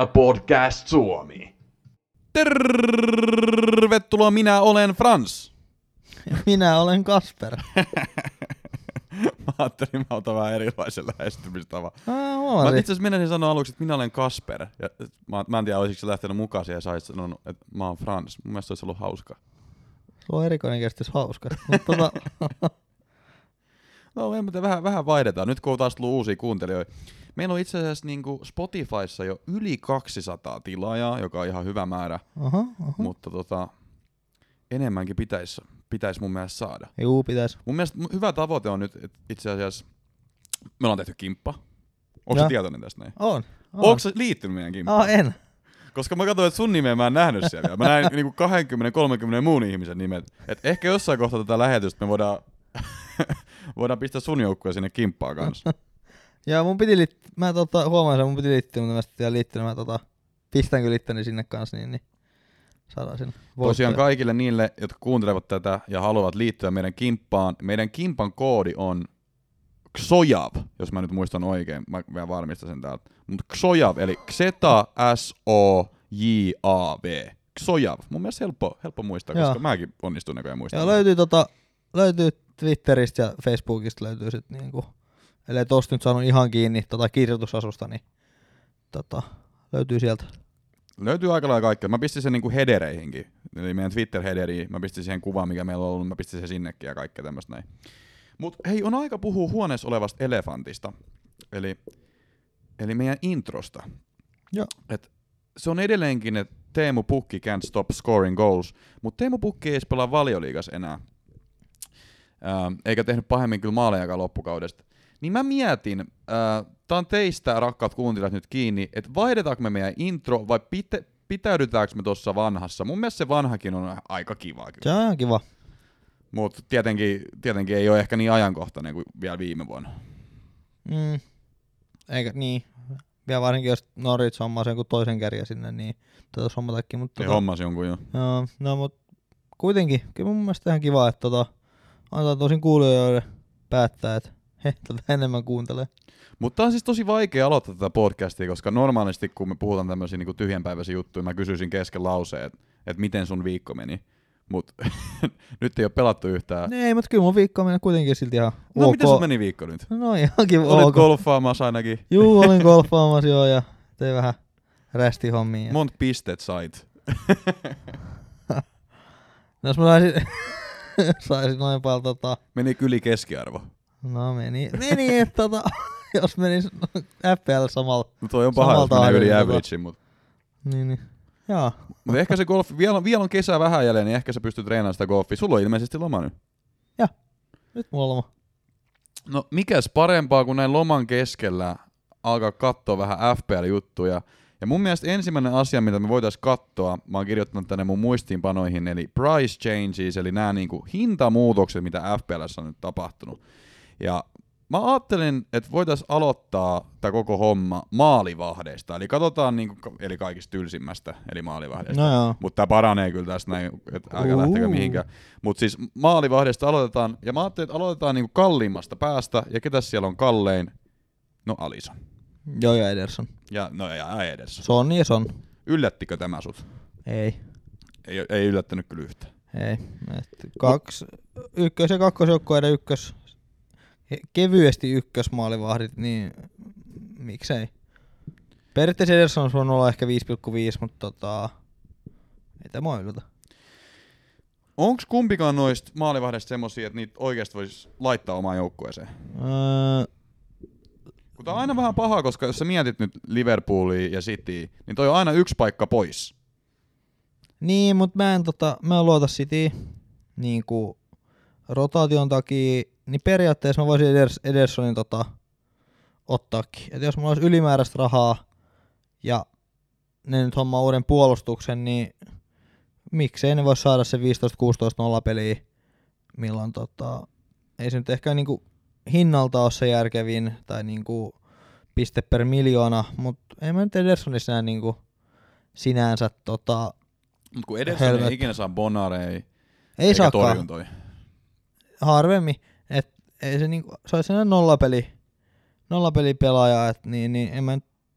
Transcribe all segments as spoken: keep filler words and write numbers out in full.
F P L-podcast Suomi. Tervetuloa, minä olen Frans. Minä olen Kasper. Mä ajattelin, mä otan vähän erilaisen lähestymistavan. Ah, mä itse asiassa menisin sanoa aluksi, että minä olen Kasper. Ja mä, mä en tiedä, olisiko se lähtenyt mukaan ja sä olisit sanonut, että mä oon Frans. Mun mielestä se olisi ollut hauska. Se on erikoinen kestys hauska. tota... no, en, vähän, vähän vaihdetaan. Nyt kun on taas tullut uusia kuuntelijoita. Meillä on itse asiassa niin kuin Spotifyssa jo yli kaksisataa tilaajaa, joka on ihan hyvä määrä. Aha, aha. Mutta tota, enemmänkin pitäisi pitäis mun mielestä saada. Juu, pitäis. Mun mielestä hyvä tavoite on nyt, että itse asiassa me ollaan tehty kimppa. Onko sä tietoinen tästä näin? On. on. Onko sä liittynyt meidän kimppaan? Oh, en. Koska mä katsoin, että sun nimeä mä en nähnyt siellä vielä. Mä näin niinku kaksikymmentä kolmekymmentä muun ihmisen nimet. Et ehkä jossain kohtaa tätä lähetystä me voidaan, voidaan pistää sun joukkueen sinne kimppaan kanssa. Ja mun piti liittyä, mä tota, huomaan sen, mun piti liittyä, mutta mä sitten vielä liittynyt, mä tota, pistän kyllä itteni sinne kanssa, niin, niin saadaan sinne voittoja. Tosiaan kaikille niille, jotka kuuntelevat tätä ja haluavat liittyä meidän kimppaan, meidän kimpan koodi on Xojav, jos mä nyt muistan oikein, mä vielä varmistan sen täältä. Mutta Xojav, eli Xeta S O J A V. Xojav. Mun mielestä helppo, helppo muistaa, koska Joo. mäkin onnistun näköjään muistamaan. Ja löytyy, tota, löytyy Twitteristä ja Facebookista löytyy sit niinku, ellei tosta nyt saanut ihan kiinni tota kirjoitusasusta, niin tota, löytyy sieltä. Löytyy aika lailla kaikkea. Mä pistin sen niinku hedereihinkin, eli meidän Twitter-hederiin. Mä pistin siihen kuvaan, mikä meillä on ollut, mä pistin sen sinnekin ja kaikkea tämmöistä näin. Mut hei, on aika puhua huoneessa olevasta elefantista, eli, eli meidän introsta. Joo. Et se on edelleenkin, että Teemu Pukki can't stop scoring goals, mutta Teemu Pukki ei edes pelaa Valioliigassa enää, Ää, eikä tehnyt pahemmin kyllä maalejakaan loppukaudesta. Niin mä mietin, äh, tää on teistä, rakkaat kuuntelijat, nyt kiinni, että vaihdetaanko me meidän intro vai pite, pitäydytäänkö me tuossa vanhassa? Mun mielestä se vanhakin on aika kiva kyllä. Se on ihan kiva. Mutta tietenkin, tietenkin ei ole ehkä niin ajankohtainen kuin vielä viime vuonna. Mm. Eikä niin. Vielä varsinkin jos Norwich hommaa sen kuin toisen kärjen sinne, niin tätä hommatakin. Mutta Ei tota, hommas jonkun jo. joo, no mut kuitenkin, kyllä mun mielestä ihan kiva, että tota, antaa tosin kuulijoille päättää, että he tätä enemmän kuuntelee. Mutta on siis tosi vaikea aloittaa tätä podcastia, koska normaalisti kun me puhutaan tämmöisiä niin tyhjänpäiväisiä juttuja, mä kysyisin kesken lauseen, että et miten sun viikko meni. Mutta nyt ei ole pelattu yhtään. Ei, mutta kyllä mun viikko meni kuitenkin silti ihan No ok. miten sun meni viikko nyt? No ihan kiva. Olit ok. golfaamassa ainakin. Juu, olin golfaamassa joo ja tein vähän rästihommia. Monta pistet sait? No jos mä saisin, saisin noin paljon tota... Meni yli keskiarvo. No meni, meni että tota, jos menis F P L samalla. No toi on paha, jos menee yli averagein, mutta Niin, niin. Jaa. mut ehkä se golfi, vielä on, vielä on kesä vähän jäljellä, niin ehkä sä pystyt treenaamaan sitä golfia. Sulla on ilmeisesti loma nyt. Nyt mulla on loma. No mikäs parempaa kuin näin loman keskellä alkaa katsoa vähän F P L-juttuja. Ja mun mielestä ensimmäinen asia, mitä me voitais katsoa, mä oon kirjoittanut tänne mun muistiinpanoihin, eli price changes, eli nämä niinku hintamuutokset, mitä F P L:ssä on nyt tapahtunut. Ja mä ajattelin, että voitais aloittaa tää koko homma maalivahdeista, eli katsotaan niinku, eli kaikista tylsimmästä, eli maalivahdeista. No joo. Mutta tää paranee kyllä tästä näin, että älkää lähtekö mihinkään. Mutta siis maalivahdeista aloitetaan, ja mä ajattelin, että aloitetaan niinku kalliimmasta päästä, ja ketäs siellä on kallein? No Alisson. Joo ja Ederson. Ja no ja Ederson. Son ja Son. Yllättikö tämä sut? Ei. Ei, ei yllättänyt kyllä yhtään. Ei. Et kaksi, ykkös- ja kakkosjoukkueiden ykkös, kevyesti ykkösmaalivahdit, niin miksei. Periaatteessa Ederson on olla ehkä viisi pilkku viisi, mutta tota, ei tämä yllätä. Onks kumpikaan noista maalivahdeista semmosia, että niitä oikeasti voisi laittaa omaan joukkueeseen? Öö, Kun tää on aina vähän pahaa, koska jos sä mietit nyt Liverpoolia ja Citya, niin toi on aina yksi paikka pois. niin, mutta mä en, tota, mä en luota Cityin niinku rotaation takia, niin periaatteessa mä voisin Eders, Edersonin tota, ottaakin. Et jos mulla olisi ylimääräistä rahaa ja ne nyt hommaa uuden puolustuksen, niin miksei ne vois saada se viisitoista kuusitoista nolla peliä, milloin tota, ei se nyt ehkä niinku hinnalta ole se järkevin tai niinku piste per miljoona, mutta ei mä nyt Edersonissa näe niinku sinänsä tota, Mut kun Ederson Helvet. ei ikinä saa bonarei ei eikä saakaan torjuntoi. harvemmin, et ei se niinku, se olisi sellainen nollapeli, nollapeli pelaaja, et niin, niin en mä nyt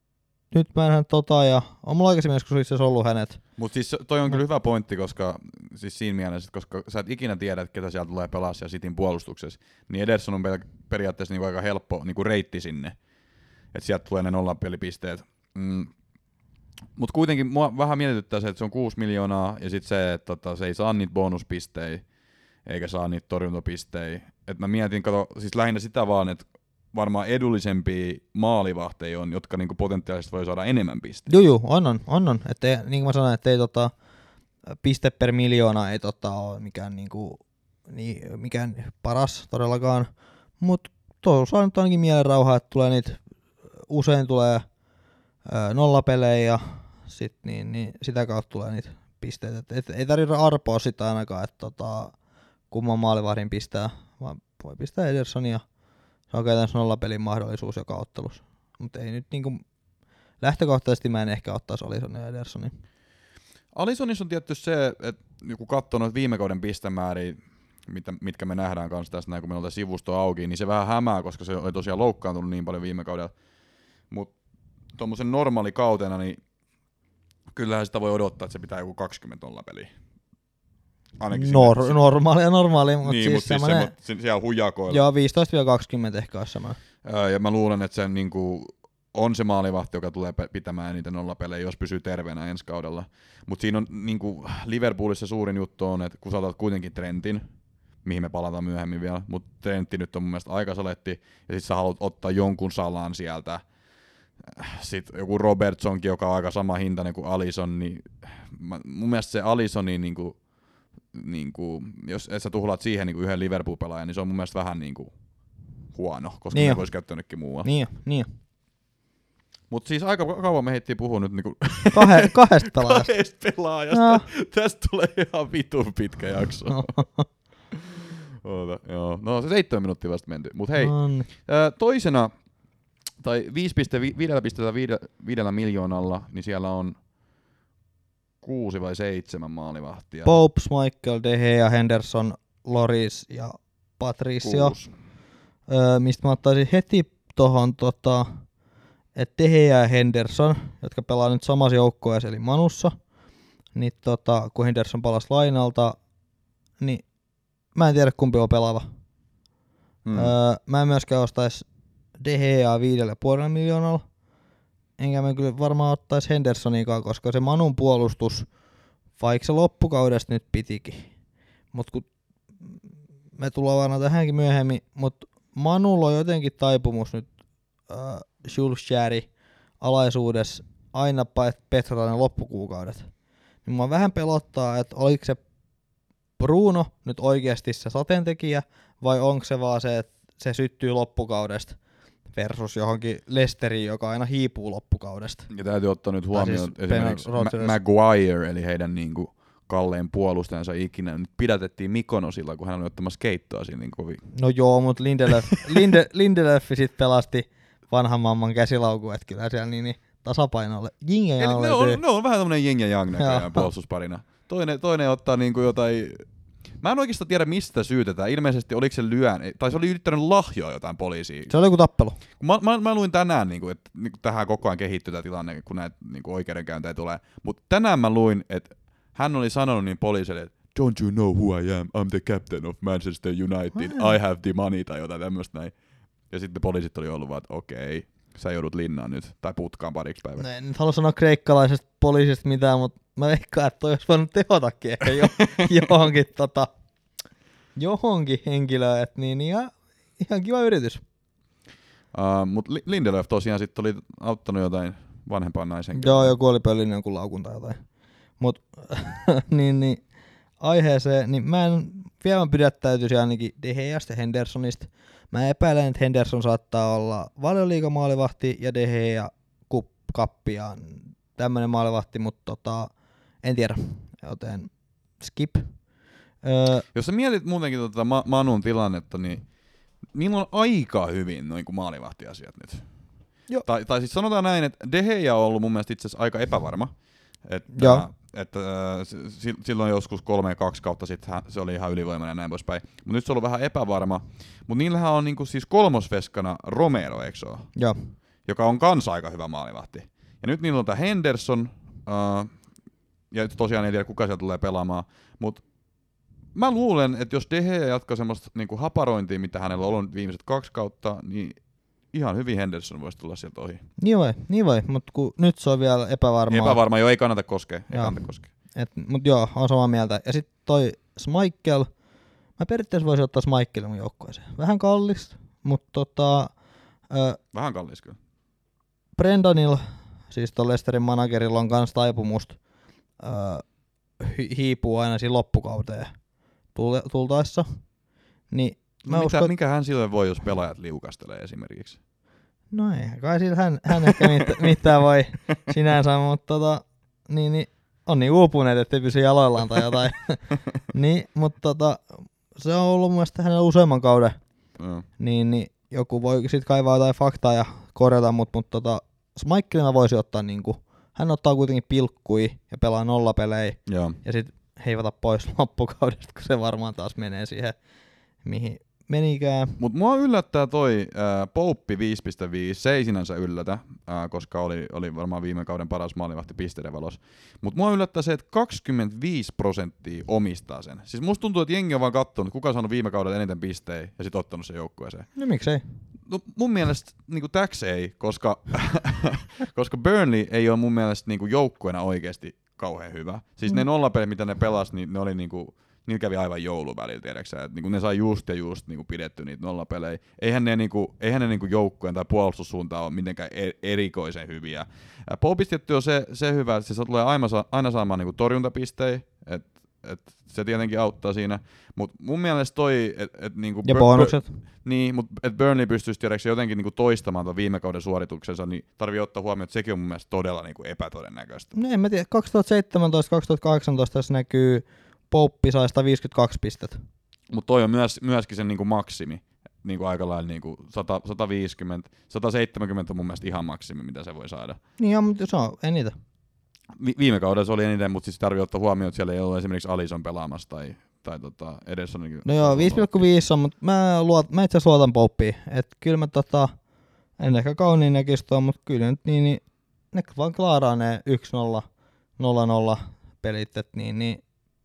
nyt mä en hän tota, ja on mulla aikaisemmin joskus itse asiassa ollut hänet. Mut siis toi on kyllä hyvä pointti, koska siis siinä mielessä, koska sä et ikinä tiedä, että ketä sieltä tulee pelaa siellä Cityn puolustuksessa, niin Ederson on periaatteessa niinku aika helppo niinku reitti sinne, että sieltä tulee ne nollapelipisteet. Mm. Mut kuitenkin mua vähän mietityttää se, että se on kuusi miljoonaa ja sit se, että tota, se ei saa niitä bonuspistejä eikä saa niitä torjuntapistejä. Et mä mietin, kato, siis lähinnä sitä vaan, että varmaan edullisempia maalivahteja on, jotka niinku potentiaalisesti voi saada enemmän pisteitä. Joo, joo, on, on, on, on. Että niin kuin mä sanoin, että ei tota, piste per miljoona ei tota, ole mikään, niinku, niin, mikään paras todellakaan, mutta tuossa on nyt ainakin mielenrauha, että tulee niitä, usein tulee ö, nollapelejä ja sit, niin, niin, sitä kautta tulee niitä pisteitä. Et, et, ei tarvitse arpoa sitä ainakaan, että tota, kumman maalivahdin pistää, vaan voi pistää Edersonia. Se on käytännössä nollapelin mahdollisuus joka ottelussa. Mutta ei nyt niinku, lähtökohtaisesti mä en ehkä ottaisi Alissonia ja Edersonia. Alissonissa on tietty se, että kun katsoo noita viime kauden pistemääriä, mitä, mitkä me nähdään kanssa tässä näin, kun meillä on tämä sivusto auki, niin se vähän hämää, koska se oli tosiaan loukkaantunut niin paljon viime kaudella. Mutta tuommoisen normaalikautena, niin kyllähän sitä voi odottaa, että se pitää joku kaksikymmentä nollapeliä. Nor- sinne, normaalia, normaalia, mutta niin, siis, mut siis semmoinen... Se, siellä hujakoilla. Joo, viisitoista kaksikymmentä ehkä olisi semmoinen. Ja mä luulen, että se niinku on se maalivahti, joka tulee pitämään niitä nollapelejä, jos pysyy terveenä ensi kaudella. Mutta siinä on niinku Liverpoolissa suurin juttu on, että kun sä otat kuitenkin Trentin, mihin me palataan myöhemmin vielä, mutta Trentti nyt on mun mielestä aika saletti, ja sit sä haluat ottaa jonkun Salan sieltä. Sitten joku Robertsonkin, joka on aika sama hintainen kuin Alisson, niin mä, mun mielestä se Alissoni niinku niinku, jos et sä tuhlaat siihen niinku yhden Liverpool-pelaajan, niin se on mun mielestä vähän niinku huono, koska niin me vois käyttää jonnekin muualle. Niin niin Mut siis aika kauan me heittiin puhua nyt niinku Kahe, kahdesta pelaajasta. kahdesta pelaajasta. No. Tästä tulee ihan vitun pitkä jakso. No. Oota, joo. No se seitsemän minuuttia vasta menty. Mut hei, no. toisena, tai viisi pilkku viisi miljoonalla, niin siellä on kuusi vai seitsemän maalivahtia. Pope, Michael, De Gea, Henderson, Loris ja Patricio. Öö, mistä mä ottaisin heti tohon, tota, että De Gea ja Henderson, jotka pelaa nyt samassa joukkueessa eli Manussa, niin tota, kun Henderson palasi lainalta, niin mä en tiedä kumpi on pelaava. Hmm. Öö, mä en myöskään ostaisi De Geaa viidellä ja puolella miljoonalla. Enkä mä kyllä varmaan ottaisi Hendersonikaan, koska se Manun puolustus, vaikka se loppukaudesta nyt pitikin. Mut kun me tullaan varmaan tähänkin myöhemmin, mutta Manulla on jotenkin taipumus nyt äh, Solskjaerin alaisuudessa aina petrata ne loppukuukaudet. Niin mua vähän pelottaa, että oliko se Bruno nyt oikeasti se sateentekijä, vai onko se vaan se, että se syttyy loppukaudesta versus johonkin Leicesteriin, joka aina hiipuu loppukaudesta. Ja täytyy ottaa nyt huomioon siis esimerkiksi Ma- Maguire, eli heidän niinku kallein puolustajansa ikinä. Nyt pidätettiin Mykonosilla, kun hän oli ottamassa keittoa siinä niin kovin. No joo, mutta Lindelöf, Linde, Lindelöf sit pelasti vanhan mamman käsilaukun, että kyllä siellä niin, niin tasapainolle. Jing ja Yang ne, on, ne on vähän tämmönen Jing ja Yang näköjään puolustusparina. Toinen, toinen ottaa niinku jotain... Mä en oikeastaan tiedä, mistä syytetään. Ilmeisesti oliko se lyön, tai se oli yrittänyt lahjoa jotain poliisia. Se oli joku tappelu. Mä, mä, mä luin tänään, niin kuin, että niin kuin tähän koko ajan kehittyy tämä tilanne, kun näitä niin kuin oikeudenkäyntejä tulee. Mutta tänään mä luin, että hän oli sanonut niin poliisille, että don't you know who I am? I'm the captain of Manchester United. I have the money tai jotain tämmöistä näin. Ja sitten poliisit oli ollut vaan, että okei, okay, sä joudut linnaan nyt, tai putkaan pariksi päiväksi. No, en nyt halua sanoa kreikkalaisesta poliisista mitään, mutta mä veikkaan, että toi olisi voinut tehotakin ehkä jo, johonkin, tota, johonkin henkilöön, että niin ihan, ihan kiva yritys. Uh, mutta Lindelöf tosiaan sitten oli auttanut jotain vanhempaan naisen. Joo, joku oli pöllinen jonkun laukun tai jotain. Mut niin, niin, aiheeseen, niin mä en vielä pidättäytyisi ainakin De Geasta ja Hendersonista. Mä epäilen, että Henderson saattaa olla valioliigamaalivahti ja De Gea kappiaan tämmönen maalivahti, mutta tota, en tiedä, joten skip. Öö, Jos sä mietit muutenkin tota Ma- Manun tilannetta, niin niillä on aika hyvin noin kuin maalivahtiasiat nyt. Jo. Tai, tai siis sanotaan näin, että De Gea on ollut mun mielestä itse asiassa aika epävarma. Että, että äh, silloin joskus kolme kaksi kautta sitten se oli ihan ylivoimainen ja näin poispäin. Mutta nyt se on ollut vähän epävarma. Mutta niillähän on niinku siis kolmosveskana Romero, eikö se ole? Joo. Joka on kans aika hyvä maalivahti. Ja nyt niillä on tää Henderson, uh, ja tosiaan ei tiedä kuka sieltä tulee pelaamaan, mutta mä luulen, että jos De Gea jatkaa semmoista niinku haparointia, mitä hänellä on ollut viimeiset kaksi kautta, niin ihan hyvin Henderson voisi tulla sieltä ohi. Niin voi, niin voi, mutta nyt se on vielä epävarmaa. Epävarma, jo ei kannata koskea. Ei kannata koskea. Et, mut joo, on samaa mieltä. Ja sitten toi Schmeichel, mä periaatteessa voisin ottaa Schmeichelin mun joukkueeseen. Vähän kallista, mutta tota... Ö, Vähän kallis kyllä. Brendanilla, siis ton Leicesterin managerilla on kans taipumusta ö, hi- hiipuu aina siinä loppukauteen tultaessa. Niin No mitä, uskon, mikä hän silloin voi, jos pelaajat liukastelee esimerkiksi? No ei, kai sillä hän, hän ehkä mit, mitään voi sinänsä, mutta tota, niin, niin, on niin uupuneet, ettei pysy jaloillaan tai jotain. Niin, mutta tota, se on ollut mun mielestä hänellä useamman kauden. No. Niin, niin joku voi sit kaivaa jotain faktaa ja korjata, mutta mut, tota, Schmeichelin mä voisin ottaa niinku, hän ottaa kuitenkin pilkkui ja pelaa nollapelejä. Joo. Ja sit heivata pois loppukaudesta, kun se varmaan taas menee siihen, mihin menikään. Mut mua yllättää toi äh, Pouppi viisi pilkku viisi, se ei sinänsä yllätä, äh, koska oli, oli varmaan viime kauden paras maalivahti pisteiden valossa. Mut mua yllättää se, että kaksikymmentäviisi prosenttia omistaa sen. Siis musta tuntuu, että jengi on vaan kattonut, kuka on saanut viime kaudella eniten pistejä ja sit ottanut sen joukkueeseen. No miksei? No, mun mielestä niinku täks ei, koska, koska Burnley ei ole mun mielestä niinku joukkueena oikeesti kauhean hyvä. Siis mm. ne nollapelit, mitä ne pelas, niin ne oli niinku... Niillä kävi aivan joulun välillä, tiedäksä, että niinku ne sai just ja just niinku pidetty niitä nollapelejä. Eihän ne, niinku, eihän ne niinku joukkueen tai puolustussuuntaan ole mitenkään erikoisen hyviä. Poupista tietty on se, se hyvä, että se tulee aina, aina saamaan niinku torjuntapistejä, että et se tietenkin auttaa siinä. Mutta mun mielestä toi... Et, et niinku ja bonukset. Bur- niin, mutta että Burnley pystyisi tiedäksä jotenkin niinku toistamaan tuon viime kauden suorituksensa, niin tarvii ottaa huomioon, että sekin on mun mielestä todella niinku epätodennäköistä. No en mä tiedä, kaksituhattaseitsemäntoista kaksituhattakahdeksantoista tässä näkyy... Pouppi sai sata viisikymmentäkaksi pistettä. Mutta toi on myös, myöskin sen niinku maksimi. Niinku aika lailla niinku sata, sata viisikymmentä, sata seitsemänkymmentä on mun mielestä ihan maksimi, mitä se voi saada. Niin joo, mutta se on eniten. Vi- viime kaudella se oli eniten, mutta siis tarvii ottaa huomioon, että siellä ei ollut esimerkiksi Alisson pelaamassa tai, tai tota, edes on... Niinku, no joo, viisi pilkku viisi on, mutta mä, luot, mä itse asiassa luotan Pouppiin. Että kyllä mä tota, en ehkä kauniin näkistä, mutta kyllä nyt niin, niin ne vaan klaaraa ne yksi nolla, nolla nolla pelit, et niin, niin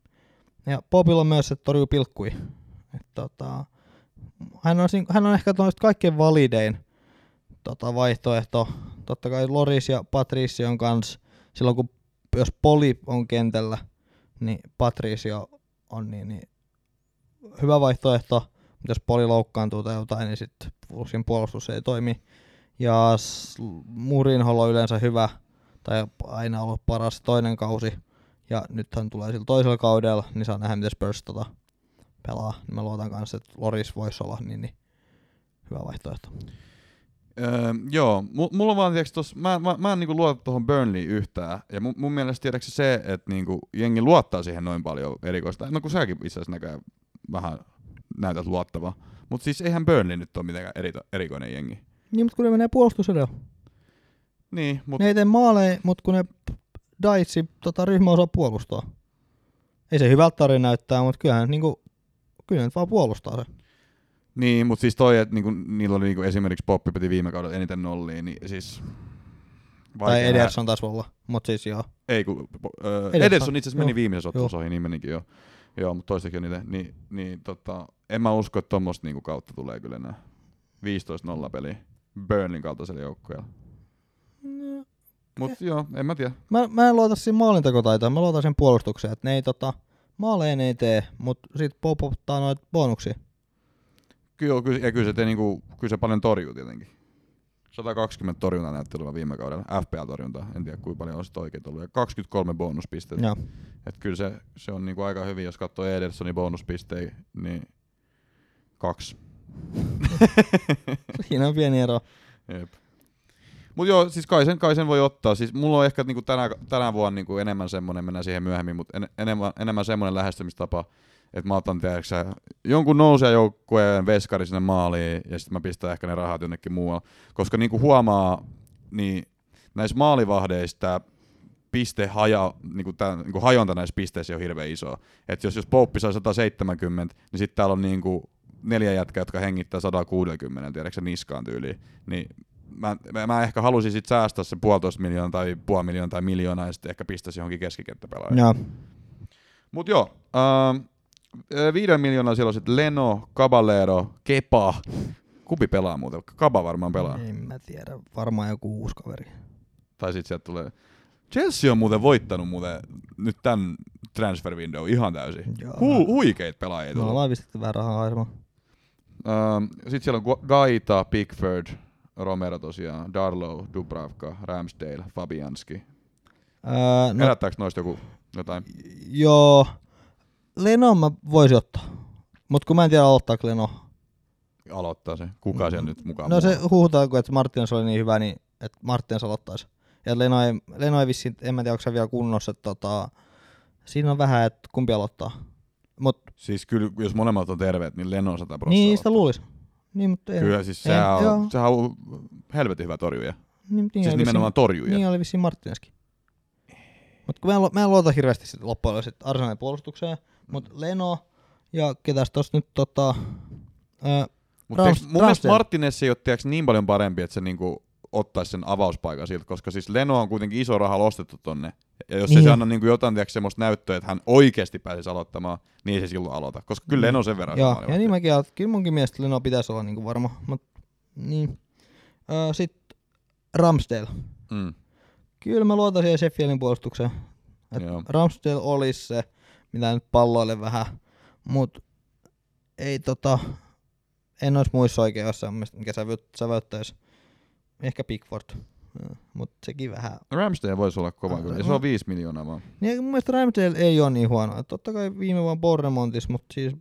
ja Popilla on myös se torjuu pilkkui. Et tota, hän, on, hän on ehkä kaikkein validein tota, vaihtoehto. Totta kai Loris ja Patricio on kans, silloin kun jos Poli on kentällä, niin Patricio on niin, niin hyvä vaihtoehto. Mutta jos Poli loukkaantuu tai jotain, niin sitten Fulsin puolustus ei toimi. Ja Mourinholla on yleensä hyvä, tai aina ollut paras toinen kausi. Ja nythän tulee sillä toisella kaudella, niin saa nähdä, miten Spurs tota pelaa. Niin mä luotan kanssa, että Loris voisi olla niin, niin hyvä vaihtoehto. Öö, joo, M- mulla on vaan, tiiäks, tos, mä, mä, mä en niinku luota tuohon Burnley yhtään. Ja mun, mun mielestä tiedätkö se, että niinku jengi luottaa siihen noin paljon erikoista. No kun säkin itse asiassa näköjään vähän näytät luottavaa. Mutta siis eihän Burnley nyt ole mitenkään eri, erikoinen jengi. Niin, mutta kun ne menee puolustus edellä. Niin, mutta... Ne ei tee maaleja, mutta kun ne Daitsi tota, ryhmä osaa puolustaa. Ei se hyvältä tarina näyttää, mutta kyllähän niinku, kyllä nyt vaan puolustaa se. Niin, mutta siis toi, että niinku, niillä oli niinku esimerkiksi Poppi piti viime kaudella eniten nolliin, niin siis... Tai Ederson taisi olla, mutta siis joo. Ei, kun äh, Ederson, Ederson itse asiassa meni viimeisessä ottelussa ohi, niin menikin jo. Joo, mutta toistakin on niitä. Niin, niin tota, en mä usko, että tommoista niinku kautta tulee kyllä enää. viisitoista nolla peliä Burnleyn kaltaisella joukkueella. No. Mut okay. Joo, en mä tiedä. Mä, mä en luota siinä maalintakotaitoon, mä luotan sen puolustukseen, että ne ei tota, maaleen ei tee, mutta sit Pop ottaa noita bonuksia. Kyllä, kyllä, ja kyllä se, te, niinku, kyllä se paljon torjuu tietenkin. sata kaksikymmentä torjuntaa näyttelyä viime kaudella, F P L-torjuntaa, en tiedä kuinka paljon on sitä oikein ollut, ja kaksikymmentäkolme bonuspisteitä. Joo. Et kyllä se, se on niinku aika hyvin, jos katsoo Edersonin bonuspistejä, niin kaksi. Siinä on pieni ero. Jep. Mut joo, siis kai sen, kai sen voi ottaa. Siis mulla on ehkä niinku tänä, tänä vuonna niinku enemmän semmonen, mennään siihen myöhemmin, mutta en, enemmän, enemmän semmonen lähestymistapa, että mä otan tiedäksä, jonkun nousijajoukkueen veskari sinne maaliin ja sitten mä pistän ehkä ne rahat jonnekin muualla. Koska niinku huomaa, niin näissä maalivahdeissa tää piste haja, niinku tää, niinku hajonta näissä pisteissä on hirveän iso. Et jos, jos Pouppi sai sata seitsemänkymmentä, niin sitten täällä on niinku neljä jätkää, jotka hengittää sata kuusikymmentä, tiedäksä niskaan tyyliin. Niin mä, mä, mä ehkä halusin sit säästää se puolitoista miljoonaa tai puoli miljoonaa tai miljoonaa ja sitten ehkä pistäisi johonkin keskikenttäpelaajaan. Joo. Mut joo, ähm, viiden miljoonaa siellä on sitten Leno, Caballero, Kepa. Kumpi pelaa muuten? Kaba varmaan pelaa. En mä tiedä, varmaan joku uusi kaveri. Tai sit sieltä tulee... Chelsea on muuten voittanut muuten nyt tän transfer window ihan täysin. Hu- huikeita pelaajia No tullut. ollaan pistetty vähän rahaa haisemaan. Ähm, sit siellä on Gu- Gaita, Pickford, Romero tosiaan, Darlow, Dubravka, Ramsdale, Fabianski. Öö, no, Herättääks noista joku jotain? joo, Leno mä voisin ottaa. Mut kun mä en tiedä aloittaako Leno. Aloittaa se. Kuka siellä nyt mukaan? No se huhutaan, kun että Martins oli niin hyvä, niin että Martins aloittaisi. Ja Leno ei, Leno ei vissiin, en mä tiedä, onko se vielä kunnossa, että tota, siinä on vähän, että kumpi aloittaa. Mut, Siis kyllä, jos molemmat on terveet, niin Leno sata prosenttia. niin, sitä luulisi. Niin, mutta ei. Kyllä, siis ei, sehän joo. on, sehän on helvetin hyvä torjuja. Niin, niin Siis oli nimenomaan vissiin, torjuja. niin oli vissiin Martineskin. Mut kun mä en, mä en luota hirveästi sit loppujen lopuksi Arsenalin puolustukseen, mut Leno ja ketäs tossa nyt tota... Ää, Mutta Rams- mun mielestä Ramsdale. Martinez ei ole tiiäks, niin paljon parempi, että se niinku ottaisi sen avauspaikan siltä, koska siis Leno on kuitenkin iso raha ostettu tonne. Ja jos niin. Niin. se anna niinku jotain tiiäks, semmoista näyttöä, että hän oikeasti pääsisi aloittamaan, niin ei se silloin aloita. Koska kyllä Leno sen verran. Joo, ja niin mäkin ajattelin, kyllä munkin mielestä Leno pitäisi olla niinku varma. Mut, niin. Öö, Sitten Ramsdale. Mm. Kyllä mä luotan siihen Sheffieldin puolustukseen. Et Joo. Ramsdale olisi se, mitä nyt palloille vähän, mut ei tota, en ois muissa oikein jossain, mikä säväyttäisi. Ehkä Pickford, mutta sekin vähän. Ramsdale voisi olla kova Ah, kyllä, ja no. se on viisi miljoonaa vaan. Niin, mun mielestä Ramsdale ei ole niin huono. Et totta kai viime vuonna Bournemouthissa, mutta siis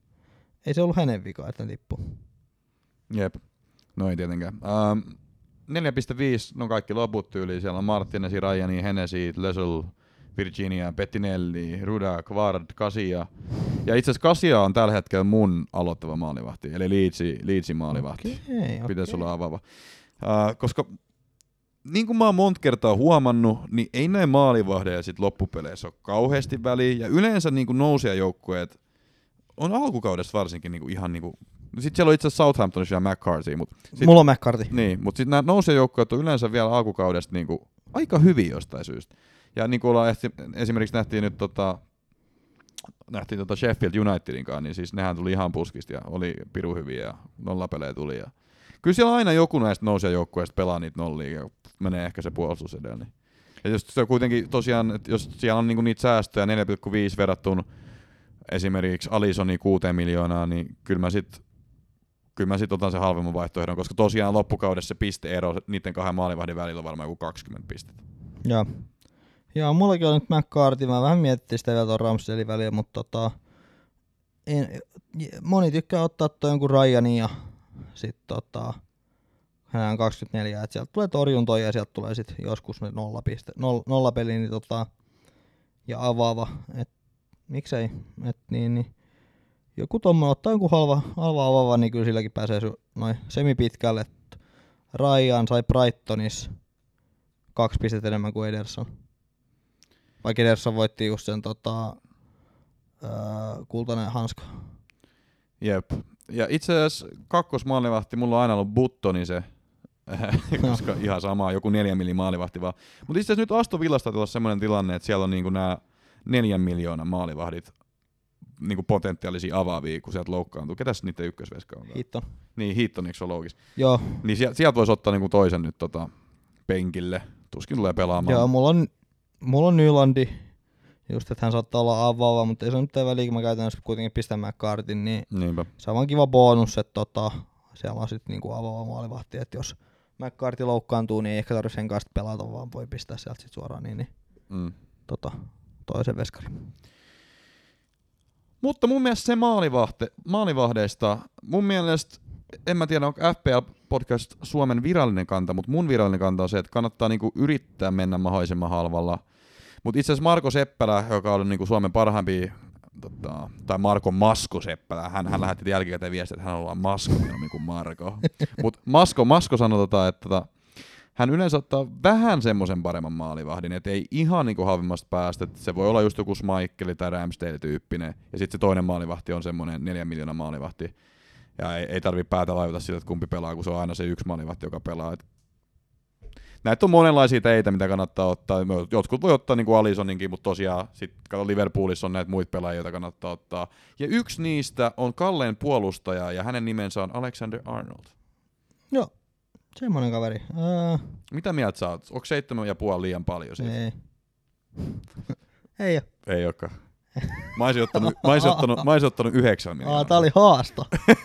ei se ollut hänen vika, että ne tippuu. Jep, no ei tietenkään. Ähm, neljä pilkku viisi, no kaikki loput tyyliin. Siellä on Martinez, Rajani, Hennessy, Lösel, Virginia, Bettinelli, Ruda, Kvard, Kasia. Ja itse asiassa Kasia on tällä hetkellä mun aloittava maalivahti, eli Leedsi, Leedsin maalivahti. Okei, Pitäisi okei. olla avaava. Uh, koska niin kuin mä oon monta kertaa huomannut, niin ei näin maalivahdeja sit loppupeleissä ole kauheasti väliä. Ja yleensä niin kuin nousijajoukkueet on alkukaudesta varsinkin niin kuin ihan niin kuin... No sit siellä on itse asiassa Southamptonissa vielä McCarthy, mutta... Sit, Mulla on McCarthy. niin, mutta sitten nämä nousijajoukkueet on yleensä vielä alkukaudesta niin kuin aika hyviä jostain syystä. Ja niin kuin ollaan ehti, esimerkiksi nähtiin nyt tota, nähtiin tota Sheffield Unitedin kanssa, niin siis nehän tuli ihan puskista ja oli piru hyviä ja nollapelejä tuli. Ja... Kyllä siellä aina joku näistä nousijajoukkueista pelaa niitä nollia ja menee ehkä se puolustus edellä. Niin. Ja jos se on kuitenkin tosiaan, että jos siellä on niinku niitä säästöjä neljä pilkku viisi verrattuna esimerkiksi Alisoniin kuuteen miljoonaa, niin kyllä mä sit, kyllä mä sit otan sen halvemman vaihtoehdon, koska tosiaan loppukaudessa se pisteero niiden kahden maalivahdin välillä on varmaan joku kaksikymmentä pistettä. Joo. Joo, mullakin on nyt McCarthy. Mä vähän mietittiin sitä vielä tuon Ramsdalein väliä, mutta tota, en, moni tykkää ottaa toi jonkun Ryanin ja sit tota, hän on kaksikymmentäneljä, että sieltä tulee torjuntoja ja sieltä tulee sit joskus ne nolla piste, noll, nollapeli niin tota, ja avaava, et miksei, et niin, niin joku tommonen ottaa jonkun halva, halva avaava, niin kyllä silläkin pääsee noin semipitkälle. Ryan sai Brightonissa kaksi pistettä enemmän kuin Ederson. Vaikka Ederson voitti just sen tota, öö, kultainen hanska. Jep. Ja itse asiassa kakkosmaalivahti, mulla on aina ollut Buttoni se, koska ihan sama, joku neljän millin maalivahti vaan. Mutta itse asiassa nyt Aston Villasta tulee semmoinen tilanne, että siellä on niinku nämä neljän miljoonan maalivahdit niinku potentiaalisia avaavia, kun sieltä loukkaantuu. Ketäs niiden ykkösveska on? Hitton. Niin, Heaton, eikö se ole loogis? Joo. Niin sieltä, sieltä voisi ottaa niinku toisen nyt tota penkille. Tuskin tulee pelaamaan. Joo, mulla on, mulla on Nylandi. Just, että hän saattaa olla avaava, mutta ei se ole mitään väliä, kun mä käytännössä kuitenkin pistän McCartin, niin Niinpä. se on vaan kiva bonus, että tota, siellä on sitten niinku avaava maalivahti, että jos McCarthy loukkaantuu, niin ei ehkä tarvitse sen kanssa pelata, vaan voi pistää sieltä sit suoraan niin, niin Mm. tota, toisen veskarin. Mutta mun mielestä se maalivahte, maalivahdeista, mun mielestä, en mä tiedä onko F P L-podcast Suomen virallinen kanta, mutta mun virallinen kanta on se, että kannattaa niinku yrittää mennä mahdollisimman halvalla. Mutta itse asiassa Marko Seppälä, joka on niinku Suomen parhaimpia, tota, tai Marko Masko Seppälä, hän, hän lähetti jälkikäteen viestiä, että hän on Masko mieluummin kuin Marko. Mutta Masko, Masko sanoi, tota, että tota, hän yleensä ottaa vähän semmoisen paremman maalivahdin, että ei ihan niinku halvimmasta päästä, että se voi olla just joku Schmeichel tai Ramsdale-tyyppinen, ja sitten se toinen maalivahti on semmoinen neljän miljoonan maalivahti, ja ei, ei tarvitse päätä laivuta sillä, että kumpi pelaa, kun se on aina se yksi maalivahti, joka pelaa. Et näitä on monenlaisia teitä, mitä kannattaa ottaa. Jotkut voi ottaa niin kuin Alisoninkin, mutta tosiaan sit, kato, Liverpoolissa on näitä muita pelaajia, joita kannattaa ottaa. Ja yksi niistä on Kalleen puolustaja, ja hänen nimensä on Alexander Arnold. Joo, semmoinen kaveri. Öö, Mitä mieltä sä oot? Onko seitsemän ja puoli liian paljon siitä? ei. Ei oo. Ei olekaan. Mä olisin ottanut, mä olisin ottanut, mä olisin ottanut yhdeksän miljoonaa. Aa, tää oli haasto.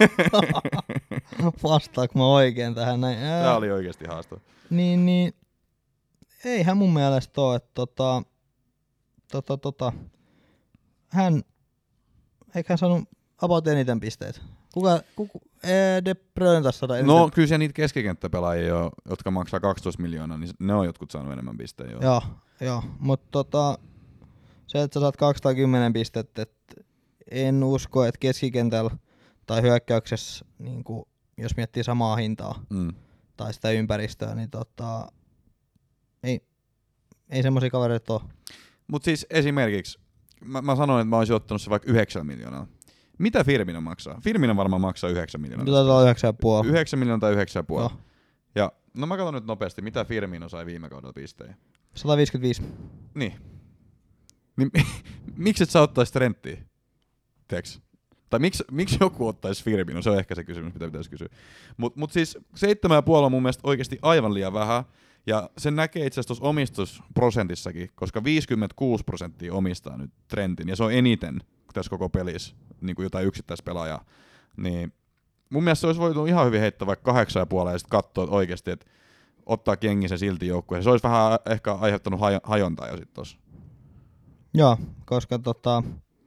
Vastaanko mä oikein tähän näin? Ää, Tää oli oikeesti haastava. Niin, niin. Eihän mun mielestä oo, että tota, tota, tota, hän, eikö hän saanut about eniten pisteitä? Kuka, kuku, ee, De Bruyne tässä saada eniten? No kyllä siellä niitä keskikenttäpelaajia, jo, jotka maksaa kaksitoista miljoonaa, niin ne on jotkut saanut enemmän pisteitä. Joo, Joo, joo. Mutta tota, se, että sä saat kaksisataakymmenen pistettä, että en usko, että keskikentällä tai hyökkäyksessä, niin kuin, jos miettii samaa hintaa mm. tai sitä ympäristöä, niin tota, ei, ei semmoisia kavereita ole. Mut siis esimerkiksi, mä, mä sanoin, että mä olisin ottanut se vaikka yhdeksän miljoonaa. Mitä Firmino maksaa? Firmino varmaan maksaa yhdeksän miljoonaa. Mitä täällä on yhdeksän pilkku viisi? yhdeksän miljoonaa tai yhdeksän pilkku viisi. Joo. Ja no mä katson nyt nopeasti, mitä Firmino sai viime kaudella pistejä. sata viisikymmentäviisi. Niin. Niin miksi et sä ottais Trenttiä? Teks? Tai miksi, miksi joku ottaisi Firmino? Se on ehkä se kysymys, mitä pitäisi kysyä. Mut, mut siis seitsemän pilkku viisi on mun mielestä oikeasti aivan liian vähän. Ja sen näkee itse asiassa tuossa omistusprosentissakin, koska viisikymmentäkuusi prosenttia omistaa nyt Trentin, ja se on eniten tässä koko pelissä, niin kuin jotain yksittäispelaajaa. Niin mun mielestä se olisi voitu ihan hyvin heittää vaikka kahdeksan ja puolella ja sitten katsoa oikeasti, että ottaa kengi sen silti joukkueeseen. Se olisi vähän ehkä aiheuttanut hajo- hajontaa jo sitten tossa. Joo, koska tota,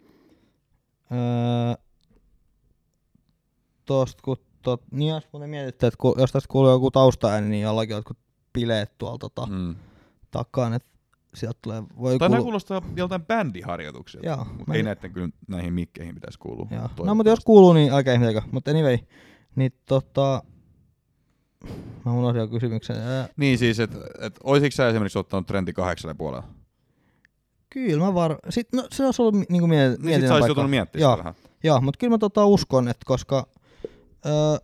öö, tosta kun tot, niin jos muuten mietitte, että ku, jos tästä kuuluu joku taustaääni, niin jollakin jotkut bileet tuolla tota, Mm. takaan, että sieltä tulee, voi Tai nämä kuulu... kuulostaa joltain bändiharjoituksilta, Joo, mutta mä- ei näiden kyllä näihin mikkeihin pitäisi kuulua. Joo. No mutta jos kuuluu, niin älkää ihmetelkö. Mutta anyway, niin tota, mä unohdin jo kysymyksen. Ää, Niin siis, että et, olisitko sä esimerkiksi ottanut Trentin kahdeksan ja puolella? kyllä mä var... Sit, no, se olisi ollut mi- niinku miet- Niin sit mietinnän sä olisit paikka. joutunut miettimään Joo. sitä vähän. Joo, mutta kyllä mä tota uskon, että koska öö,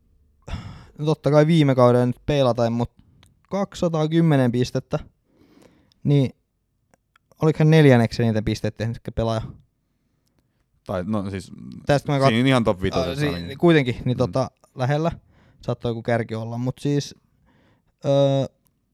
totta kai viime kauden nyt peilataan, mutta kaksisataakymmenen pistettä, niin oliko hän neljänneksi eniten pisteet tehnyt pelaaja? Tai no siis, Tästä mä kat- siinä ihan top viisi. Äh, si- kuitenkin, niin tota, lähellä saattoi joku kärki olla, mutta siis öö,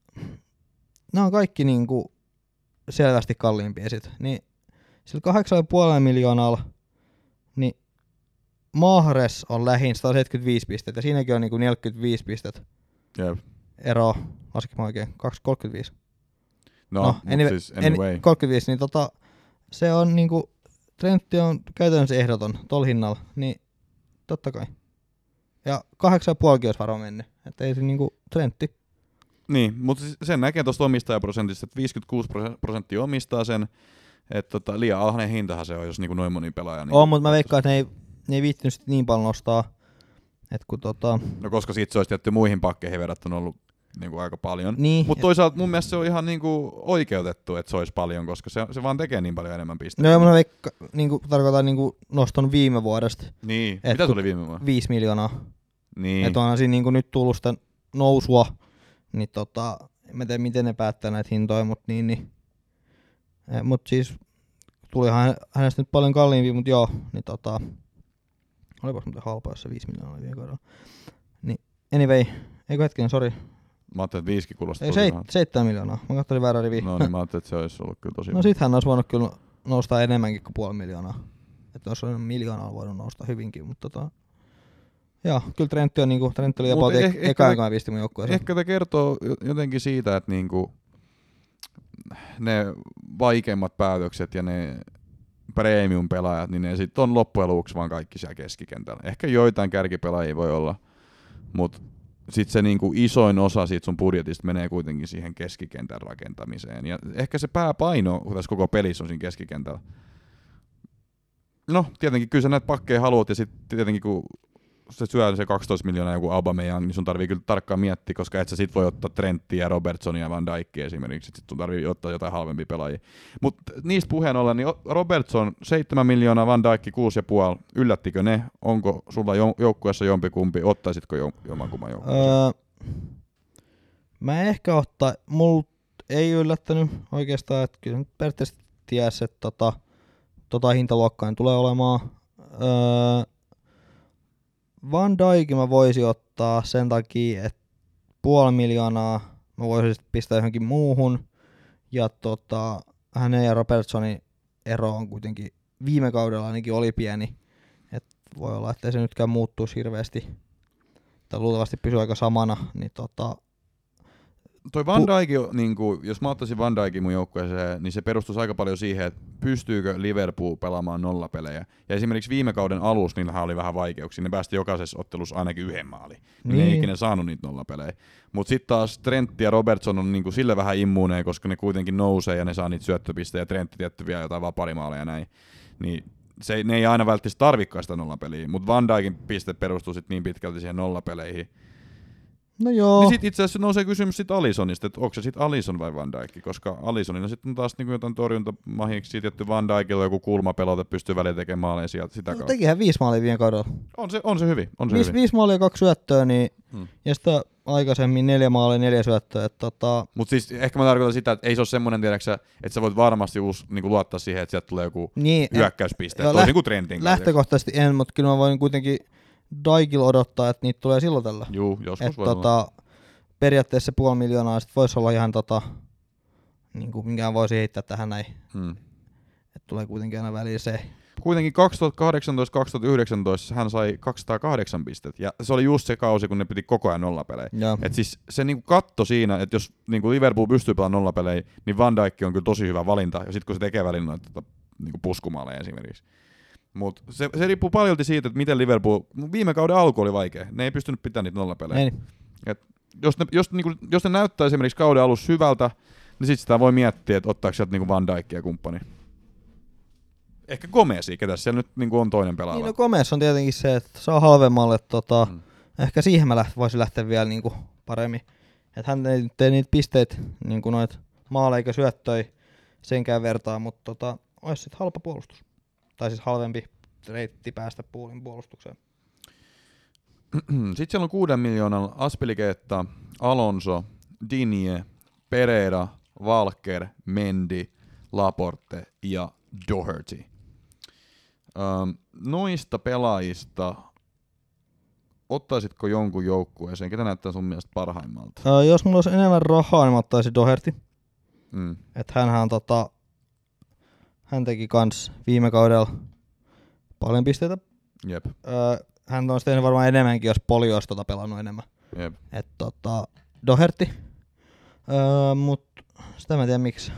nämä on kaikki niinku selvästi kalliimpia sit. Niin sillä kahdeksan pilkku viisi miljoonalla, niin Mahrez on lähin sata seitsemänkymmentäviisi pistettä, ja siinäkin on niinku neljäkymmentäviisi pistettä Jep. eroa, laskemaan oikein, kaksisataakolmekymmentäviisi. No, No, no anyway- siis anyway. En, kolmekymmentäviisi, niin tota, se on niinku, Trentti on käytännössä ehdoton tolla hinnalla, niin totta kai. Ja kahdeksan pilkku viisi olisi varmaan mennyt, että ei se niinku Trentti. Niin, mutta siis sen näkee tuosta omistajaprosentista, että viisikymmentäkuusi prosenttia omistaa sen, että tota, liian alhainen hintahan se on, jos niinku noin moni pelaaja. Niin On, mutta mä veikkaan, että ne ei, ne ei viittinyt sit niin paljon nostaa, että kun tota... No koska siitä se olisi tietty muihin pakkeihin verrattuna ollut niinku aika paljon. Niin, Mutta toisaalta mun mielestä se on ihan niinku oikeutettu, että se olisi paljon, koska se, se vaan tekee niin paljon enemmän pisteitä. no joo, mä veikkaan, niinku, tarkoitan niinku noston viime vuodesta Niin, Et mitä kun- tuli viime vuonna? viisi miljoonaa. Niin, Että onhan siinä niinku nyt tullut sitä nousua, niin tota, en mä tiedä miten ne päättää näitä hintoja, mutta niin, niin. Eh, mut siis tulihan hänestä nyt paljon kalliimpi, mutta joo, niin tota, olipas muuten halpa, jos se viisi miljoonaa oli viime kaudella. Niin, anyway, eikö hetkinen, sori, mä ajattelin, että viisikin kuulostaa ei tosi seit, pahalta. seitsemän miljoonaa, mä katsoin väärä rivi. No niin, mä ajattelin, että se olisi ollut kyllä tosi No sit hän olisi voinut kyllä nousta enemmänkin kuin puoli miljoonaa. Että olisi miljoonaa voinut nousta hyvinkin, mutta tota... Joo, kyllä Trentti on niinku, Trentti oli Mut jopa eh- ek- ehkä eka, te- kun mä pistin mun joukkueeseen. Ehkä tämä kertoo jotenkin siitä, että niinku ne vaikeimmat päätökset ja ne premium-pelaajat, niin ne sitten on loppujen lopuksi vaan kaikki siellä keskikentällä. Ehkä joitain kärkipelaajia voi olla, mutta sitten se niinku isoin osa siitä sun budjetista menee kuitenkin siihen keskikentän rakentamiseen. Ja ehkä se pääpaino tässä koko pelissä on siinä keskikentällä. No, tietenkin kyllä sä näitä pakkeja haluat, ja sitten tietenkin kun se syö se kaksitoista miljoonaa joku Aubameyang, niin sun tarvii kyllä tarkkaan miettiä, koska et sä sit voi ottaa Trenttiä, Robertsonia ja Van Dijkia esimerkiksi, sit sun tarvii ottaa jotain halvempia pelaajia. Mutta niistä puheen ollen, niin Robertson seitsemän miljoonaa, Van Dijk kuusi ja puoli, yllättikö ne? Onko sulla jo, joukkueessa jompikumpi, ottaisitko jo, jommankumman joukkueessa? Öö, Mä ehkä ottaa, mul ei yllättänyt oikeastaan, että kyllä nyt periaatteessa ties, että tota, tota hintaluokkaan tulee olemaan. Öö, Van Dijk mä voisin ottaa sen takia, että puoli miljoonaa mä voisin sit pistää johonkin muuhun. Ja tota, hänen ja Robertsonin ero on kuitenkin viime kaudella ainakin oli pieni. Et voi olla, että se nytkään muuttuisi hirveästi. Tai luultavasti pysyy aika samana. Niin tota, Toi Van Dijk, niin kuin, jos mä ottaisin Van Dijkin mun joukkueeseen, niin se perustuisi aika paljon siihen, että pystyykö Liverpool pelaamaan nollapelejä. Ja esimerkiksi viime kauden alussa niillähän oli vähän vaikeuksia. Ne päästi jokaisessa ottelussa ainakin yhden maali. Niin. Ne ei ikinä saanut niitä nollapelejä. Mutta sitten taas Trent ja Robertson on niin kuin sille vähän immuuneja, koska ne kuitenkin nousee ja ne saa niitä syöttöpisteitä. Ja Trent tietty vielä jotain vaparimaaleja ja näin. Niin se, ne ei aina välttämättä tarvikaan sitä nollapeliä. Mutta Van Dijkin piste perustuu sitten niin pitkälti siihen nollapeleihin. no joo. Niin sit itse asiassa nousee kysymys sit Alisonista, että onko se sit Alison vai Van Dijk, koska Alisonina sitten on taas niinku jotain torjuntamahiksi tietty Van Dijkilla joku kulmapelote pystyy välillä tekemään maaleja sieltä sitä kautta. No, tekihän viisi maalia viime kaudella. On se, on se hyvin, on se Viis, hyvin. viisi maalia ja kaksi syöttöä, niin, Hmm. ja sitä aikaisemmin neljä maalia neljä syöttöä. Että tota, Mut siis ehkä mä tarkoitan sitä, että ei se ole semmonen, tiedäksä, että sä voit varmasti uus, niinku luottaa siihen, että sieltä tulee joku niin, hyökkäyspiste, joo, toisin läht- kuin Trentin. lähtökohtaisesti en, mutta kyllä mä voin kuitenkin Dijkilla odottaa, että niitä tulee silloin tällä. Juu, joskus Et voi olla. tota, periaatteessa se puoli miljoonaa sit voisi olla ihan tota, niin kuin minkään voisi heittää tähän näin. Hmm. Että tulee kuitenkin aina väliin se. Kuitenkin kaksituhattakahdeksantoista kaksituhattayhdeksäntoista hän sai kaksisataakahdeksan pistet, ja se oli just se kausi, kun ne piti koko ajan nollapelejä. Ja, Et siis se niinku katto siinä, että jos niinku Liverpool pystyy pelaamaan nollapelejä, niin Van Dijk on kyllä tosi hyvä valinta, ja sitten kun se tekee välillä noita tota, niinku puskumaaleja esimerkiksi. Mut se, se riippuu paljolti siitä, että miten Liverpool, viime kauden alku oli vaikea, ne ei pystynyt pitämään niitä nollapelejä. ei, Et jos, ne, jos, niinku, jos ne näyttää esimerkiksi kauden alussa hyvältä, niin sitten sitä voi miettiä, että ottaako sieltä niinku Van Dijk ja kumppani. Ehkä Gomezia, ketä siellä nyt niinku on toinen pelaava. niin no Gomez on tietenkin se, että saa halvemmalle. Tota, Mm. Ehkä siihen mä läht, voisin lähteä vielä niinku paremmin. Että hän ei tee niitä pisteitä, niinku noita maaleja eikä syöttöjä senkään vertaa, mutta tota, olisi sitten halpa puolustus. Tai siis halvempi reitti päästä puolin puolustukseen. Sitten siellä on kuuden miljoonan Aspilicueta, Alonso, Digne, Pereira, Walker, Mendy, Laporte ja Doherty. Ähm, noista pelaajista ottaisitko jonkun joukkueeseen? Ketä näyttää sun mielestä parhaimmalta? Öö, jos mulla olisi enemmän rahaa, niin mä ottaisin Doherty. Mm. Että hänhän tota, hän teki kans viime kaudella paljon pisteitä. Jep, Öö, hän on tehnyt varmaan enemmänkin, jos Poli olisi tota pelannut enemmän. jep. Et tota, Doherty. Öö, mut sitä mä en tiedä miksi.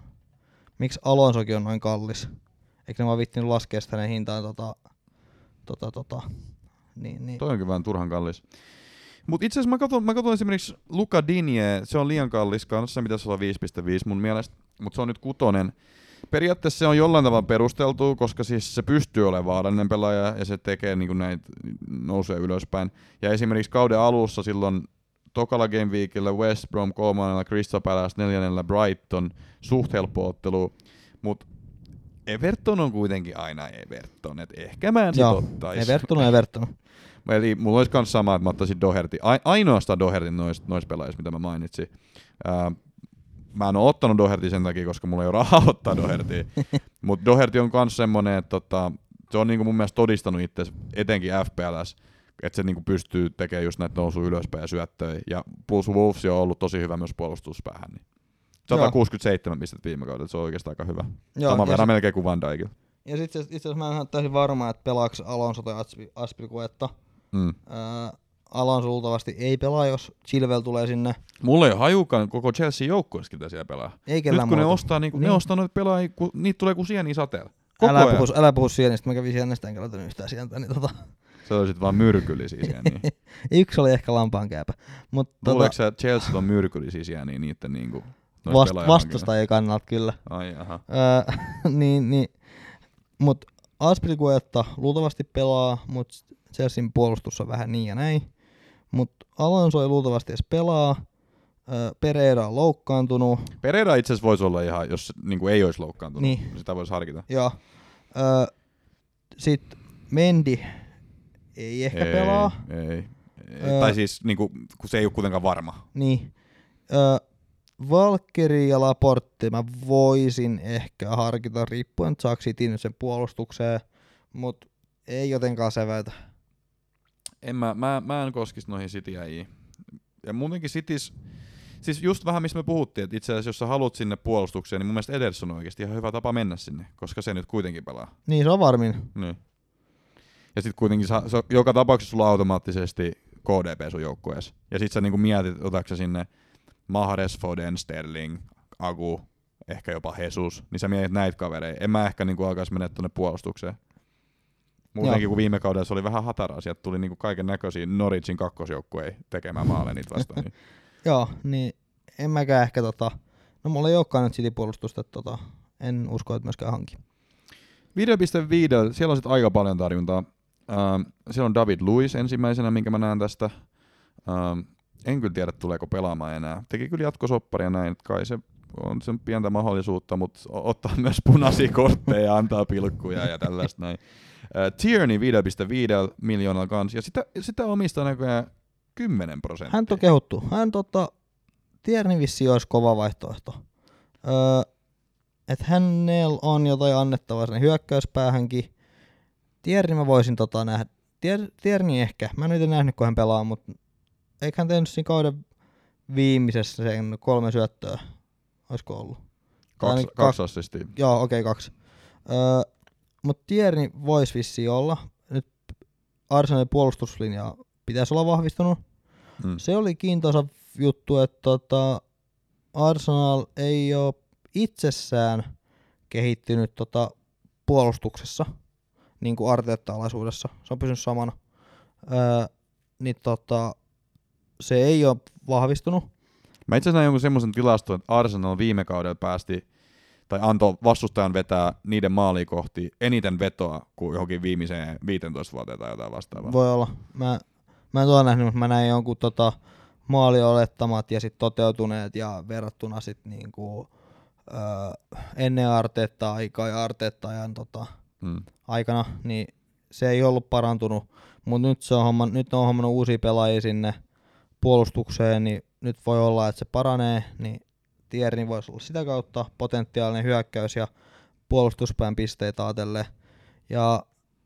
Miksi Alonsokin on noin kallis. Eikö ne vaan vittinyt laskea sitä hänen hintaan tota, tota, tota, niin, niin. Toi onkin vähän turhan kallis. Mut itse asiassa mä katson, mä katson esimerkiksi Luka Digne, se on liian kallis kanssa, se pitäisi olla viisi pilkku viisi mun mielestä, mutta se on nyt kutonen. Periaatteessa se on jollain tavalla perusteltu, koska siis se pystyy olemaan vaarallinen pelaaja ja se tekee niin kuin näitä, nousee ylöspäin. Ja esimerkiksi kauden alussa silloin tokalla Game Weekillä West Brom kolmannella, Crystal Palace neljännellä, Brighton, suht helppo ottelu, mutta Everton on kuitenkin aina Everton, et ehkä mä en sit Joo, ottais. Everton on Everton. Eli mulla olisi kans sama, että mä ottaisin Doherty. A- ainoastaan Dohertyn noista nois pelaajista, mitä mä mainitsin. Ää, mä en oo ottanut Doherty sen takia, koska mulla ei ole rahaa ottaa Dohertyä. Mutta Doherty on kans semmonen, että tota, se on niinku mun mielestä todistanut itse, etenkin F P L:ssä, että se niinku pystyy tekemään just näitä nousuja ylöspäin ja syöttöjä. Ja plus Wolves on ollut tosi hyvä myös puolustuspäähän. Niin sata kuusikymmentäseitsemän pistettä viime kaudella, se on oikeastaan aika hyvä. Joo, Saman ja verran sit- melkein kuin Van Dijkilla. Ja sit itse asiassa mä en ole täysin varma, että pelaako Alonso tai Aspilicueta. Mm. Öö, Alonso luultavasti ei pelaa, jos Chilwell tulee sinne. Mulla ei ole hajukaan koko Chelsea joukkueessa, ketä siellä pelaa. Ei kellään Nyt kun ne muuta. ostaa, niinku, Niin. ne ostaa noita pelaajia, kun niitä tulee kuin sieniä sateella. Koko Älä ajan. puhu, älä puhu sienistä, mä kävin sienistä enkä löytänyt yhtään sieltä. Niin tota, Se on sit vaan myrkyllisiä sieniä. yksi oli ehkä lampaankääpä. Mut tota, Luuleeko sä, että Chelsea on myrkyllisiä sieniä niitten niinku... noista vast, pelaajahankinnoista? vastusta ei kannalta kyllä. Ai aha. Öö, niin, niin. Mut Aspilicueta luultavasti pelaa, mut Chelsean puolustus on vähän niin ja näin. Mut Alonso ei luultavasti edes pelaa. Öö, Pereira on loukkaantunut. Pereira itse asiassa voisi olla ihan, jos niinku ei olisi loukkaantunut. Niin. Sitä voisi harkita. Ja öö, sit Mendy ei ehkä ei, pelaa. Ei, ei. Öö. Tai siis, niinku, kun se ei ole kuitenkaan varma. Niin. Öö, Valkeri ja Laporte mä voisin ehkä harkita, riippuen saako Cityn sen puolustukseen, mutta ei jotenkaan säväytä. En mä, mä, mä en koskisi noihin City-äijiin. Ja muutenkin Citys, siis just vähän missä me puhuttiin, että itse asiassa jos sä haluat sinne puolustukseen, niin mun mielestä Ederson on oikeasti ihan hyvä tapa mennä sinne, koska se nyt kuitenkin pelaa. Niin, se on varmin. Niin. Ja sit kuitenkin sa, se, joka tapauksessa sulla on automaattisesti K D P sun joukkueessa. Ja sit sä niinku mietit, otatko sä sinne Mahrez, Foden, Sterling, Agu, ehkä jopa Jesus, niin sä mietit näitä kavereita. En mä ehkä niinku alkaisi mennä tonne puolustukseen. Muutenkin kun viime kaudella se oli vähän hataraa, sieltä tuli niinku kaiken näköisiä Norwichin kakkosjoukkueita tekemään maaleja niitä vastaan. Niin. Joo, niin en mäkään ehkä tota, no mulla ei olekaan nyt City-puolustusta, että tota, en usko, että myöskään hanki. viisi pilkku viisi, siellä on sit aika paljon tarjontaa. Ähm, siellä on David Luiz ensimmäisenä, minkä mä näen tästä. Ähm, en kyllä tiedä, tuleeko pelaamaan enää. Teki kyllä jatkosopparia näin, että kai se on sen pientä mahdollisuutta, mutta ottaa myös punaisia kortteja ja antaa pilkkuja ja tällaista näin. Äh, Tierney viisi pilkku viisi miljoonaa kanssa, ja sitä, sitä omistaa näköjään kymmenen prosenttia. Hän on kehuttu. Hän tota, Tierney vissiin olisi kova vaihtoehto. Öö, että hänellä on jotain annettavaa sinne hyökkäyspäähänkin. Tierney mä voisin tota nähdä. Tier, Tierney ehkä. Mä en ole nähnyt, kun hän pelaa, mutta eikö hän tehnyt siinä kauden viimeisessä sen kolme syöttöä? Olisiko ollut? Kaksi, kak, kaksi assistia. Joo, okei, okay, kaksi. Öö, mutta Tierney voisi vissiin olla. Nyt Arsenalin puolustuslinja pitäisi olla vahvistunut. Mm. Se oli kiintoisa juttu, että tota Arsenal ei ole itsessään kehittynyt tota puolustuksessa, niin kuin Arteta-alaisuudessa. Se on pysynyt samana. Öö, niin tota, se ei ole vahvistunut. Mä itse asiassa näin jonkun semmoisen tilaston, että Arsenal viime kaudella päästi, tai antoi vastustajan vetää niiden maaliin kohti eniten vetoa kuin johonkin viimeiseen viisitoista vuoteen tai jotain vastaavaa. Voi olla. Mä, mä en tuolla nähnyt, mutta mä näin jonkun tota, maaliolettamat ja sit toteutuneet ja verrattuna sit niinku, öö, ennen Arteta-aikaa ja Arteta-ajan tota, hmm. aikana, niin se ei ollut parantunut, mutta nyt, se on homma, nyt on hommannut uusia pelaajia sinne puolustukseen, niin nyt voi olla, että se paranee, niin Tierney voisi olla sitä kautta potentiaalinen hyökkäys ja puolustuspään pisteitä ajatellen. Ja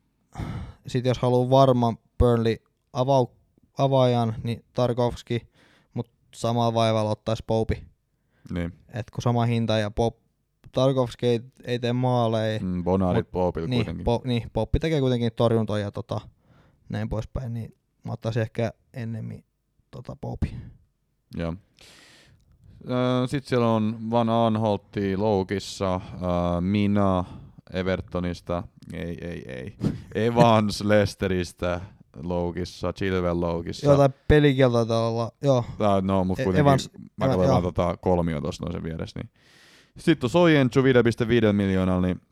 sitten jos haluaa varman Burnley avau- avaajan, niin Tarkovski, mutta samalla vaivalla ottaisi Pope. Niin. Et kun sama hinta ja Pop, Tarkovski ei, ei tee maaleja. Mm, Bonarit Popilla niin, kuitenkin. Po, niin, Poppi tekee kuitenkin torjuntoja ja tota, näin poispäin, niin mä ottaisin ehkä ennemmin tota Pope. Joo. Sitten siellä on Van Aanholtti Loukissa, Mina Evertonista, ei, ei, ei, Evans Leicesteristä Loukissa, Chilwell Loukissa. Joo, tai pelikieltä taitaa olla, joo. Tää, no, mut kuitenkin, Evans, mä katsoin vaan tota kolmio tossa noin sen vieressä. Niin. Sitten on Soyuncu viisi pilkku viisi miljoonalla, niin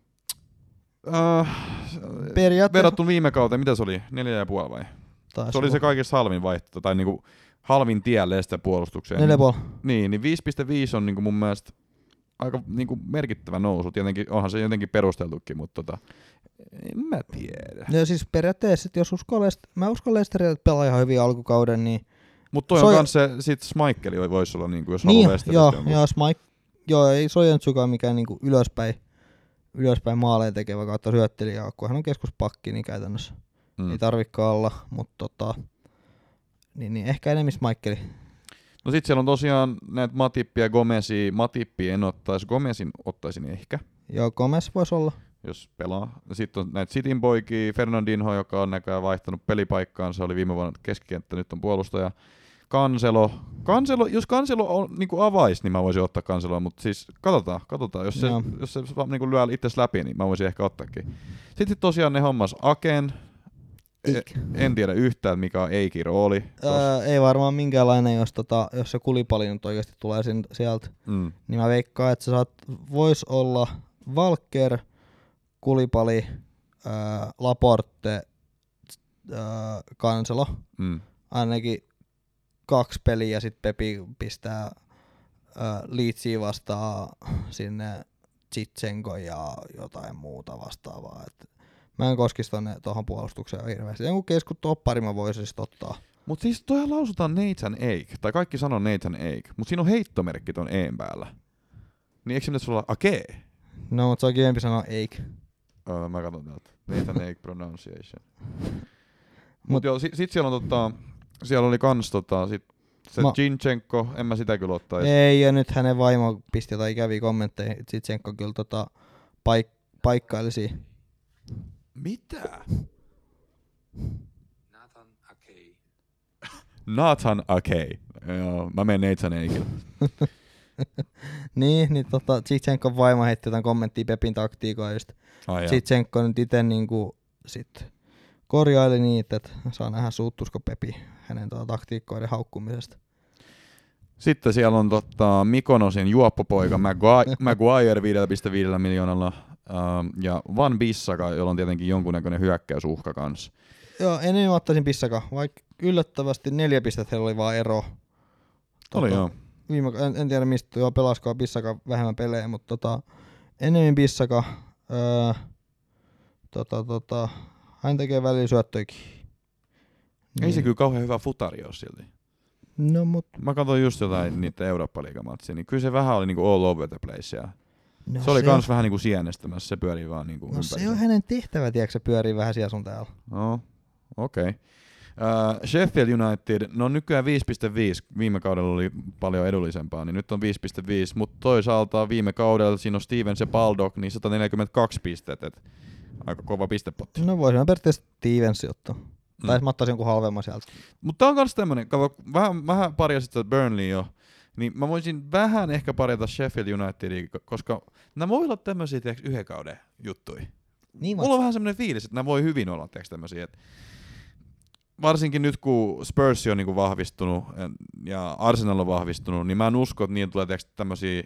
äh, verrattuna viime kauteen, mitä se oli? Neljä ja puoli vai? Taisi se oli se kaikista halvin vaihtoehto, tai niinku halvin tie Leicester puolustukseen. Neljä puoli. Niin, niin viisi pilkku viisi on niinku mun mielestä aika niinku merkittävä nousu. Tietenkin onhan se jotenkin perusteltukin, mutta tota, en mä tiedä. Ja siis periaatteessa, jos uskoo Leicester, mä uskon Leicesteria, että pelaa ihan hyvin alkukauden, niin mutta toi Soi... on kans se, sit Schmeicheli voisi olla, niinku, jos niin, haluaa Leicesteristä joo, jonkun. Joo, Schmeich... joo, ei Soyuncukaan mikään niinku ylöspäin, ylöspäin maaleja tekevä kautta syöttelijä, kun hän on keskuspakki, niin käytännössä mm. ei tarvikaan olla, mutta tota, niin, niin ehkä enemmän Schmeicheli. No sit siellä on tosiaan näitä Matippia ja Gomezia. Matippi en ottaisi, Gomezin ottaisin ehkä. Joo, Gomez voisi olla. Jos pelaa. Sitten on näitä Cityn poikia, Fernandinho, joka on näköjään vaihtanut pelipaikkaansa, oli viime vuonna keskikenttä, nyt on puolustaja. Cancelo. Cancelo, jos Cancelo on, niin kuin avaisi, niin mä voisin ottaa Canceloa, mutta siis katsotaan, katsotaan. Jos se, no. jos se niin kuin lyö itse läpi, niin mä voisin ehkä ottaakin. Sitten tosiaan ne hommas Aken. Eik. En tiedä yhtään, mikä on Eikin rooli. Öö, ei varmaan minkäänlainen, jos, tota, jos se Kulipali nyt oikeasti tulee sin, sieltä. Mm. Niin mä veikkaan, että se saat, vois olla Walker, Kulipali, öö, Laporte, öö, Cancelo. Mm. Ainakin kaksi peliä ja sitten Pepi pistää öö, Leedsiä vastaan sinne Zichenko ja jotain muuta vastaavaa. Et mä en koskisi tuohon puolustukseen hirveästi. Jonkun keskut toppari mä voisin sitten ottaa. Mut siis toihan lausutaan Nathan Ake, tai kaikki sanoo Nathan Ake, mut siinä on heittomerkki ton E:n päällä. Niin eikö se pitäisi olla Ake? No, mutta se on kivempi sanoa Ake. Öö, mä katson täältä. Nathan Ake pronunciation. Mut, Mut joo, sit, sit siellä on tota, siellä oli kans tota, sit se Ma- Zinchenko, en mä sitä kyllä ottaisi. Ei, ja nyt hänen vaimo pisti jotain ikäviä kommentteja, että Zinchenko kyllä tota, paik- paikkailisi. Mitä? Nathan Ake. Nathan Ake. Joo, mä menen Nathan Akelle. Niin, niin tota, Zinchenko vaimo heitti jotain kommenttia Pepin taktiikoa, just Ai jaa. Zinchenko nyt ite niinku sit korjaili niitä, että saa nähdä suuttusko Pepi hänen tota, taktiikkoiden haukkumisesta. Sitten siellä on tota, Mikonosin juoppopoika Maguire, Maguire viisi pilkku viisi miljoonalla ähm, ja Van Bissaka, jolla on tietenkin jonkunnäköinen hyökkäysuhka kanssa. Joo, enemmän ottaisin Bissaka, vaikka yllättävästi neljä pistettä heillä oli vaan ero. Oli joo. Viime, en, en tiedä mistä, joo, pelaskoa Bissaka vähemmän pelejä, mutta tota, enemmän Bissaka, öö, tota, tota, hän tekee välillä syöttöikin. Ei se kyllä kauhean hyvä futari ole silti. No mut, Mä katsoin just jotain niitä Eurooppa-liigamatsia, niin kyllä se vähän oli niinku all over the place. Ja no se oli se kans vähän niinku sienestämässä, se pyörii vaan niinku No ympäri. se on hänen tehtävä, tiedätkö, se pyörii vähän siellä sun täällä. No, okei. Okay. Uh, Sheffield United, no nykyään viisi pilkku viisi, viime kaudella oli paljon edullisempaa, niin nyt on viisi pilkku viisi, mutta toisaalta viime kaudella siinä on Stevens ja Baldock, niin sata neljäkymmentäkaksi pistettä, et aika kova pistepotti. No voisin mä periaatteessa Stevens ottaa. Mm. Tai mä ottaisin jonkun halvemman sieltä. Mutta tää on kans tämmönen, kato, vähän, vähän parjasit Burnley jo, niin mä voisin vähän ehkä parjata Sheffield Unitedia, koska nämä voi olla tämmösiä tiiäks, yhden kauden juttuja. Niin Mulla on vähän semmoinen tiiäks, että nämä voi hyvin olla tiiäks, tämmösiä, että varsinkin nyt kun Spurs on niinku vahvistunut ja Arsenal on vahvistunut, niin mä en usko, että niillä tulee tämmöisiä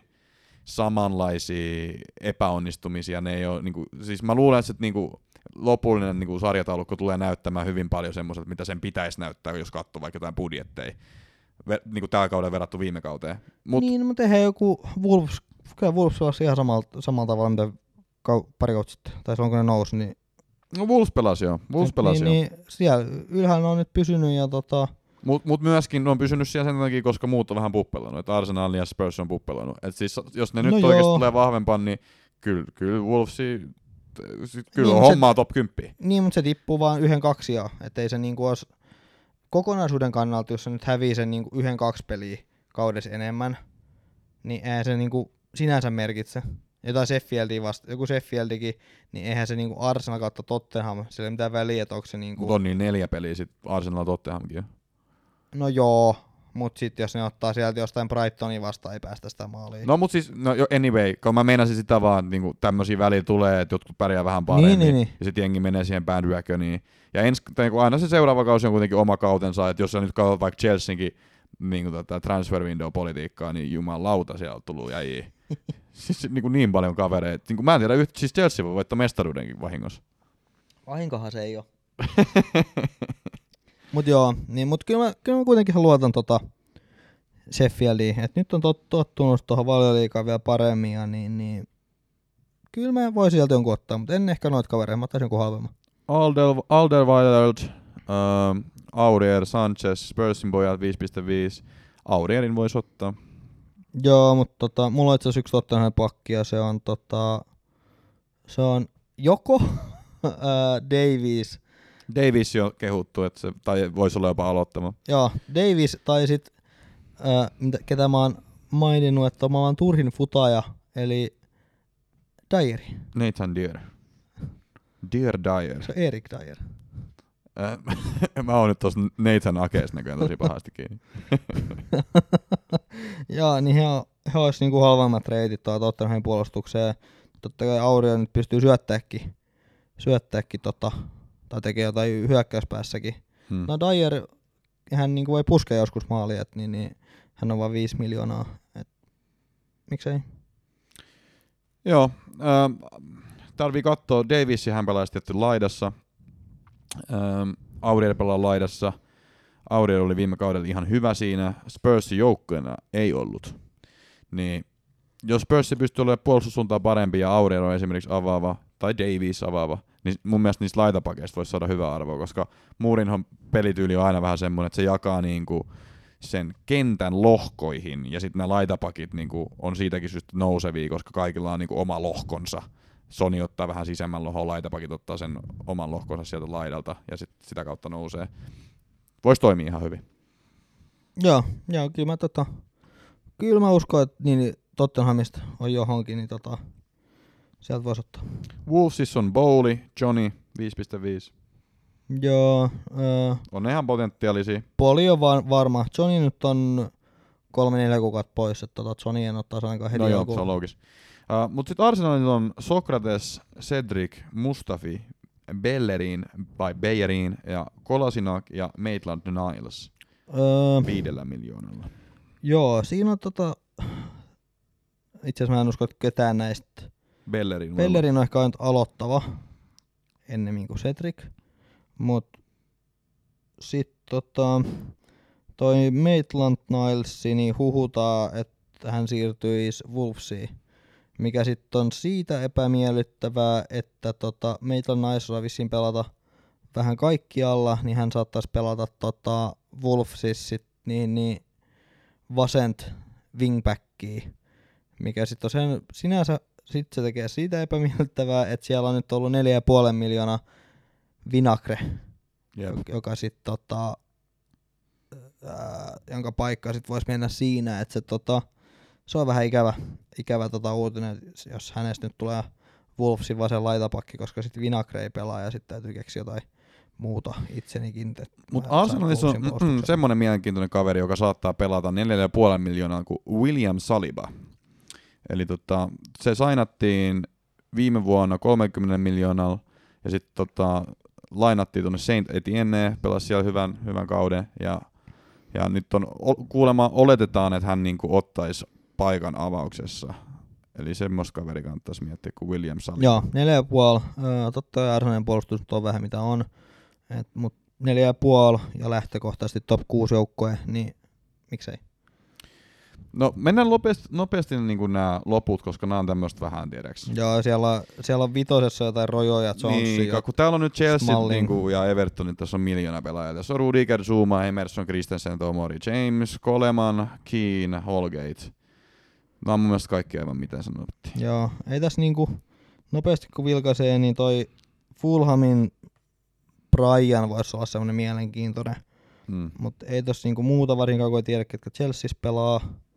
samanlaisia epäonnistumisia. Ne ei ole, niinku, siis mä luulen, että niinku, lopullinen niinku, sarjataulukko tulee näyttämään hyvin paljon semmoiselta, mitä sen pitäisi näyttää, jos katsoo vaikka jotain budjetteja. Ver, niinku tällä kaudella verrattu viime kauteen. Mut, niin, mutta eihän joku Wolves, kyllä Wolves olisi ihan samalla, samalla tavalla, mitä kau, pari kautta sitten, tai silloin kun ne nousi, niin no Wolves pelasi jo, Wolves pelasi niin, jo. niin, siellä ylhäällä on nyt pysynyt ja tota, Mut, mut myöskin on pysynyt siellä sen takia, koska muut on vähän puppeloinut, että Arsenal ja Spurs on puppeloinut. Et siis jos ne No nyt joo. oikeasti tulee vahvempaan, niin kyllä, kyllä Wolvesi, kyllä Niin, on se- hommaa top kymmenen. niin, mutta se tippuu vaan yhden kaksi ja ettei se niinku olisi kokonaisuuden kannalta, jos se nyt hävii sen niinku yhden kaksi peliä kaudessa enemmän, niin eihän se niinku sinänsä merkitse. Jotain Sheffieldia vasta, joku Sheffieldikin, niin eihän se niinku Arsenal kautta Tottenham, sillä ei mitään väliä, että onko se niinku, Mutta on niin neljä peliä sit Arsenal Tottenhamkin jo. no joo, mutta sitten jos ne ottaa sieltä jostain Brightonin vastaan, ei päästä sitä maaliin. No mut siis, no jo anyway, kun mä meinasin sitä vaan, että niinku tämmösiä väliä tulee, että jotkut pärjää vähän paremmin, Niin, niin, niin. ja sit jengi menee siihen bandwaggoniin. Ja ens, tai kun aina se seuraava kausi on kuitenkin oma kautensa, että jos sä nyt katsot vaikka Chelseankin niin tota transfer window politiikkaa, niin jumalauta siellä on tullut jäjiä. Siis niin, niin paljon kavereita. Niin mä en tiedä, yhtä, siis Chelsea voi voittaa mestaruudenkin vahingossa. Vahinkohan se ei oo. Mut joo, niin, mut kyllä mä, kyllä mä kuitenkin luotan tota Sheffieldiin. Et nyt on tot, tottunut tuohon Valioliigaan vielä paremmin, ja niin, niin kyllä mä voisin sieltä jonkun ottaa, mutta en ehkä noita kavereita, mä ottaisin jonkun halvemman. Alder, Alderweireld, ähm, Aurier, Sanchez, Spursin pojat viisi pilkku viisi. Aurierin voisi ottaa. Joo, mutta tota, mulla on itse asiassa yksi Tottenhamin pakki, ja se on tota, se on joko ää, Davies, Davis jo kehuttu, että se, tai voisi olla jopa aloittama. joo, Davies, tai sit ää, mitä- ketä mä oon maininnut, että mä oon turhin futaja, eli Dyeri. Nathan Dyer. Dyer Dyer. Se on Erik Dyer. Äh, mä oon nyt tossa Nathan Akees näköjään tosi pahasti kiinni. Joo, niin he, on- he olis niinku halvemmat reitit tuolla Tottenhamin puolustukseen. Totta kai Aurio nyt pystyy syöttääkin, syöttääkin tota, tai tekee jotain hyökkäyspäässäkin. Hmm. No Dyer, hän niinku voi puskea joskus maalia, et niin, niin hän on vaan viisi miljoonaa. Et, miksei? Joo, ähm, tarvii katsoa. Davis hän pelaa tietty laidassa. Ähm, Aurier pelaa laidassa. Aurier oli viime kaudella ihan hyvä siinä. Spursin joukkueena ei ollut. Niin, jos Spurs pystyy olemaan puolustussuuntaan parempi ja Aurier on esimerkiksi avaava, tai Davies avaava, niin mun mielestä niistä laitapakeista voisi saada hyvää arvoa, koska Mourinhon pelityyli on aina vähän semmoinen, että se jakaa niinku sen kentän lohkoihin, ja sitten nämä laitapakit niinku on siitäkin syystä nousevia, koska kaikilla on niinku oma lohkonsa. Sony ottaa vähän sisemmän lohon, laitapakit ottaa sen oman lohkonsa sieltä laidalta, ja sit sitä kautta nousee. Voisi toimia ihan hyvin. Joo, joo kyllä mä, tota, kyllä mä uskon, että niin Tottenhamista on johonkin, niin tota, sieltä voisi ottaa. Wolvesissa on Bowley, Johnny, viisi pilkku viisi. Joo. Öö, on ne ihan potentiaalisia. Poli on var- varma. Johnny nyt on kolme neljä kuukautta pois, että tota Johnny en ottaa ainakaan heti. No joo, joku. se on loogis. Uh, mutta sitten Arsenalilla on Sokrates, Cedric, Mustafi, Bellerin vai Beyerin ja Kolasinac ja Maitland-Niles Öö, viidellä miljoonalla. joo, siinä on tota... Itse asiassa mä en usko, että ketään näistä. Bellerin. Bellerin on ehkä ainut aloittava ennemmin kuin Cedric. Mut sit tota... Toi Maitland-Niles niin huhutaan, että hän siirtyisi Wolvesiin. Mikä sitten on siitä epämiellyttävää, että tota Maitland-Niles saa vissiin pelata vähän kaikkialla, niin hän saattaisi pelata tota Wolvesissa sit niin, niin vasent wingbackia, mikä sitten on sen, sinänsä sit se tekee siitä epämiellyttävää, että siellä on nyt ollut neljä pilkku viisi miljoonaa Vinagre, Jep. joka sitten tota, jonka paikka sitten voisi mennä siinä, että se tota, se on vähän ikävä, ikävä tota uutinen, jos hänestä nyt tulee Wolvesin vasen laitapakki, koska sitten Vinagre ei pelaa ja sitten täytyy keksiä jotain muuta itsenikin. Mutta Arsenalissa on mm, semmoinen mielenkiintoinen kaveri, joka saattaa pelata neljä pilkku viisi miljoonaa kuin William Saliba. Eli tota, se sainattiin viime vuonna kolmekymmentä miljoonalla ja sitten tota, lainattiin tuonne Saint Etienne, pelasi siellä hyvän, hyvän kauden ja, ja nyt on kuulemma oletetaan, että hän niinku ottaisi paikan avauksessa. Eli semmoista kaveri kannattaisi miettiä kuin William Saliba. Joo, neljä ja puoli. Totta kai Arsenalin puolustus on vähän mitä on. Mutta neljä ja puoli ja lähtökohtaisesti top kuusi joukkoja, niin miksei? No mennään nopeasti, nopeasti niin nämä loput, koska nämä on tämmöistä vähän tiedäks. Joo, siellä, siellä on vitosessa jotain Rojoja, Jonesia. Niin, kun täällä on nyt Chelsea niin ja Everton, niin tässä on miljoona pelaajia. Tässä on Rudiger, Zuma, Emerson, Christensen, Tomori, James, Coleman, Keane, Holgate. Nämä on mun mielestä kaikki aivan mitä sanottiin. Joo, ei tässä niinku nopeasti kun vilkaisee, niin toi Fulhamin Brian voisi olla semmoinen mielenkiintoinen. Hmm. Mutta ei tossa niinku muuta varinkaan, kun ei tiedä, ketkä Chelseassa pelaa.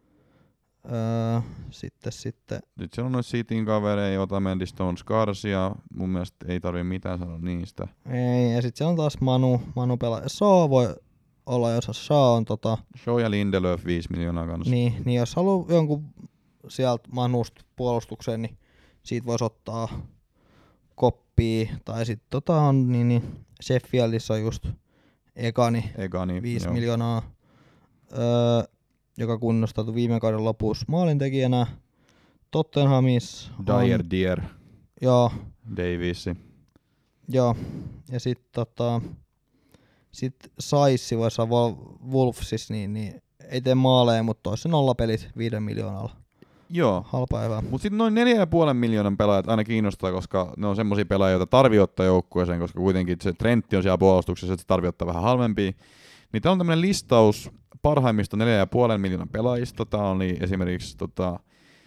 Öö, sitten sitten. Nyt siellä on noita Cityn kavereja, Otamendi, Stones, Garcia. Mun mielestä ei tarvitse mitään sanoa niistä. Ei, ja sitten siellä on taas Manu, Manu pelaa. Shaw voi olla, jos Shaw on tota... Shaw ja Lindelöf viisi miljoonaa kanssa. Niin, niin jos haluaa jonkun sieltä Manusta puolustukseen, niin siitä voisi ottaa koppia. Tai sitten tota on, niin, niin Sheffieldissa on just Egani, Egani viisi joo. miljoonaa. Öö, joka kunnostautui viime kauden lopussa maalintekijänä. Tottenhamissa Dyer, on, Dier, joo, Davies. joo. Ja sitten tota, sit Saissi voisi olla Wolvesissa, niin, niin ei tee maaleja, mutta toisi nollapelit viiden miljoonalla. Joo. Halpa ja hyvä. Mutta sitten noin neljä pilkku viisi miljoonan pelaajat aina kiinnostaa, koska ne on semmosia pelaajia, joita tarvii ottaa joukkueeseen, koska kuitenkin se Trentti on siellä puolustuksessa, että se tarvii ottaa vähän halvempia. Niin täällä on tämmönen listaus parhaimmista neljä pilkku viisi miljoonan pelaajista. Tää oli esimerkiksi tota,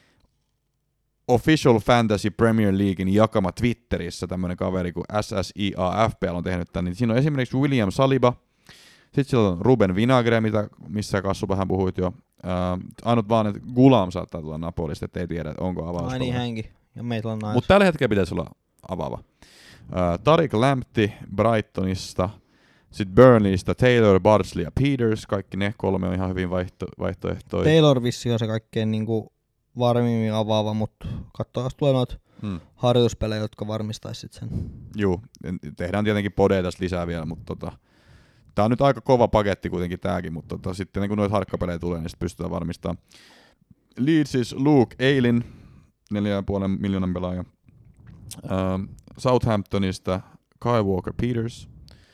Official Fantasy Premier Leaguein jakama Twitterissä tämmönen kaveri kuin S S I A F P L on tehnyt tän. Niin siinä on esimerkiksi William Saliba. Sitten siellä on Ruben Vinagre, mitä, missä Kassu vähän puhuit jo. Uh, ainut vaan, että Gulam saattaa tulla Napolista, ettei tiedä, onko avaus. Ai niin, hänkin. Ja meitä on nais. Mutta tällä hetkellä pitäisi olla avaava. Uh, Tariq Lamptey Brightonista, sitten Burnleystä Taylor, Bardsley ja Peters. Kaikki ne kolme on ihan hyvin vaihto- vaihtoehtoja. Taylor vissi on se kaikkein niinku varmimmin avaava, mutta katsotaan, jos tulee noita hmm. harjoituspelejä, jotka varmistaisit sen. Juu, tehdään tietenkin podeja tässä lisää vielä, mutta tota, tää on nyt aika kova paketti kuitenkin tääkin, mutta tota, sitten kun noita harkkapelejä tulee, niin sitten pystytään varmistamaan. Leedsis Luke Aylin, neljä pilkku viisi miljoonan pelaaja. Uh, Southamptonista Kyle Walker-Peters.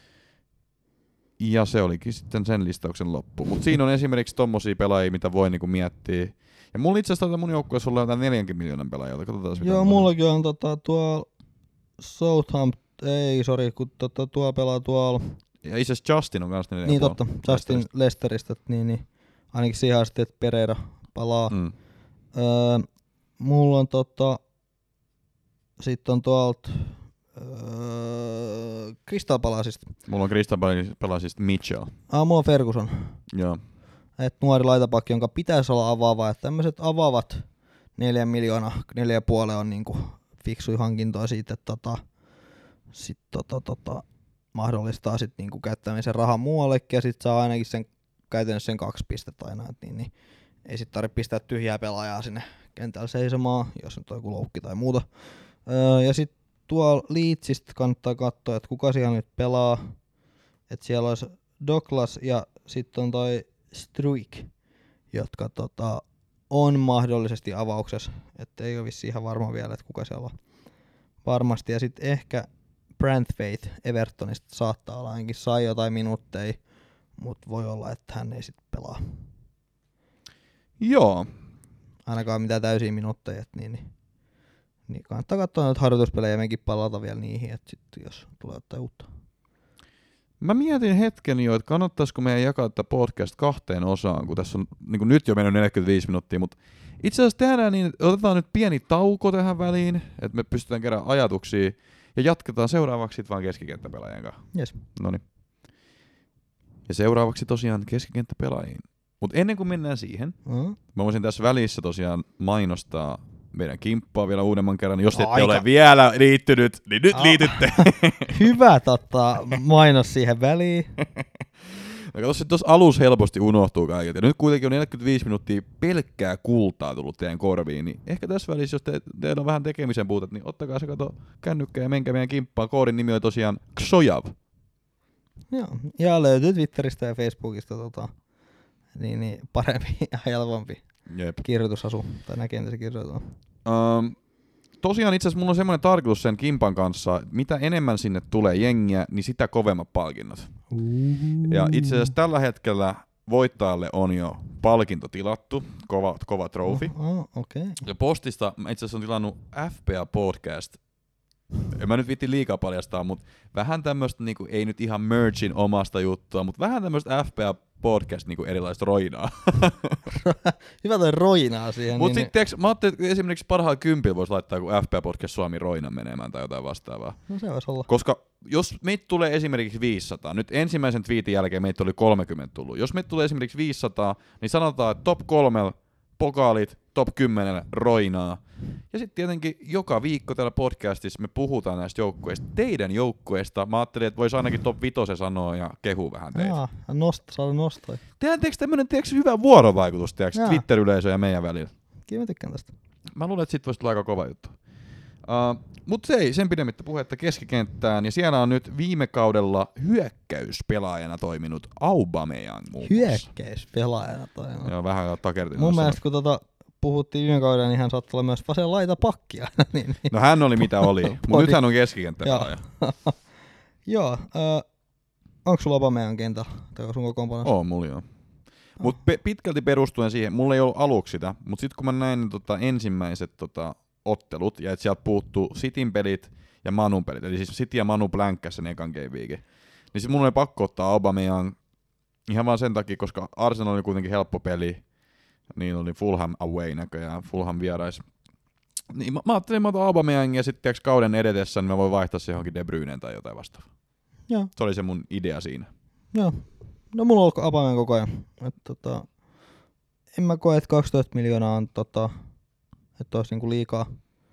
Ja se olikin sitten sen listauksen loppu. Mutta siinä on esimerkiksi tommosia pelaajia, mitä voi niinku miettiä. Ja mulla itse asiassa mun joukkueessa on jotain neljänkin miljoonan pelaajia. Katsotaan, Joo, mullakin on tota, tuo Southampton ei, sori, kun tota, tuo pelaa tuolla. Ja itse asiassa Justin on kanssa neljä Niin ja puoli. totta, Justin Lesteristä, niin, niin ainakin siihen asti, että Pereira palaa. Mm. Öö, mulla on tota, sitten on tuolta öö, Crystal Palaceista. Mulla on Crystal Palaceista Mitchell. Ah, mulla on Ferguson. Joo. Et nuori laitapakki, jonka pitäisi olla avaava. Että tämmöiset avaavat neljä miljoonaa, neljä puoli on niinku fiksui hankintoja siitä, että tota, sit tota, tota, mahdollistaa sit niinku käyttämisen rahan muuallekin ja sit saa ainakin sen käytännössä sen kaksi pistettä aina, et niin, niin ei sit tarvitse pistää tyhjää pelaajaa sinne kentällä seisomaan, jos nyt on joku loukki tai muuta. Öö, ja sit tuolla Leedsistä kannattaa katsoa, että kuka siellä nyt pelaa. Et siellä olisi Douglas ja sitten on toi Struik, jotka tota, on mahdollisesti avauksessa. Että ei ole vissiin ihan varma vielä, että kuka siellä on varmasti. Ja sitten ehkä Branthwaite Evertonista saattaa olla, ainakin sai jotain minuutteja, mutta voi olla, että hän ei sitten pelaa. Joo. Ainakaan mitään täysiä minuutteja, että niin, niin, niin kannattaa katsoa noita harjoituspelejä ja mekin palata vielä niihin, että sitten jos tulee jotain uutta. Mä mietin hetken jo, että kannattaisiko meidän jakaa tätä podcast kahteen osaan, kun tässä on niin kuin nyt jo mennyt neljäkymmentäviisi minuuttia, mutta itse asiassa tehdään niin, että otetaan nyt pieni tauko tähän väliin, että me pystytään keräämään ajatuksia ja jatketaan seuraavaksi sitten vaan keskikenttäpelaajien kanssa. Yes. Noniin. Ja seuraavaksi tosiaan keskikenttäpelaajiin. Mutta ennen kuin mennään siihen, Mm-hmm. mä voisin tässä välissä tosiaan mainostaa meidän kimppaa vielä uudemman kerran. Jos ette Aika. ole vielä liittynyt, niin nyt Ah. liitytte. Hyvä tota, mainos siihen väliin. No kato, se tuossa alussa helposti unohtuu kaiket. Ja nyt kuitenkin on neljäkymmentäviisi minuuttia pelkkää kultaa tullut teidän korviin, niin ehkä tässä välissä, jos te, teillä on vähän tekemisen puutet, niin ottakaa se kato kännykkä ja menkää meidän kimppaan. Koodin nimi on tosiaan Xojav. Joo. Ja löytyy Twitteristä ja Facebookista tota, niin, niin parempi ja helpompi Jep. kirjoitusasu. Tai näkee, mitä se kirjoitetaan. Um, tosiaan itse asiassa mulla on semmoinen tarkoitus sen kimpan kanssa, että mitä enemmän sinne tulee jengiä, niin sitä kovemmat palkinnot. Ja itse asiassa tällä hetkellä voittajalle on jo palkinto tilattu, kova, kova trofi. Oh, oh, okay. Ja postista mä itse asiassa on tilannut F P A Podcast. En mä nyt viitti liikaa paljastaa, mutta vähän tämmöistä, niinku, ei nyt ihan mergin omasta juttua, mutta vähän tämmöistä F P A Podcast niinku erilaista roinaa. Hyvä toi roinaa siihen. Mutta niin, sitten mä ajattelin, että esimerkiksi parhaalla kympillä voisi laittaa joku F P A Podcast Suomi roina menemään tai jotain vastaavaa. No se voisi olla. Koska jos meitä tulee esimerkiksi viisisataa, nyt ensimmäisen twiitin jälkeen meitä oli kolmekymmentä tullut. Jos meitä tulee esimerkiksi viisisataa, niin sanotaan, että top kolmella pokaalit, top kymmenellä roinaa. Ja sitten tietenkin joka viikko täällä podcastissa me puhutaan näistä joukkueista, teidän joukkueista. Mä ajattelin, että voisi ainakin top vitosen sanoa ja kehu vähän teitä. Jaa, nosta, saada nostaa. Tehdään teekö tämmönen teekö hyvä vuorovaikutus teekö Jaa. Twitter-yleisö ja meidän välillä? Kyllä mä tykkään tästä. Mä luulen, että sit voisi tulla aika kova juttu. Uh, Mutta se ei sen pidemmittä puhetta keskikenttään, ja siellä on nyt viime kaudella hyökkäyspelaajana toiminut Aubameyang muun muassa. Hyökkäyspelaajana toi. No. Joo, vähän takertin. Mun mielestä kun tota puhuttiin viime kaudella, niin hän saattoi olla myös vasen laitapakkia. niin, niin. No hän oli mitä oli, mutta Podi. nyt hän on keskikenttäpelaaja. Joo, äh, onko sulla Aubameyang kentällä? Tai sun kokoonpanossa? Oo, mulla joo. Mutta pe- pitkälti perustuen siihen, mulla ei ollut aluksi sitä, mutta sitten kun mä näin ne tota, ensimmäiset tota, ottelut, ja että sieltä puuttuu Cityn pelit ja Manun pelit, eli siis City ja Manu blänkkäs sen ekan game weekin, niin sit mun oli pakko ottaa Aubameyang ihan vaan sen takia, koska Arsenal oli kuitenkin helppo peli, niin oli Fulham away näköjään, Fulham vierais. Niin mä, mä ajattelin, mä otan Aubameyang ja sitten kauden edetessä, niin mä voin vaihtaa se johonkin De Bruyneen tai jotain vastaavaa. Joo. Se oli se mun idea siinä. Joo. No mulla on ollut Aubameyang koko ajan. Et, tota, en mä koe, että kaksitoista miljoonaa on tota, että olisi niinku liikaa.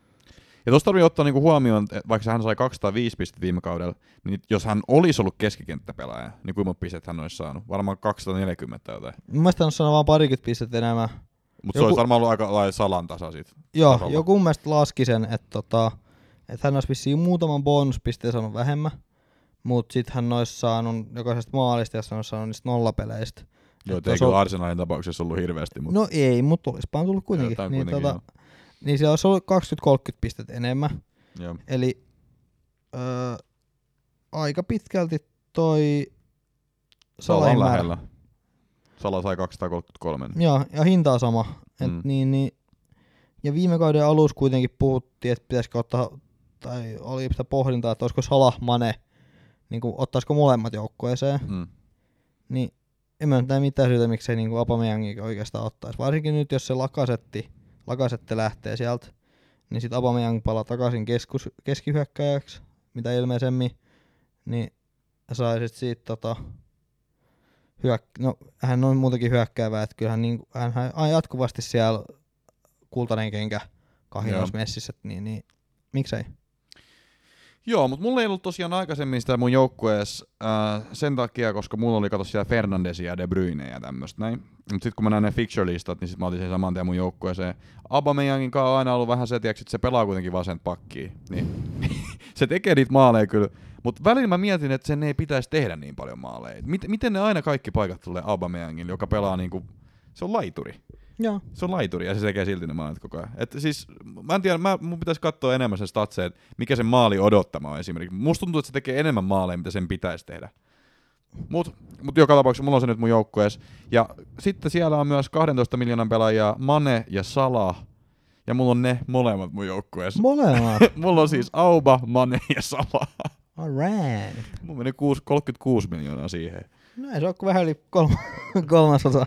Ja tuossa tarvii ottaa niinku huomioon, että vaikka hän sai kaksisataaviisi pistettä viime kaudella, niin jos hän olisi ollut keskikenttäpelaaja, niin kuinka monta pistettä hän olisi saanut? Varmaan kaksisataaneljäkymmentä tai jotain. Mun mielestä hän on saanut vaan parikymmentä pistettä enemmän. Mutta se Joku- olisi varmaan ollut aika lailla salan tasa siitä. Joo, tasolla. joku mun mielestä laski sen, että tota, et hän olisi vissiin muutaman bonuspisteen saanut vähemmän, mutta sitten hän olisi saanut jokaisesta maalista ja hän olisi saanut niistä nollapeleistä. Joo, Että ei olisi kyllä ollut- Arsenalin tapauksessa ollut hirveästi. Mutta No ei, mutta olisipahan tullut kuitenkin. Jotain Niin, kuitenkin, tota, niin siellä olisi ollut kaksikymmentä kolmekymmentä pistettä enemmän. joo. Eli öö, aika pitkälti toi Sala Salahin on määrä. lähellä. Sala sai kaksisataakolmekymmentäkolme. Joo, ja hinta on sama. Et Mm. niin, niin, ja viime kauden alussa kuitenkin puhuttiin, että pitäisikö ottaa tai oli sitä pohdintaa, että olisiko Salah, Mane, niin kuin, ottaisiko molemmat joukkueeseen, Mm. niin en mä nyt näe mitään syytä, miksei niin Aubameyangia oikeastaan ottaisi. Varsinkin nyt, jos se Lakasetti, Lakasette lähtee sieltä, niin sitten Aubameyang palaa takaisin keskus, keskihyökkäjäksi, mitä ilmeisemmin, niin saisit siitä tota, hyök... no hän on muutenkin hyökkäävä, että kyllähän niin, hän on jatkuvasti siellä kultainen kenkä kahinoissa messissä, niin, niin miksei? Joo, mutta mulla ei ollut tosiaan aikaisemmin sitä mun joukkueessa äh, sen takia, koska mulla oli kato siellä Fernandesia ja De Bruyne ja tämmöstä näin. Mutta sitten kun mä näin ne fixture-listat, niin sit mä otin sen saman tien mun joukkueeseen. Aubameyangin kanssa on aina ollut vähän se, että se pelaa kuitenkin vasenta pakkiin. Niin, se tekee niitä maaleja kyllä, mutta välillä mä mietin, että sen ei pitäisi tehdä niin paljon maaleja. Miten, miten ne aina kaikki paikat tulee Aubameyangin, joka pelaa niinku, se on laituri. Joo. Se on laituri ja se tekee silti ne maalit koko ajan. Et siis, mä en tiedä, mä, mun pitäisi katsoa enemmän sen statseja, että mikä sen maali odottama on esimerkiksi. Musta tuntuu, että se tekee enemmän maaleja, mitä sen pitäisi tehdä. Mut, mut joka tapauksessa mulla on se nyt mun joukkueessa. Ja sitten siellä on myös kaksitoista miljoonan pelaajia Mane ja Salah. Ja mulla on ne molemmat mun joukkueessa. Molemmat? Mulla on siis Auba, Mane ja Salah. Alright. Mulla meni kolmekymmentäkuusi miljoonaa siihen. No ei se ole kuin vähän yli kolma, kolmasosa.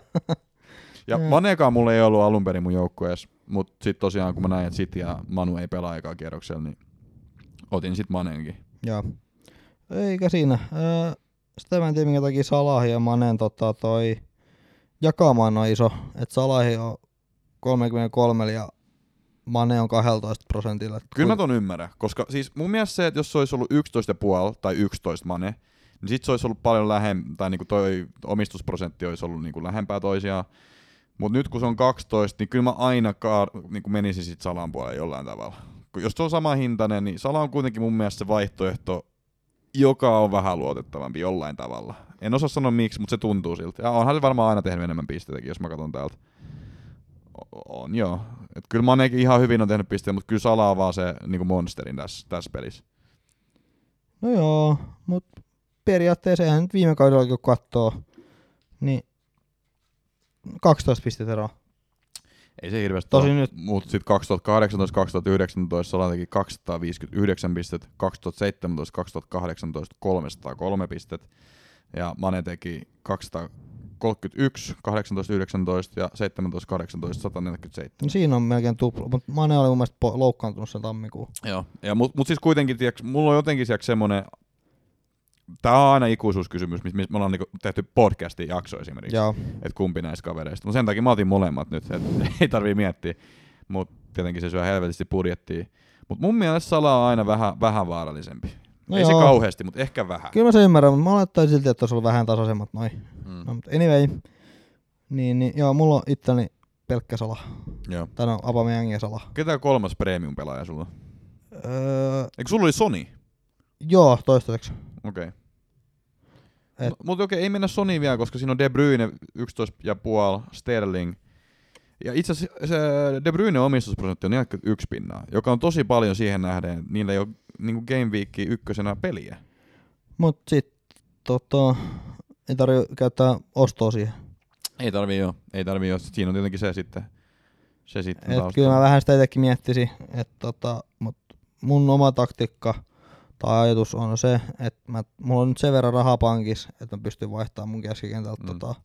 Ja Manekaan mulla ei ollut alun perin mun joukkueessa, mutta sitten tosiaan kun mä näin, että City ja Manu ei pelaa ekaa kierroksella, niin otin sitten Manenkin. Joo. Eikä siinä. Öö, sitä mä en tiedä, minkä takia Salah ja Manen tota, toi jakamaan on iso. Että Salah on kolmekymmentäkolme ja Mane on kaksitoista prosentilla. Kyllä mä ton ymmärrän, koska siis mun mielestä se, että jos se olisi ollut yksitoista pilkku viisi tai yksitoista Mane, niin sit se olisi ollut paljon lähempää, tai niinku toi omistusprosentti olisi ollut niinku lähempää toisiaan. Mutta nyt kun se on kaksitoista, niin kyllä mä aina kaar- niin menisin sit Salan puolelle jollain tavalla. Jos se on sama hintainen, niin Sala on kuitenkin mun mielestä se vaihtoehto, joka on vähän luotettavampi jollain tavalla. En osaa sanoa miksi, mutta se tuntuu siltä. Ja onhan se varmaan aina tehnyt enemmän pisteitäkin, jos mä katson täältä. On joo. Et kyllä Manekin ihan hyvin on tehnyt pisteitä, mutta kyllä Sala on vaan se niin monsterin tässä, tässä pelissä. No joo, mutta periaatteessa eihän nyt viime kaudella kun katsoo, niin kaksitoista pistettä eroa. Ei se hirveästi Tosi ole, nyt. mutta sitten kaksituhattakahdeksantoista kaksituhattayhdeksäntoista Sala teki kaksisataaviisikymmentäyhdeksän pistettä, kaksituhattaseitsemäntoista kaksituhattakahdeksantoista kolmesataakolme pistettä ja Mane teki kaksisataakolmekymmentäyksi kahdeksantoista yhdeksäntoista ja seitsemäntoista kahdeksantoista sata neljäkymmentäseitsemän. No siinä on melkein tupla, mutta Mane oli mun mielestä po- loukkaantunut sen tammikuun. Joo, ja mutta mut siis kuitenkin, tiiäks, mulla on jotenkin siellä semmoinen, tää on aina ikuisuuskysymys, missä me ollaan niinku tehty podcastin jakso esimerkiksi, että kumpi näistä kavereista. Mutta sen takia mä otin molemmat nyt, että ei tarvii miettiä, mutta tietenkin se syö helvetisti budjettia. Mutta mun mielestä Sala on aina vähän, vähän vaarallisempi. No ei joo. se kauheasti, mutta ehkä vähän. Kyllä mä sen ymmärrän, mutta mä olettaisin silti, että olisi ollut vähän tasaisemmat noin. Mm. No, mutta anyway, niin, niin joo, mulla on itteni pelkkä Sala. Joo. Tai no, Aubameyang ja Sala. Ketä kolmas premium-pelaaja sulla? Öö, Eikö sulla oli Sony? joo, toistaiseksi. Okei. Okay. Et- No, mutta okei, ei mennä Sony vielä, koska siinä on De Bruyne yksitoista pilkku viisi, Sterling. Ja itse asiassa se De Bruyne omistusprosentti on neljäkymmentäyksi pinnaa, joka on tosi paljon siihen nähden, että niillä ei ole niin Game Week ykkösenä peliä. Mut sit tota, ei tarvii käyttää ostoa siihen. Ei tarvii joo, ei tarvii joo. Siinä on tietenkin se sitten. Se sitten Et kyllä mä vähän sitä itsekin miettisin, että tota, mut mun oma taktiikka tai ajatus on se, että mä, mulla on nyt sen verran rahaa pankissa, että mä pystyn vaihtamaan mun keskikentältä. Mm. Tota,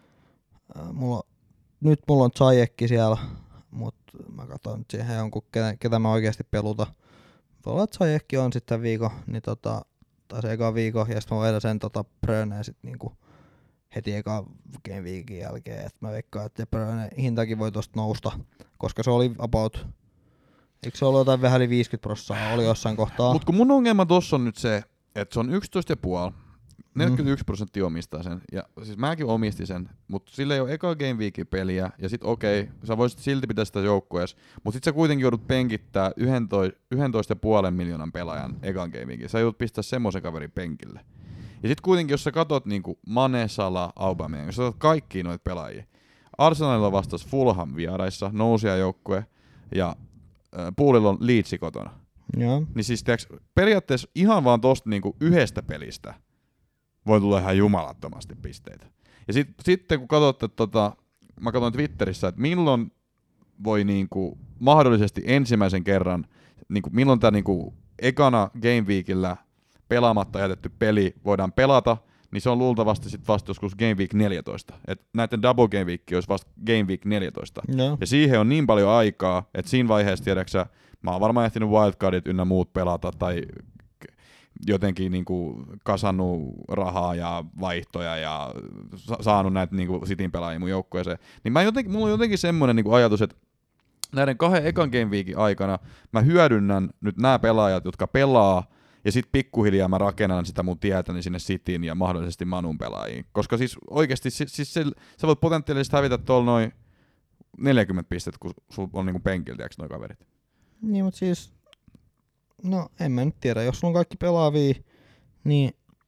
ää, mulla, nyt mulla on Zajekki siellä, mutta mä katson nyt siihen jonkun, ketä, ketä mä oikeasti peluta. Voi olla, että Zajekki on sitten viikon, niin tota, tai se eka viikon, ja sitten mä vedän sen tota Bröneen sit niinku heti eka Game Weekin jälkeen. Et mä veikkaan, että Brönen hintakin voi tosta nousta, koska se oli about, eikö se ollut jotain vähän yli viisikymmentä prosenttia, oli jossain kohtaa. Mut kun mun ongelma tossa on nyt se, että se on yksitoista pilkku viisi, neljäkymmentäyksi prosenttia omistaa sen, ja siis mäkin omistin sen, mutta sillä ei ole eka Game Weekin peliä, ja sit okei, okay, sä voisit silti pitää sitä joukkueessa, mutta sit sä kuitenkin joudut penkittää yksitoista pilkku viisi miljoonan pelaajan ekan Game Weekin, sä joudut pistää semmoisen kaverin penkille. Ja sit kuitenkin, jos sä katot niinku Mane, Salah, Aubameyang, jos sä katot kaikkia noita pelaajia, Arsenalilla vastasi Fulham vieraissa, nousijajoukkue, ja äh, Poolilla on Leedsi kotona. Joo. Niin siis tiiäks, periaatteessa ihan vaan tosta niinku yhdestä pelistä voi tulla ihan jumalattomasti pisteitä. Ja sit, sitten kun katsotte, tota, mä katsoin Twitterissä, että milloin voi niinku mahdollisesti ensimmäisen kerran, niinku, milloin tämä niinku ekana Game Weekillä pelaamatta jätetty peli voidaan pelata, niin se on luultavasti sitten vasta joskus Game Week neljätoista. Et näiden Double Game Week olisi vasta Game Week neljätoista. No. Ja siihen on niin paljon aikaa, että siinä vaiheessa, tiedäksä, mä oon varmaan ehtinyt wildcardit ynnä muut pelata, tai jotenkin niinku kasannut rahaa ja vaihtoja ja sa- saanut näitä niinku Cityn pelaajia mun joukkueeseen. Niin mä jotenkin, mulla on jotenkin semmoinen niinku ajatus, että näiden kahden ekan Game Weekin aikana mä hyödynnän nyt nämä pelaajat, jotka pelaa, ja sit pikkuhiljaa mä rakennan sitä mun tietäni sinne Cityn ja mahdollisesti Manun pelaajiin. Koska siis oikeesti, siis, siis se, sä voit potentiaalisesti hävitä tuolla noin neljäkymmentä pistettä, kun sulla on niinku penkiltä, tiiäks noi kaverit. Niin, mut siis, no en mä nyt tiedä, jos sulla on kaikki pelaavia, niin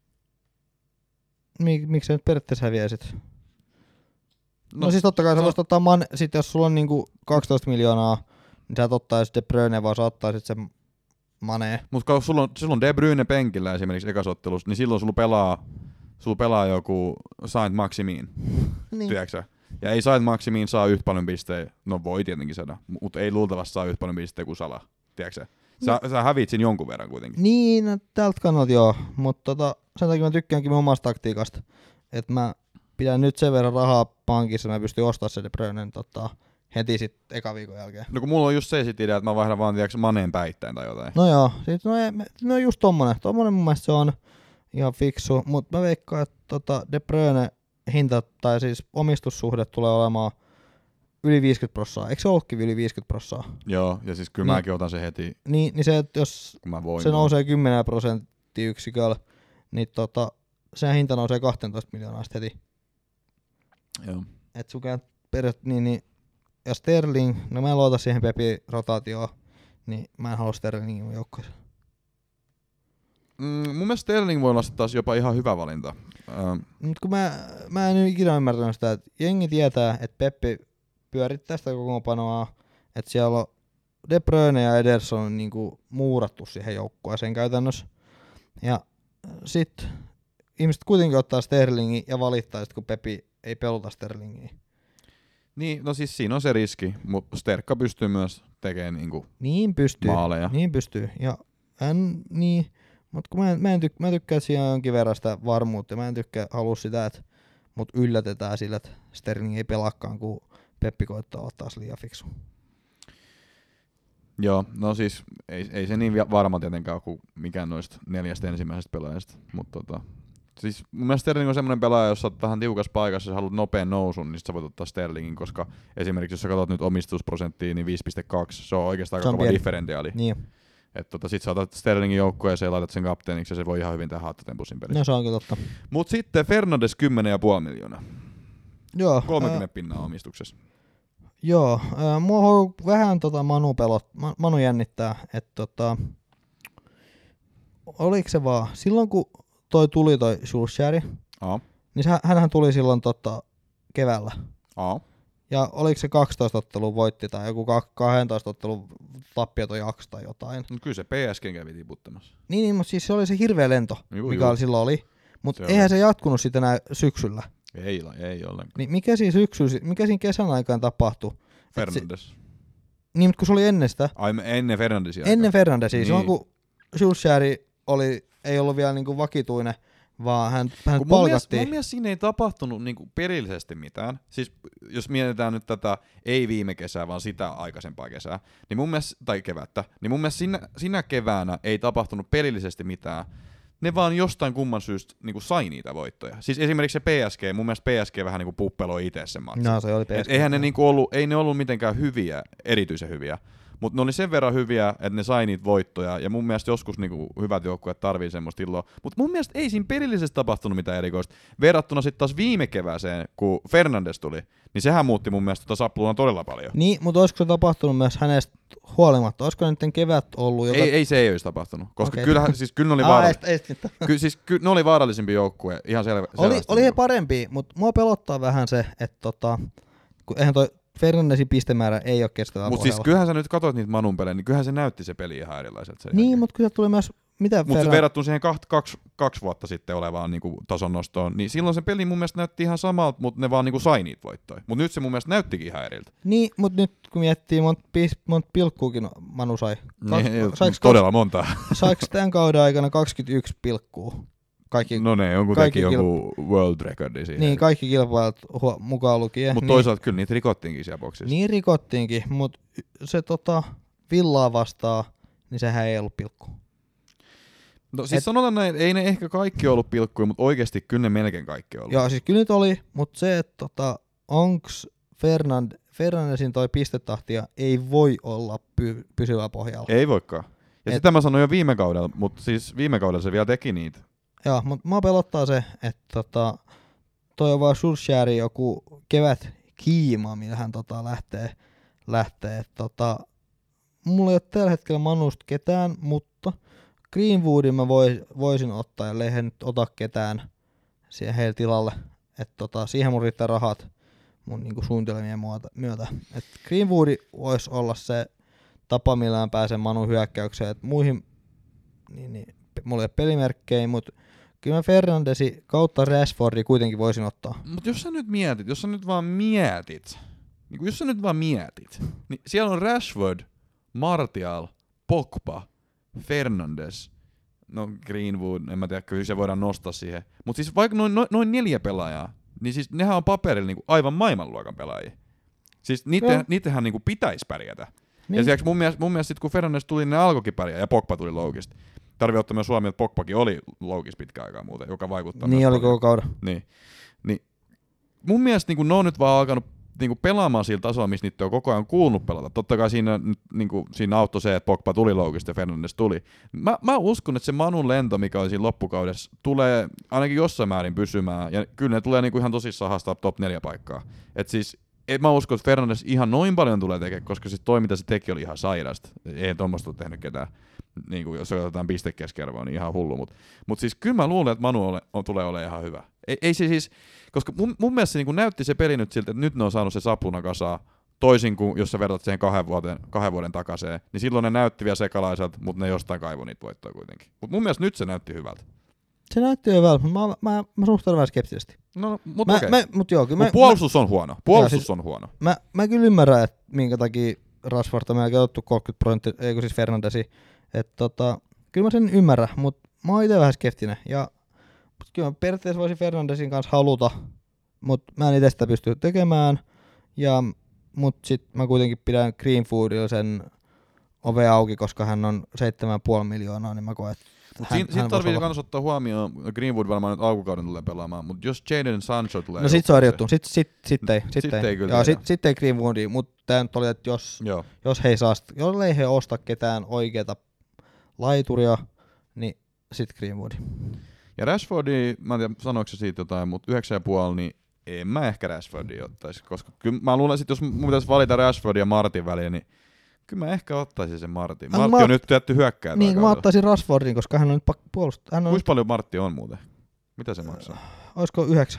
mik, miksi sä nyt periaatteessa häviäisit? No, no siis totta kai sä voisit ottaa man, sit jos sulla on niinku kaksitoista miljoonaa, niin sä et ottaisit De Bruyne, vaan sä ottaisit sen Manee. Mutta kun sulla on, sulla on De Bruyne penkillä esimerkiksi ekasottelussa, niin silloin sulla pelaa, sulla pelaa joku Saint-Maximin, Niin. tiedätkö? Ja ei Saint-Maximin saa yhtä paljon pisteitä, no voi tietenkin saada, mutta ei luultavasti saa yhtä paljon pisteitä kuin Salah, tiedätkö? Sä, No. sä hävit siinä jonkun verran kuitenkin. Niin, no, tältä kannalta joo, mutta tota, sen takia mä tykkäänkin mun omasta taktiikasta, että mä pidän nyt sen verran rahaa pankissa, mä pystyn ostamaan sen De Bruynen tota, heti sit eka viikon jälkeen. No kun mulla on just se sit idea, että mä vaihdan vaan tiedätkö, Maneen päittäin tai jotain. No joo, sit, no, ei, no just tommonen, tommonen mun mielestä se on ihan fiksu, mutta mä veikkaan, että tota De Bruyne hinta tai siis omistussuhde tulee olemaan yli viisikymmentä prosenttia. Eikö se ollutkin yli viisikymmentä prosenttia? Joo, ja siis kyllä Niin. mäkin otan se heti, Niin, niin se, että jos kun mä voin. se nousee kymmenen prosenttiyksiköllä, niin tota, sen hinta nousee kaksitoista miljoonaa sit heti. Joo. Et sun käy perät, niin, niin, ja Sterling, no mä en luota siihen Pepin rotaatioon, niin mä en halua Sterlingin mun joukkueeseen. Mm, mun mielestä Sterling voi olla taas jopa ihan hyvä valinta. Ähm, Mut kun mä, mä en ikinä ymmärtänyt sitä, että jengi tietää, että Peppi pyörittää sitä kokoonpanoa, että siellä on De Bruyne ja Ederson on niinku muurattu siihen joukkueeseen käytännössä. Ja sit ihmiset kuitenkin ottaa Sterlingin ja valittaa sit, kun Peppi ei peluta Sterlingiä. niin, no siis siinä on se riski, mutta Sterkka pystyy myös tekemään niinku Niin pystyy. maaleja. Niin pystyy. Ja en, niin, mutta kun mä en, mä, en tyk, mä tykkään siinä jonkin verran sitä varmuutta. Mä en tykkää halua sitä, että mut yllätetään sillä, että Sterling ei pelaakaan, kun Peppi koittaa olla taas liian fiksu. Joo, no siis ei, ei se niin vi- varma tietenkään kuin mikään noista neljästä ensimmäisestä pelaajasta, mutta tota, siis mun mielestä Sterling on semmoinen pelaaja, jos sä oot vähän tiukassa paikassa ja haluat nopean nousun, niin sit sä voit ottaa Sterlingin, koska esimerkiksi jos sä katsot nyt omistusprosenttia, niin viisi pilkku kaksi, se on oikeastaan Se aika on kova pieni. differentiaali. Niin. Että tota, sit sä otat Sterlingin joukkueeseen ja laitat sen kapteeniksi ja se voi ihan hyvin tehdä haastatempussin pelissä. No se onkin totta. Mut sitten Fernandes kymmenen pilkku viisi miljoonaa. Joo. kolmekymmentä Ää, pinnaa omistuksessa. joo. Ää, mua on vähän tota Manu pelot, Ma, Manu jännittää, että tota, oliko se vaan, silloin kun toi tuli toi Solskjaer, Aa, niin se, hänhän tuli silloin tota, keväällä. aa. Ja oliko se kaksitoista ottelua voitti tai joku kaksitoista ottelun tappioton jakso tai jotain. No kyllä se P S G kävi tiputtamassa. Niin, niin mutta siis se oli se hirveä lento, Juu, mikä juu. oli silloin oli. Mutta Se eihän oli. se jatkunut sitten enää syksyllä. Ei, ei ollenkaan. Niin mikä siinä syksyllä, mikä siinä kesän aikaan tapahtui? Fernandes. Niin, mutta kun se oli ennen sitä, Ai ennen Fernandesia. ennen Fernandesia, Niin. silloin kun Solskjaer oli, ei ollut vielä niinku vakituinen, vaan hän, hän Kun mun, mielestä, palkattiin. mun mielestä siinä ei tapahtunut niinku perillisesti mitään. Siis jos mietitään nyt tätä ei viime kesää, vaan sitä aikaisempaa kesää, niin mun mielestä, tai kevättä, niin mun mielestä sinä, sinä keväänä ei tapahtunut perillisesti mitään. Ne vaan jostain kumman syystä niinku sai niitä voittoja. Siis esimerkiksi se P S G, mun mielestä P S G vähän niinku puppeloi itse sen matsin. No, se oli P S G. Et eihän ne niinku ollut, ei ne ollut mitenkään hyviä, erityisen hyviä. Mutta ne oli sen verran hyviä, että ne sai niitä voittoja, ja mun mielestä joskus niinku hyvät joukkueet tarvii semmoista illoa. Mutta mun mielestä ei siinä perillisesti tapahtunut mitään erikoista. Verrattuna sitten taas viime kevääseen, kun Fernandes tuli, niin sehän muutti mun mielestä tota sapluna todella paljon. Niin, mutta olisiko se tapahtunut myös hänestä huolimatta? Olisiko niiden kevät ollut? Joka... Ei, ei se ei olisi tapahtunut, koska Okei. kyllähän, siis kyllä ne oli, Aa, vaarallis- ei, ei, ei, ky- siis ky- ne oli vaarallisempi joukkue, ihan selvä. oli, selvästi. oli he parempi, mutta mua pelottaa vähän se, että tota, kun eihän toi Fernandesin pistemäärä ei ole kestävää Mutta siis pohjalla. kyllähän sä nyt katsoit niitä Manun pelejä, niin kyllähän se näytti se peli ihan erilaiselta sen Niin, jälkeen. mutta kyllä tulee myös mitä Mutta Ferran... verrattuna siihen kaksi, kaksi, kaksi vuotta sitten olevaan niinku tason nostoon, niin silloin se peli mun mielestä näytti ihan samalta, mutta ne vaan niinku sai niitä voittoja. Mutta nyt se mun mielestä näyttikin ihan eriltä. Niin, mutta nyt kun miettii, monta mont pilkkuukin Manu sai. Ka- Ne, saiks todella monta. Saiko tämän kauden aikana kaksikymmentäyksi pilkkua? Kaikki, No ne, on kaikki kuitenkin kil- joku world recordi siihen. Niin, kaikki kilpailut hu- mukaan lukien. Mutta niin, toisaalta kyllä niitä rikottiinkin siellä boksissa. Niin rikottiinkin, mutta se tota, Villaa vastaan, niin sehän ei ollut pilkku. No siis Et- sanotaan näin, ei ne ehkä kaikki ollut pilkkuja, mutta oikeasti kyllä ne melkein kaikki ollut. Joo, siis kyllä nyt oli, mutta se, että tota, onks Fernand, Fernandesin toi pistetahtia ei voi olla py- pysyvä pohjalla. Ei voikaan. Ja Et- sitä mä sanoin jo viime kaudella, mutta siis viime kaudella se vielä teki niitä. Joo, mutta mua pelottaa se, että tota, toi on vaan Solskjaerin joku kevät kiima, millä hän tota lähtee. lähtee. Et tota, mulla ei ole tällä hetkellä Manusta ketään, mutta Greenwoodin mä vois, voisin ottaa, ja eihän nyt ota ketään siihen heille tilalle. Et tota, siihen mun riittää rahat mun niinku suunnitelmien muuta- myötä. Et Greenwoodi voisi olla se tapa, millä mä pääsen Manun hyökkäykseen. Et muihin, niin, niin, mulla ei ole pelimerkkejä, mutta kyllä mä Fernandesi kautta Rashfordi kuitenkin voisin ottaa. Mutta jos sä nyt mietit, jos sä nyt vaan mietit, niin jos sä nyt vaan mietit, niin siellä on Rashford, Martial, Pogba, Fernandes, no Greenwood, en mä tiedä, kyllä se voidaan nostaa siihen. Mutta siis vaikka noin, noin, noin neljä pelaajaa, niin siis nehän on paperilla niinku aivan maailmanluokan pelaajia. Siis niitten, niittenhän niinku pitäisi pärjätä. Niin. Ja sielläks mun mielestä, mun mielestä sit, kun Fernandes tuli, ne alkoikin pärjää, ja Pogba tuli loukista. Tarvii ottaa myös huomioon, että Pogbakin oli loukis pitkään aikaa muuten, joka vaikuttaa Niin myös oli paljon. koko kauden. Niin. niin. Mun mielestä niin ne on nyt vaan alkanut niin pelaamaan sillä tasolla, missä niitä on koko ajan kuulunut pelata. Totta kai siinä, niin kuin, siinä auttoi se, että Pogba tuli loukista ja Fernandes tuli. Mä, mä uskon, että se Manun lento, mikä oli siinä loppukaudessa, tulee ainakin jossain määrin pysymään. Ja kyllä ne tulee niin kuin ihan tosissaan haastaa top neljä paikkaa. Et siis, et mä uskon, että Fernandes ihan noin paljon tulee tekemään, koska se toi, mitä se teki, oli ihan sairasta. Ei tuommoista ole tehnyt ketään. Niin kuin jos otetaan pistekeskiarvoa, niin ihan hullu. Mutta mut siis kyllä mä luulen, että Manu ole, on, tulee olemaan ihan hyvä. Ei, ei se siis, koska mun, mun mielestä se niin näytti se peli nyt siltä, että nyt ne on saanut se sapuna kasaan, toisin kuin jos sä vertat siihen kahden vuoden, kahden vuoden takaiseen, niin silloin ne näytti vielä sekalaiselta, mutta ne jostain kaivoi niitä voittoja kuitenkin. Mutta mun mielestä nyt se näytti hyvältä. Se näytti hyvältä, mutta mä, mä, mä suhtaudun vähän skeptisesti. No, mutta Mä, okei. mä, mut joo, kyllä mä, Mut puolustus on huono. Puolustus Joo, siis- on huono. mä, mä kyllä ymmärrän, että minkä takia Rashford on melkein otettu kolmekymmentä prosenttia, eikö siis Fernandesi. Että tota, kyllä mä sen ymmärrän, mutta mä oon itse vähän skeptinen. Ja mut kyllä mä periaatteessa voisin Fernandesin kanssa haluta, mutta mä en itse sitä pysty tekemään. Ja, mut sit mä kuitenkin pidän Greenwoodilla sen ove auki, koska hän on seitsemän pilkku viisi miljoonaa, niin mä koen, että Mut hän, siinä hän sit voisi tarvii olla. kans ottaa huomioon, Greenwood varmaan nyt alkukauden tulee pelaamaan, mutta jos Jadon Sancho tulee... No sit se on eri joukkueeseen- juttu. Sit, sit, sit ei. Sit, Sit ei. ei kyllä Joo, tehdä. sit, sit ei Greenwoodia, mutta tää nyt oli, että jos, Joo. jos he ei saa, sit- jollei he osta ketään oikeata laituria, niin sit Greenwood. Ja Rashfordi, mä en tiedä sanoiko se siitä jotain, mutta yhdeksän ja puoli, niin en mä ehkä Rashfordia ottaisi, koska kyllä mä luulen, että jos mun pitäisi valita Rashford ja Martin väliin, niin kyllä mä ehkä ottaisin sen Martin. No, Martti mä- on nyt tietty hyökkääjä. Niin, mä ottaisin Rashfordin, koska hän on nyt pakko puolustaa. Hän on, Kuinka paljon Martti on muuten? Mitä se maksaa? olisiko yhdeksän?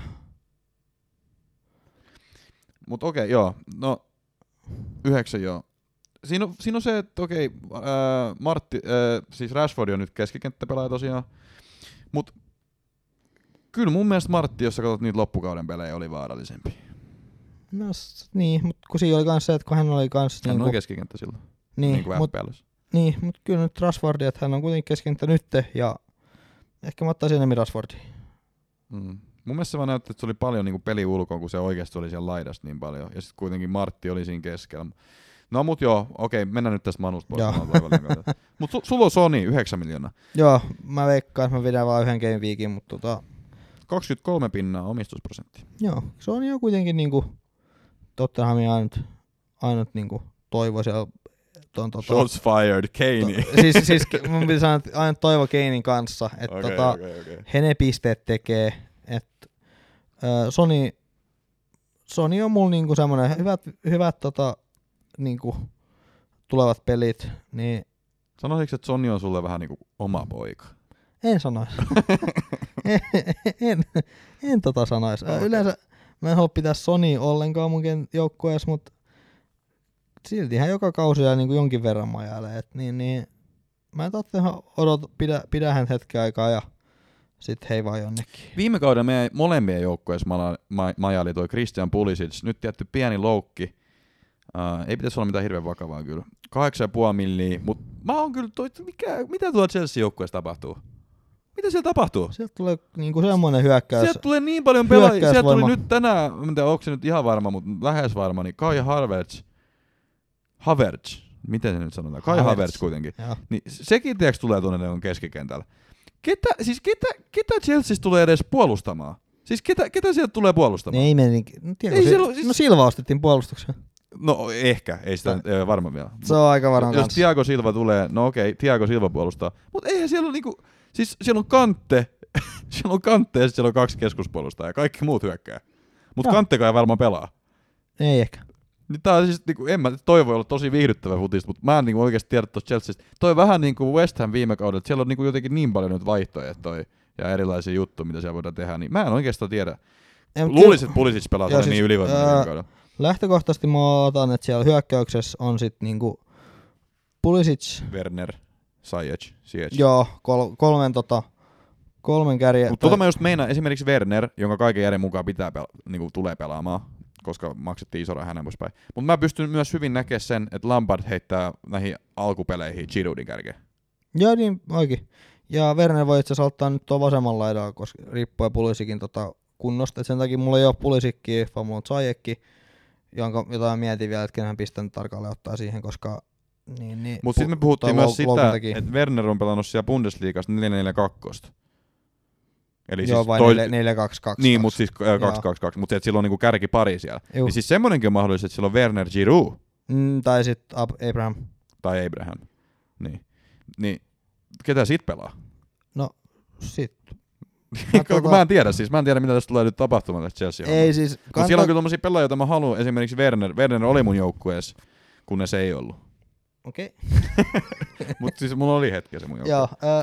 Mut okei, okay, joo. No, yhdeksän joo. Siinä on, siinä on se, että okei, okay, äh, Martti, äh, siis Rashford on nyt keskikenttäpelaaja tosiaan, mut kyllä mun mielestä Martti, jos sä katsot niitä loppukauden pelejä, oli vaarallisempi. No s- niin, mutta kun siinä oli kans se, että kun hän oli kans Hän niin oli kuin, keskikenttä silloin, niin, niin kuin mut, F P L:ssä. niin, mut kyllä nyt Rashfordi, että hän on kuitenkin keskenttä nytte ja ehkä mä ottaisin enemmän Rashfordia. Mm. Mun mielestä se vaan näytti, että se oli paljon niinku peli ulkoa, kun se oikeasti oli siellä laidasta niin paljon. Ja sitten kuitenkin Martti oli siinä keskellä. No mut joo, okei, mennään nyt tästä Manusta pois. Joo. Mut su- sulla on Sony, yhdeksän miljoonaa. Joo, mä veikkaan, että mä vedän vaan yhden game weekin, mutta tota, kaksikymmentäkolme pinnaa omistusprosentti. joo, se on jo kuitenkin niinku Tottenhamin ainut, ainut niinku toivo siellä ton, tota, Shots fired, Kane. to, siis, siis mun pitää sanoa, että ainut toivo Keinin kanssa, että Okei, tota, okei, okei. he ne pisteet tekee, että ö, Sony, Sony on mulla niinku semmonen hyvät, hyvät tota, niinku, tulevat pelit, niin Sanoisitko, että Sony on sulle vähän niinku oma poika? en sanois. en, en, en tota sanois. Okei. Okay. Yleensä mä en halua pitää Sony ollenkaan mun ken- joukkueessa, mutta siltihän joka kausi jää niinku jonkin verran majalle. Et niin, niin, mä en Tottenham odota, pidä, pidä hän hetken aikaa ja sit hei vaan jonnekin. Viime kauden meidän molempien joukkueessa mala- ma- majaili toi Christian Pulisic. Nyt tietty pieni loukki. Uh, ei pitäisi olla mitään hirveän vakavaa kyllä. kahdeksan pilkku viisi milliä, mutta mä oon kyllä, toi, mikä, mitä tuolla Chelsea-joukkueessa tapahtuu? Mitä siellä tapahtuu? Sieltä tulee niinku semmoinen hyökkäys. Sieltä tulee niin paljon pelaajia. Sieltä tuli hyökkäysvoima. nyt tänään, mä en tiedä onko se nyt ihan varma, mutta lähes varma, niin Kai Havertz. Havertz. Miten se nyt sanotaan? Kai Havertz. Havertz kuitenkin. Joo. Niin sekin tiiäks tulee tuonne keskikentällä. Ketä, siis ketä, ketä Chelseassa tulee edes puolustamaan? Siis ketä, ketä sieltä tulee puolustamaan? Ne ei meni, no, tiedätkö, Ei si- siellä- siis- no Silva ostettiin puolustukseen. No ehkä, ei sitä nyt, ei varma vielä. Se on aika varma Jos kanssa. Thiago Silva tulee, no okei, Thiago Silva puolustaa. Mutta eihän siellä ole niinku, siis siellä on Kante, siellä on Kante ja sit siellä on kaksi keskuspuolustajaa ja kaikki muut hyökkää. Mutta Joo. Kantekaan ei varmaan pelaa. Ei ehkä. Niin tää on siis, niinku, en mä, toi voi olla tosi viihdyttävä futista, mutta mä en niinku oikeesti tiedä tuosta Chelseasta. Toi vähän niinku West Ham viime kaudella, että siellä on niinku jotenkin niin paljon nyt vaihtoehtoja ja erilaisia juttuja, mitä siellä voidaan tehdä, niin mä en oikeastaan tiedä. Ei, mut Luulisin, että Pulisic pelaa Joo, tuolla siis, niin ylivoimainen ää, viime kaudella. lähtökohtaisesti mä otan, että siellä hyökkäyksessä on sit niinku Pulisic, Werner, Ziyech, Ziyech. joo, kol- kolmen tota, kolmen kärjen. Mutta tota mä just meinaan, esimerkiksi Werner, jonka kaiken järjen mukaan pitää pela- niinku tulee pelaamaan, koska maksettiin iso raha hänen poispäin. Mutta mä pystyn myös hyvin näkemään sen, että Lampard heittää näihin alkupeleihin Giroudin kärkeen. Joo, niin oikein. Ja Werner voi itse asiassa ottaa nyt tuon vasemmalla laidalla, koska riippuen Pulisikin tota kunnosta. Et sen takia mulla ei ole Pulisikkiä, vaan mulla on Ziyechki, jonka, jota mä mietin vielä, että kenhän pistän tarkalleen ottaa siihen, koska niin, niin, Mutta sitten me puhuttiin toi myös lou- sitä, loukun takia. että Werner on pelannut siellä Bundesliigassa neljä neljä kaksi. Eli Joo, siis vai toi, neljä kaksi kaksi. niin, mutta siis kaksi kaksi kaksi, mutta sillä on niinku kärki pari siellä. Juh. Niin siis semmonenkin on mahdollista, että sillä on Werner Giroud Mm, tai sitten Abraham. tai Abraham. Niin. Niin ketä sit pelaa? No, sit. Kun tota- mä en tiedä siis, mä en tiedä mitä tästä tulee nyt tapahtumaan tästä Chelsea. Ei siis. Mutta siellä on Kanta... kyllä tommosia pelaajia, joita mä haluan. Esimerkiksi Werner. Werner oli mun joukkueessa, kunnes ei ollut. Okei. Mutta siis mulla oli hetki se mun joukkue. Joo. Ö,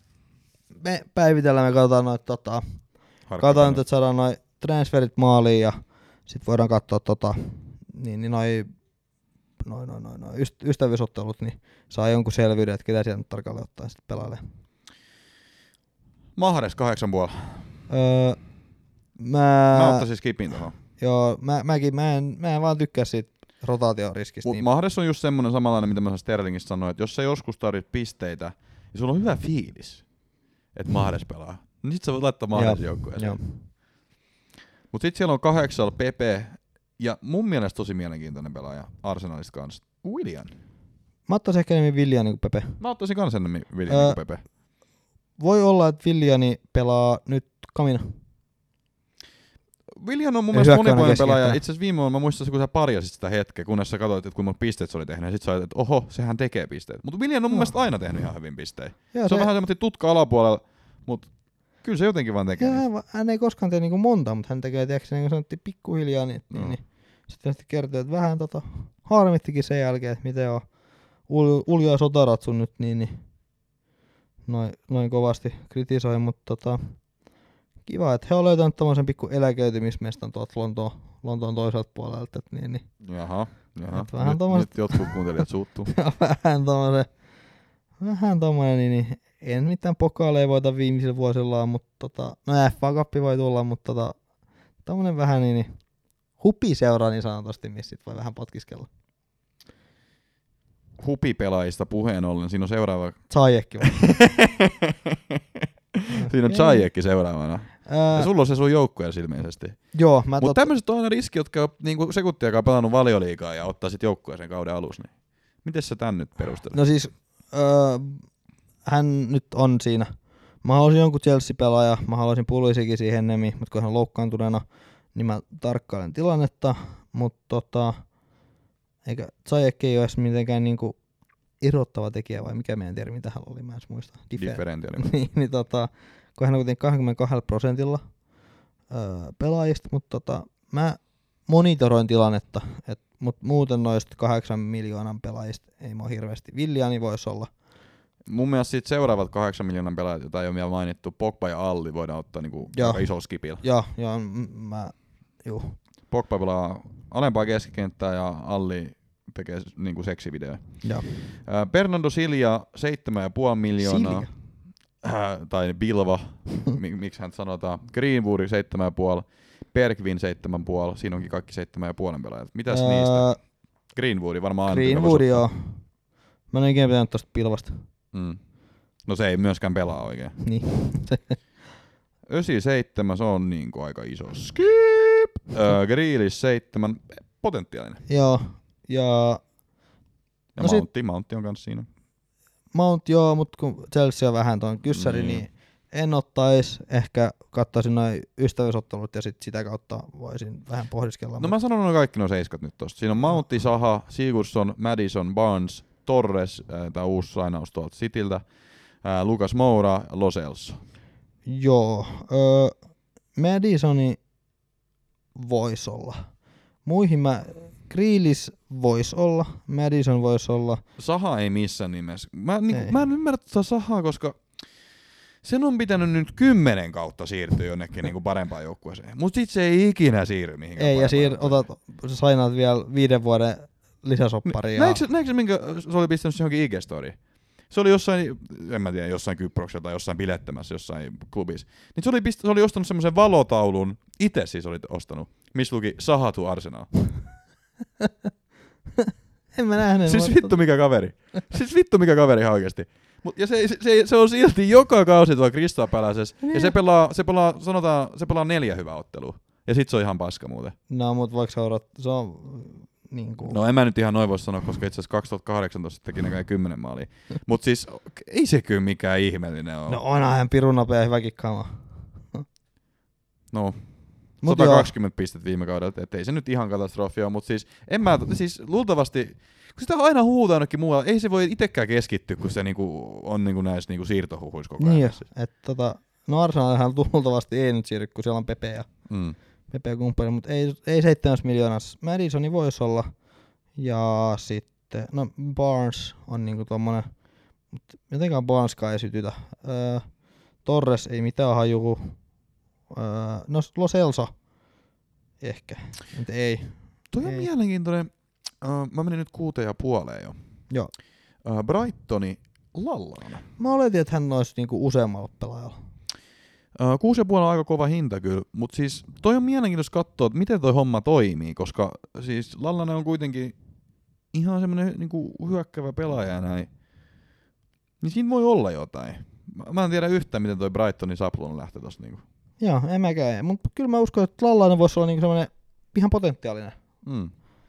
me päivitellään, me katsotaan noita tota, katsotaan nyt, että saadaan noin transferit maaliin ja sit voidaan katsoa tota, niin, niin noi, noi, noi, noi, noi yst- ystävyysottelut, niin saa jonkun selvyyden, että ketä sieltä nyt tarkalleen ottaa sit pelailee. Mahres kahdeksan puolella. Öö, mä, Mä ottaisin skipin tuohon. joo, mä, mäkin, mä en, mä en vaan tykkää siitä rotaatioriskistä. Mut Niin, Mahres on just semmonen samanlainen, mitä mä Sterlingistä sanoin, että jos sä joskus tarvit pisteitä, niin sulla on hyvä fiilis, että Mahres pelaa. Niin sit sä voit laittaa Mahres joo, joukkueeseen. Mut sit siellä on kahdeksalla Pepe, ja mun mielestä tosi mielenkiintoinen pelaaja Arsenalista kanssa. Willian. mä ottaisin ehkä enemmän Viljani kuin Pepe. Mä ottaisin kans enemmän Willian Öö, kuin Pepe. Voi olla, että Viljani pelaa nyt Kamina. Willian on mun Ja mielestä hyökkäinen monipuolinen keskikenttää. pelaaja. Itse asiassa viime vuonna mä muistan, kun sä parjasit sitä hetkeä, kunnes sä katsoit, että kuinka pisteet se oli tehnyt, ja sit sä olet, että oho, sehän tekee pisteet. Mutta Willian on mun Joo. mielestä aina tehnyt ihan hyvin pisteitä. Joo, Se on vähän semmoinen tutka alapuolella, mutta kyllä se jotenkin vaan tekee. Joo, niitä. hän, hän ei koskaan tee niinku monta, mutta hän tekee tiiäks, niin kuin sanottiin pikkuhiljaa, niin, Joo. niin, niin. Sitten hän kertoo, että vähän tota, harmittikin sen jälkeen, että miten on ul, Ulja Sotaratsu nyt niin, niin noin, noin kovasti kritisoi, mutta tota, kiva, että he on löytänyt tommosen pikku eläköitymismestan tuolta Lontoon, Lontoon toiselta puolelta, että niin, niin. Jaha, jaha. Et vähän Nyt, tommoset- nyt jotkut kuuntelijat suuttuu. vähän tommosen, vähän tommonen, niin, niin en mitään pokaaleja voita viimeisillä vuosilla, mutta tota, no F A Cup voi tulla, mutta tota, tommonen vähän niin, niin hupiseura niin sanotusti, missä sit voi vähän potkiskella. Hupipelaajista puheen ollen, siinä on seuraava. Ziyechki vai? Siinä on Okei. Ziyechki seuraavana. Ja Ää, sulla on se sun joukkueessa ilmeisesti. joo, mä Mutta tot... tämmöiset on aina riski, jotka on niinku sekuntiakaan pelannut Valioliigaa ja ottaa sit joukkueeseen kauden alussa. Niin. Miten sä tän nyt perustelet? No siis, öö, hän nyt on siinä. Mä haluaisin jonkun Chelsea-pelaaja, mä haluaisin Pulisikin siihen ennemmin, mutta kun hän on loukkaantuneena, niin mä tarkkailen tilannetta, mutta tota, eikä Ziyech ei ole edes mitenkään niinku irrottava tekijä, vai mikä meidän tiedä, mitä hän oli, mä en edes muista. Differ- Differentiaali. niin, niin tota, kun hän on kuitenkin kaksikymmentäkaksi prosentilla öö, pelaajista, mutta tota, mä monitoroin tilannetta, mutta muuten noista kahdeksan miljoonan pelaajista ei mua hirveästi. Viljani voisi olla. Mun mielestä sit seuraavat kahdeksan miljoonan pelaajat, joita ei ole vielä mainittu, Pogba ja Alli voidaan ottaa niinku Joo. aika isolla skipillä. Joo, joo, m- mä, juu. Pogba pelaa alempaa keskikenttää ja Alli tekee niinku seksivideoja. Joo. Ää, Bernardo Silja seitsemän pilkku viisi miljoonaa. Silja. Äh, tai Bilva, miksi hän sanotaan. Greenwood seitsemän pilkku viisi. Bergvin seitsemän pilkku viisi. Siinä onkin kaikki seitsemän pilkku viisi pelaajat. Mitäs Öö, niistä? Greenwood varmaan Antti. Greenwood, joo. Mä en ikinä pitänyt tosta pilvasta. Mm. No se ei myöskään pelaa oikein. Niin. yhdeksänkymmentäseitsemän, se on niinku aika iso. Skip! Öö, Grealish seitsemän, potentiaalinen. Joo. Ja Ja No sit- Mountti, Mountti on kans siinä. Mount joo, mutta kun Chelsea on vähän tuon kyssäri, Niin. niin en ottais. Ehkä kattaisin noin ystävyysottelut ja sit sitä kautta voisin vähän pohdiskella. No mä sanon noin kaikki nuo seiskat nyt tosta. Siinä on Mountti, Saha, Sigurdsson, Madison, Barnes, Torres, äh, tää uusi sainaus tuolta Cityltä, äh, Lucas Moura, Lo Celso. Joo. Öö, Madisoni vois olla. Muihin mä... Grealish vois olla. Madison vois olla. Saha ei missään nimessä. Mä, niinku, Ei. mä en ymmärrä tätä Sahaa, koska sen on pitänyt nyt kymmenen kautta siirtyä jonnekin niinku parempaan joukkueeseen. Mut sit se ei ikinä siirry mihinkään Ei, ja parempaan siir, otat, sä sainaat vielä viiden vuoden lisäsopparia. Näetkö, näetkö minkä se oli pistänyt johonkin I G-storiin? Se oli jossain, en mä tiedä, jossain Kyproksella tai jossain bilettämässä jossain klubissa. Niin se oli, pist- se oli ostanut semmoisen valotaulun, itse siis oli ostanut, missä luki Saha to Arsenal. En mä nähnyt. Siis mutta- vittu mikä kaveri. Siis vittu mikä kaveri ihan oikeesti. Mut, ja se, se, se, se on silti joka kausi tuolla Crystal Palacessa. Ja se pelaa, se pelaa, sanotaan, se pelaa neljä hyvää ottelua. Ja sit se on ihan paska muuten. No, mut voiko seuraa, se on niinku... No en mä nyt ihan noin voi sanoa, koska itse asiassa kaksituhattakahdeksantoista teki näköjään kymmenen maalia. Mut siis ei se kyllä mikään ihmeellinen ole. No onhan hän pirun nopea ja hyvä kikkaama. No, Mut sata kaksikymmentä pistettä viime kaudelta, ettei se nyt ihan katastrofi ole, mutta siis, en mä, siis luultavasti, kun sitä aina huutaa jonnekin muualla, ei se voi itsekään keskittyä, kun se niinku on niinku näissä niinku siirtohuhuissa koko ajan. Niin jo, että tota... No Arsenalhan luultavasti ei nyt siirry, kun siellä on Pepe ja, Mm. Pepe ja kumppani, mutta ei, ei seitsemäs miljoonassa. Madisoni voisi olla. Ja sitten, no Barnes on niinku tommonen, mutta jotenkaan Barneskaan ei sytytä. Öö, Torres ei mitään hajuu. Öö, no Lo Celso ehkä, mutta ei. Toi on Ei. mielenkiintoinen, uh, mä menin nyt kuuteen ja puoleen jo. Joo. Uh, Brightoni Lallana. Mä oletin, että hän olisi niinku useammalla pelaajalla. Uh, kuusi ja puoli on aika kova hinta kyllä, mutta siis toi on mielenkiintoista katsoa, että miten toi homma toimii, koska siis Lallana on kuitenkin ihan semmoinen niinku hyökkävä pelaaja ja näin. Niin siinä voi olla jotain. Mä, mä en tiedä yhtään, miten toi Brightonin Saplon lähtee tosta niinku. Joo, en mäkään. Mutta kyllä mä uskon, että Lallainen voisi olla niinku semmoinen ihan potentiaalinen. Mm.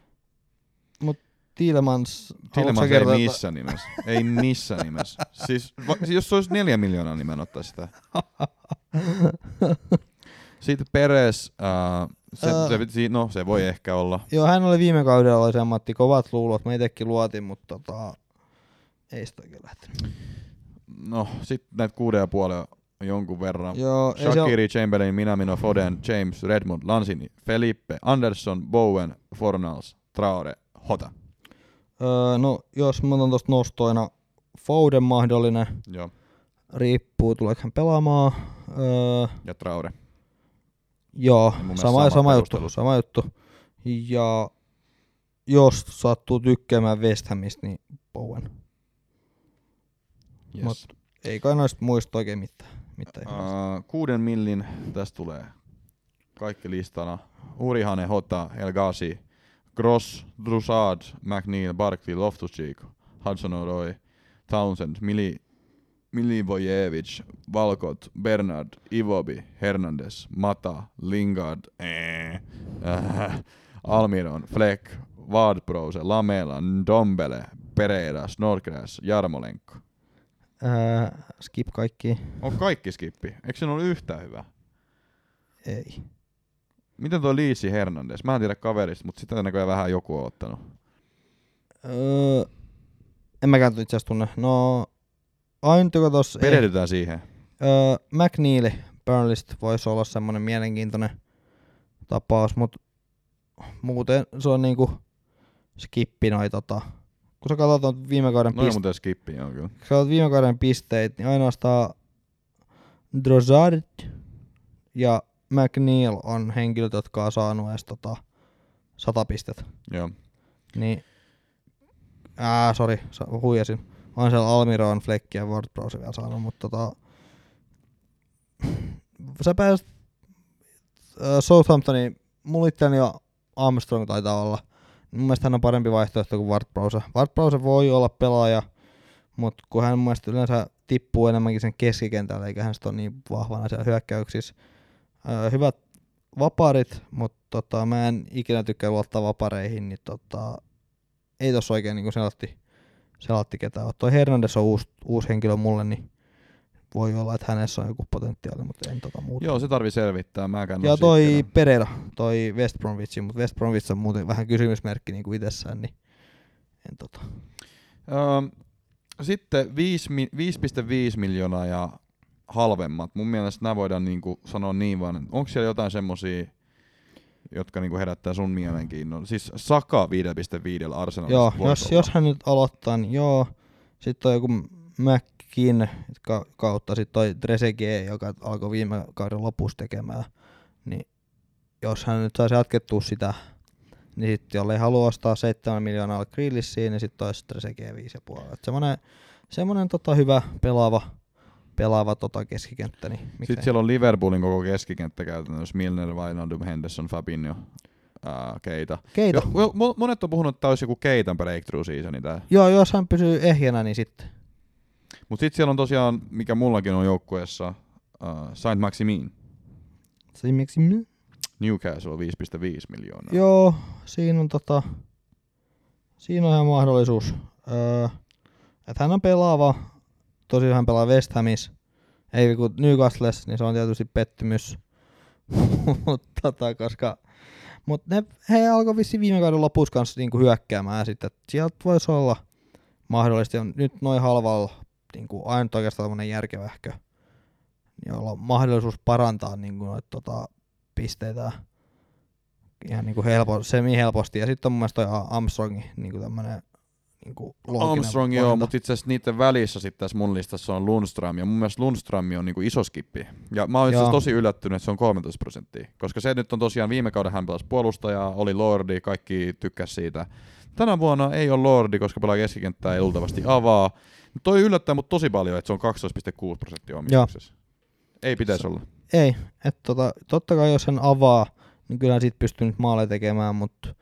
Tielemans, Tillemans ei kertoa, missään nimessä. Ei missään nimessä. Siis, va, siis jos se olisi neljä miljoonaa, niin mä en ottaisi sitä. Sitten Peres, äh, se, Ää. se, se, no se voi ehkä olla. Joo, hän oli viime kaudella oli se ammatti kovat luulot. Mä itekin luotin, mutta tota, ei sitä oikein lähtenyt. No, sitten näitä kuuden ja puolen on jonkun verran. Joo, ei se Shaqiri, Chamberlain, Minamino, Foden, James, Redmond, Lanzini, Felipe, Anderson, Bowen, Fornals, Traore, Hota. Öö, no, jos mä otan tosta nostoina Foden mahdollinen, Joo, riippuu tuleeko hän pelaamaan. Öö, ja Traore. joo, mun mielestä sama, sama sama, juttu, perustelu. sama juttu. Ja jos sattuu tykkäämään West Hamista, niin Bowen. Yes. Mut ei kai noista muista oikein mitään. mitään Uh, kuuden millin, tästä tulee kaikki listana. Urihane, Hota, El Ghazi, Gross, Drusad, McNeil, Barkley, Loftus-Cheek, Hudson-Odoi, Townsend, Mili, Milivojevic, Valcott, Bernard, Iwobi, Hernandez, Mata, Lingard, ee, äh, Almiron, Fleck, Ward-Prowse, Lamela, Ndombele, Pereira, Snodgrass, Jarmolenko. Öö, skip kaikki. On kaikki skippi. Eikö se ollut yhtään hyvä? Ei. Miten toi Liisi Hernandez? Mä en tiedä kaverista, mutta sitä näköjään vähän joku on ottanut. Öö, en mäkään itse asiassa tunne. No, ainut joka tossa... Perehdytään siihen. Öö, McNeil Burnleystä voisi olla semmonen mielenkiintoinen tapaus, mut muuten se on niinku skippi noi tota... Kun sä katsot viime kauden Noin pisteet, muuten skippi on kyllä. kun sä katsot viime kauden pisteet, niin ainoastaan Drozard ja McNeil on henkilöt, jotka on saanut edes tota sata pistettä. Joo. Niin Ää, sori, huijasin. Mä oon siellä Almiron, Fleck ja Ward Prowse vielä saanut, mutta tota... Sä pääsit äh, Southamptoniin, mulla itteni jo Armstrong taitaa olla. Mun mielestä hän on parempi vaihtoehto kuin Ward Prowse. Ward Prowse voi olla pelaaja, mutta kun hän mun mielestä yleensä tippuu enemmänkin sen keskikentälle, eikä hän sit ole niin vahvana siellä hyökkäyksissä. Äh, hyvät vaparit, mutta tota, mä en ikinä tykkää luottaa vapareihin, niin tota, ei tossa oikein niin selatti, selatti ketään. Toi Hernandez on uusi, uusi henkilö mulle, niin voi olla, että hänessä on joku potentiaali, mutta en tota muuta. Joo, se tarvii selvittää. Mäkään ja toi Pereira, toi West Bromwich, mutta West Bromwich on muuten vähän kysymysmerkki niin kuin itsessään, niin en tota. Öö, sitten viisi pilkku viisi miljoonaa ja halvemmat. Mun mielestä nämä voidaan niinku sanoa niin vaan. Onko siellä jotain semmosia, jotka niinku herättää sun mielenkiinnon? Siis Saka viisi pilkku viisi Arsenalista. Joo, jos, jos hän nyt aloittaa, niin joo. Sitten on joku McKin kautta, sitten toi Trezeguet, joka alkoi viime kauden lopussa tekemään. Niin jos hän nyt saisi jatkettua sitä, niin sitten jollei halua ostaa seitsemän miljoonaa Grealishiin, niin sitten olisi Trezeguet viisi pilkku viisi. Semmoinen, semmoinen tota hyvä pelaava. pelaava tota keskikenttä. Niin sitten siellä on Liverpoolin koko keskikenttä käytännössä. Milner, Wijnaldum, Henderson, Fabinho, ää, Keita. Keita. Jo, monet on puhunut, että tämä olisi joku Keitan breakthrough seasoni tää. Joo, jos hän pysyy ehjänä, niin sitten. Mut sitten siellä on tosiaan, mikä mullakin on joukkueessa, uh, Saint-Maximin. Saint-Maximin? Newcastle viisi pilkku viisi miljoonaa. Joo, siinä on tota, siinä on ihan mahdollisuus. Öö, että hän on pelaava. Tosiaan hän pelaa West Hamissa, ei kun Newcastlessa, niin se on tietysti pettymys. Mutta tota, koska mut ne, he alkoi vissiin viime kauden lopussa kanssa niinku hyökkäämään sitten, että sieltä voisi olla mahdollisesti. On nyt noin halvalla niinku ainut oikeastaan tämmönen järkevähkö, jolla on mahdollisuus parantaa niinku noita tota, pisteitä ihan niinku helpo, semi-helposti. Ja sitten on mun mielestä toi Armstrongi niinku tämmönen niinku Armstrong joo, mutta itse asiassa niiden välissä sitten tässä mun listassa on Lundström, ja mun mielestä Lundström on niinku iso skippi. Ja mä oon itse tosi yllättynyt, että se on kolmetoista prosenttia, koska se nyt on tosiaan viime kauden hän pelasi puolustajaa, oli Lordi, kaikki tykkäs siitä. Tänä vuonna ei ole Lordi, koska pelaa keskikenttää ei luultavasti avaa. Toi yllättää mut tosi paljon, että se on kaksitoista pilkku kuusi prosenttia omistuksessa. Ei pitäisi se, olla. Ei, että tota, totta kai jos hän avaa, niin kyllä siitä pystyy nyt maaleja tekemään, mutta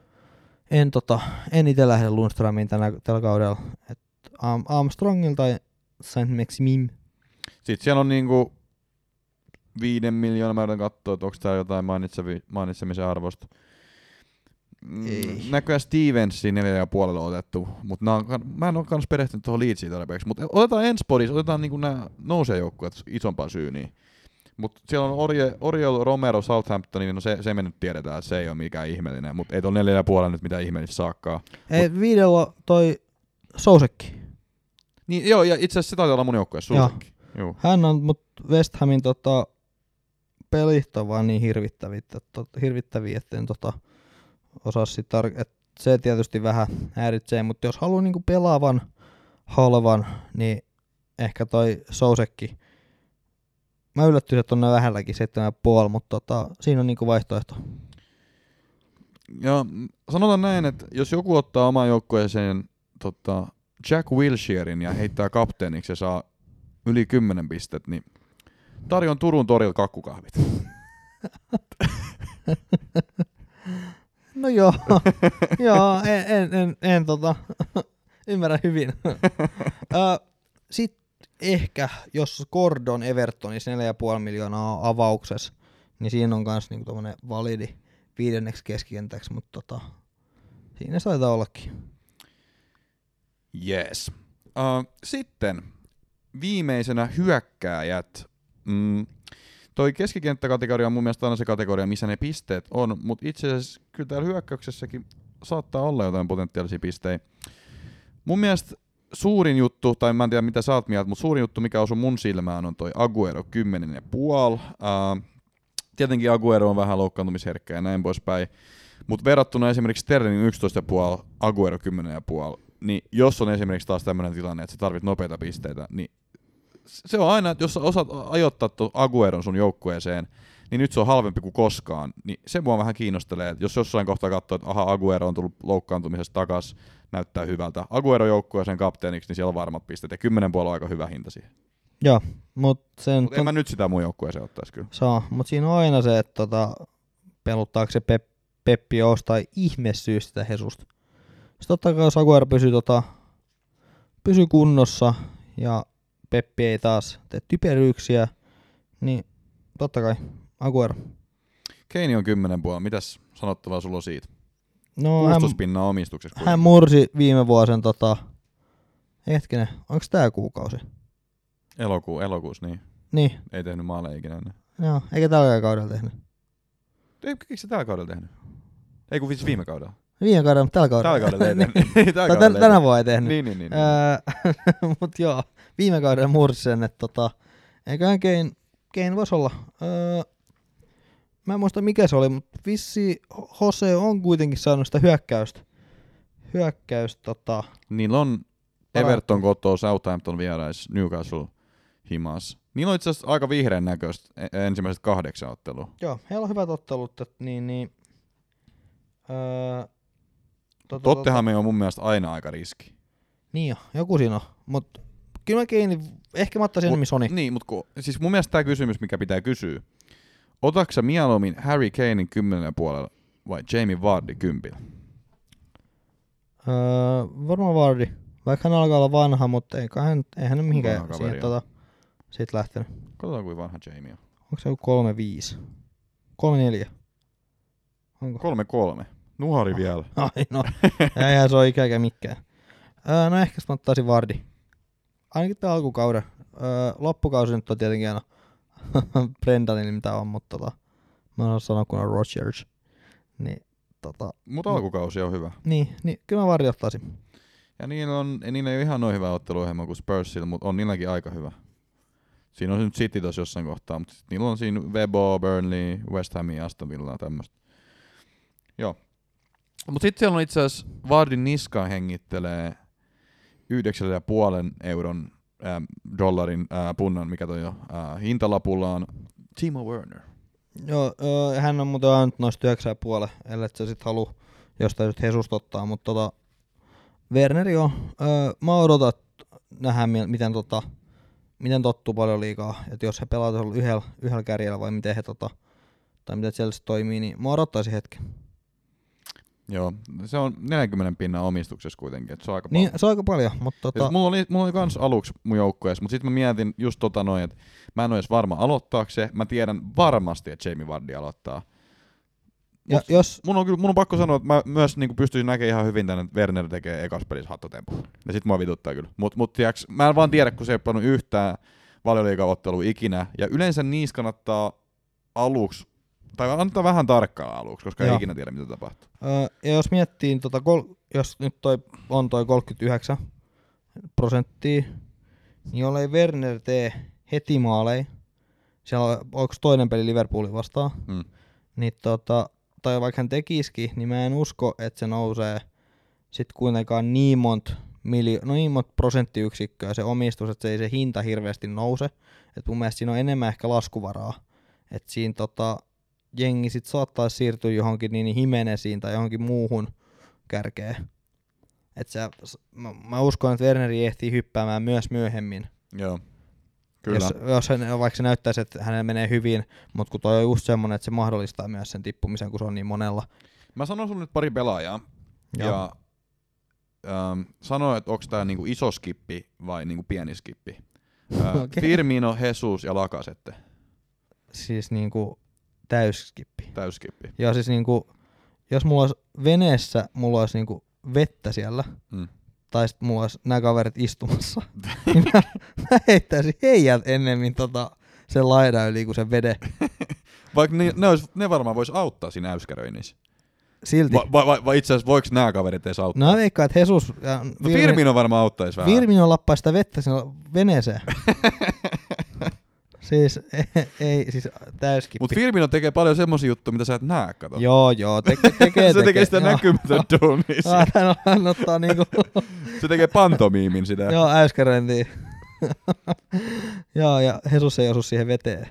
En, tota, en itse lähde Lundströmiin tänä, tällä kaudella. Et Armstrongilta tai Saint-Maximin. Sitten siellä on niinku viiden miljoonaa, mä yritän katsoa, että onko täällä jotain mainitsemisen arvosta. Ei. Näköjään Stevensin neljä ja puolella otettu, mutta mä en ole kans perehtynyt tuohon Leedsiin tarpeeksi. Mutta otetaan Enspodissa, otetaan niinku nämä nousejoukkueet isompaan syyniin. Mutta siellä on Orje, Oriol Romero Southamptoniin, no se, se me nyt tiedetään, että se ei ole mikään ihmeellinen, mutta ei tuolla neljä ja puolella nyt mitään ihmeellistä saakkaa. Ei, mut, viidellä toi Sousekki. Niin joo, ja itse asiassa se taitaa olla mun joukkueessa, Sousekki. Joo. Hän on, mut West Hamin tota, pelit on vaan niin hirvittäviä, että, hirvittäviä, että en tota, osaa sit tar- et se tietysti vähän häiritsee, mutta jos haluaa niinku pelaavan, halvan, niin ehkä toi Sousekki. Mä yllättyin, että on näin vähälläkin seitsemän pilkku viisi, mutta tota, siinä on niinku vaihtoehto. Ja sanotaan näin, että jos joku ottaa omaan joukkueeseen tota, Jack Wilsherin ja heittää kapteeniksi ja saa yli kymmenen pistet, niin tarjon Turun torilla kakkukahvit. No joo, joo en, en, en, en tota, ymmärrän hyvin. Sitten ehkä, jos Gordon Evertonissa neljä pilkku viisi miljoonaa avauksessa, niin siinä on myös niinku tommonen validi viidenneksi keskikentäksi, mutta tota, siinä taitaa ollakin. Yes. Uh, sitten viimeisenä hyökkääjät. Mm, toi keskikenttäkategoria on mun mielestä aina se kategoria, missä ne pisteet on, mutta itse asiassa kyllä täällä hyökkäyksessäkin saattaa olla jotain potentiaalisia pisteitä. Mun mielestä suurin juttu, tai mä en tiedä mitä sä oot mieltä, mutta suurin juttu, mikä osui mun silmään, on toi Aguero kymmenen pilkku viisi. Uh, tietenkin Aguero on vähän loukkaantumisherkkä ja näin poispäin, mutta verrattuna esimerkiksi Sterling yksitoista pilkku viisi, Aguero kymmenen pilkku viisi, niin jos on esimerkiksi taas tämmöinen tilanne, että sä tarvit nopeita pisteitä, niin se on aina, että jos sä osaat ajoittaa tuon Agueron sun joukkueeseen, niin nyt se on halvempi kuin koskaan. Niin se mua vähän kiinnostelee, että jos jossain kohtaa katsoo, että aha, Aguero on tullut loukkaantumisesta takas, näyttää hyvältä. Aguero joukkueeseen kapteeniksi, niin siellä on varmat pisteet. Ja kymmenen puolella on aika hyvä hinta siihen. Joo, mutta sen... Mutta en mä nyt sitä mun joukkueeseen ottaisi kyllä. Saa, mutta siinä on aina se, että tota, peluttaako se Pep, Peppi jostain ihmesyystä sitä Hesusta. Sitten totta kai jos Aguero pysyy, tota, pysyy kunnossa ja Peppi ei taas tee typeryyksiä, niin totta kai Aguero. Keini on kymmenen puolella. Mitäs sanottavaa sulla on siitä? No, hän, kuustospinnaa omistuksessa. hän mursi viime vuosen, tota, hetkinen, onko tää kuukausi? Elokuu, elokuussa, niin. Niin. Ei tehnyt maaleja ikinä ennen. Joo, eikä tällä kaudella tehnyt. Eikö se tällä kaudella tehnyt? Ei kun siis viime kaudella. Viime kaudella, mutta tällä kaudella. Tällä kaudella ei tehnyt. Tällä tai kaudella tänä ei vuonna ei tehnyt. Niin, niin, niin. Öö, mut joo, viime kaudella mursi sen, että tota, eiköhän Kane, Kane voisi olla. Öö, mä en muista mikä se oli, mutta vissi Jose on kuitenkin saanut sitä hyökkäystä. Hyökkäystä tota. Niillä on Everton kotoo, Southampton vierais, Newcastle himas. Niillä on itse asiassa aika vihreän näköistä ensimmäiset kahdeksan ottelua. Joo, heillä on hyvät ottelut, että niin, niin öö, tota, Tottenham tota, on mun mielestä aina aika riski. Niin jo, joku siinä on, mutta kyllä mä Kane, ehkä mä ottaisin enemmän Sony. Niin, mutta siis mun mielestä tää kysymys, mikä pitää kysyä. Otatko sä mieluummin Harry Kanein kymmenen puolella vai Jamie Vardy kympillä? Öö, varmaan Vardy. Vaikka hän alkaa olla vanha, mutta ei hän, ei hän mihinkään siihen tota, siitä lähtenyt. Katsotaan kuinka vanha Jamie on. Onko se joku kolme viisi? kolme neljä? Onko? kolme kolme. Nuhari vielä. Ai no, eihän se ole ikäkä mikään. Öö, no ehkä mä ottaisin Vardy. Ainakin tämän alkukauden. Öö, loppukausi nyt on tietenkin aina Brendanin mitä on, mutta tota, mä en ole sanoa kun on Rodgers. Niin, tota, Mutta alkukausi on hyvä. Niin, niin kyllä mä Vardy ottaisin. Ja niillä, on, niillä ei ole ihan noin hyvä otteluohjelma kuin Spursilla, mutta on niilläkin aika hyvä. Siinä on nyt City tossa jossain kohtaa, mutta niillä on siinä Webo, Burnley, West Ham ja Aston Villa tämmöistä. Joo. Mutta sitten siellä on itse asiassa Vardin niska hengittelee yhdeksän pilkku viisi euron äh, dollarin äh, punnan, mikä toi jo äh, hintalapulla on Timo Werner. Joo, öö, hän on muuten ainut noista yhdeksän pilkku viisi, ellei se sit halua jostain nyt Hesusta ottaa, mutta tota, Werneri on, öö, mä odotan nähdä miten, tota, miten tottuu paljon liikaa, että jos he pelaavat yhdellä, yhdellä kärjellä vai miten he tota, tai miten siellä se toimii, niin mä odottaisin hetken. Joo, se on neljänkymmenen pinnan omistuksessa kuitenkin, että se on aika paljon. Niin, se on aika paljon, mutta tota... Mulla oli, mulla oli kans aluksi mun joukkueessa, mutta sitten mä mietin just tota noin, että mä en ole edes varma aloittaako se, mä tiedän varmasti, että Jamie Vardy aloittaa. Ja Mut jos... Mun on, kyllä, mun on pakko sanoa, että mä myös niin pystyisin näkemään ihan hyvin tänne, että Werner tekee ekas pelissä hattotempu. Ja sit mua vituttaa kyllä. Mut, mut tiiäks, mä en vaan tiedä, kun se ei pelannut yhtään valioliigaottelua ikinä. Ja yleensä niissä kannattaa aluksi, tai antaa vähän tarkkaa aluksi, koska Joo. ei ikinä tiedä, mitä tapahtuu. Öö, ja jos miettii, tota, kol- jos nyt toi on toi kolmekymmentäyhdeksän prosenttia, niin jollei Werner tee heti maaleja, siellä on, onko toinen peli Liverpoolin vastaan, Hmm. niin tota, tai vaikka hän tekisikin, niin mä en usko, että se nousee sit kuitenkaan niin monta miljo- no niin monta prosenttiyksikköä se omistus, että se ei se hinta hirveästi nouse. Et mun mielestä siinä on enemmän ehkä laskuvaraa. Että siinä tota, jengi sit saattaisi siirtyä johonkin niin Jimenesiin tai johonkin muuhun kärkeen. Et se, mä, mä uskon, että Werneri ehtii hyppäämään myös myöhemmin. Joo. Kyllä. Jos, jos hän, vaikka se näyttäisi, että hänellä menee hyvin, mutta kun toi on just semmoinen, että se mahdollistaa myös sen tippumisen, kun se on niin monella. Mä sanon sulle nyt pari pelaajaa. Joo. Ja ähm, sano, että onko tää niinku iso skippi vai niinku pieni skippi. Äh, Okay. Firmino, Jesus ja Lacazette. Siis niinku täyskippi. Täyskippi. Ja siis niinku, jos mulla olisi veneessä, mulla olisi niinku vettä siellä, Mm. tai sit mulla olisi nämä kaverit istumassa, niin mä, mä heittäisin heijät ennemmin tota, sen laidan yli kuin sen veden. Vaikka ne, ne, ois, ne varmaan vois auttaa siinä äyskäroinnissa. Silti. Va, va, va, vai itse asiassa voiko nämä kaverit edes auttaa? No veikkaan, että Jesus ja No Firmino varmaan auttaisi vähän. Firmino lappaa sitä vettä sinne veneeseen. Siis ei, ei siis täyskippi. Mut Firmino tekee paljon semmosia juttuja, mitä sä et näe, kato. Joo, joo, teke, tekee, se tekee sitä näkymätön duunia. Hän, hän ottaa niinku... Se tekee pantomiimin sitä. Joo, äyskäröintiä. Joo, ja Jesus ei osu siihen veteen.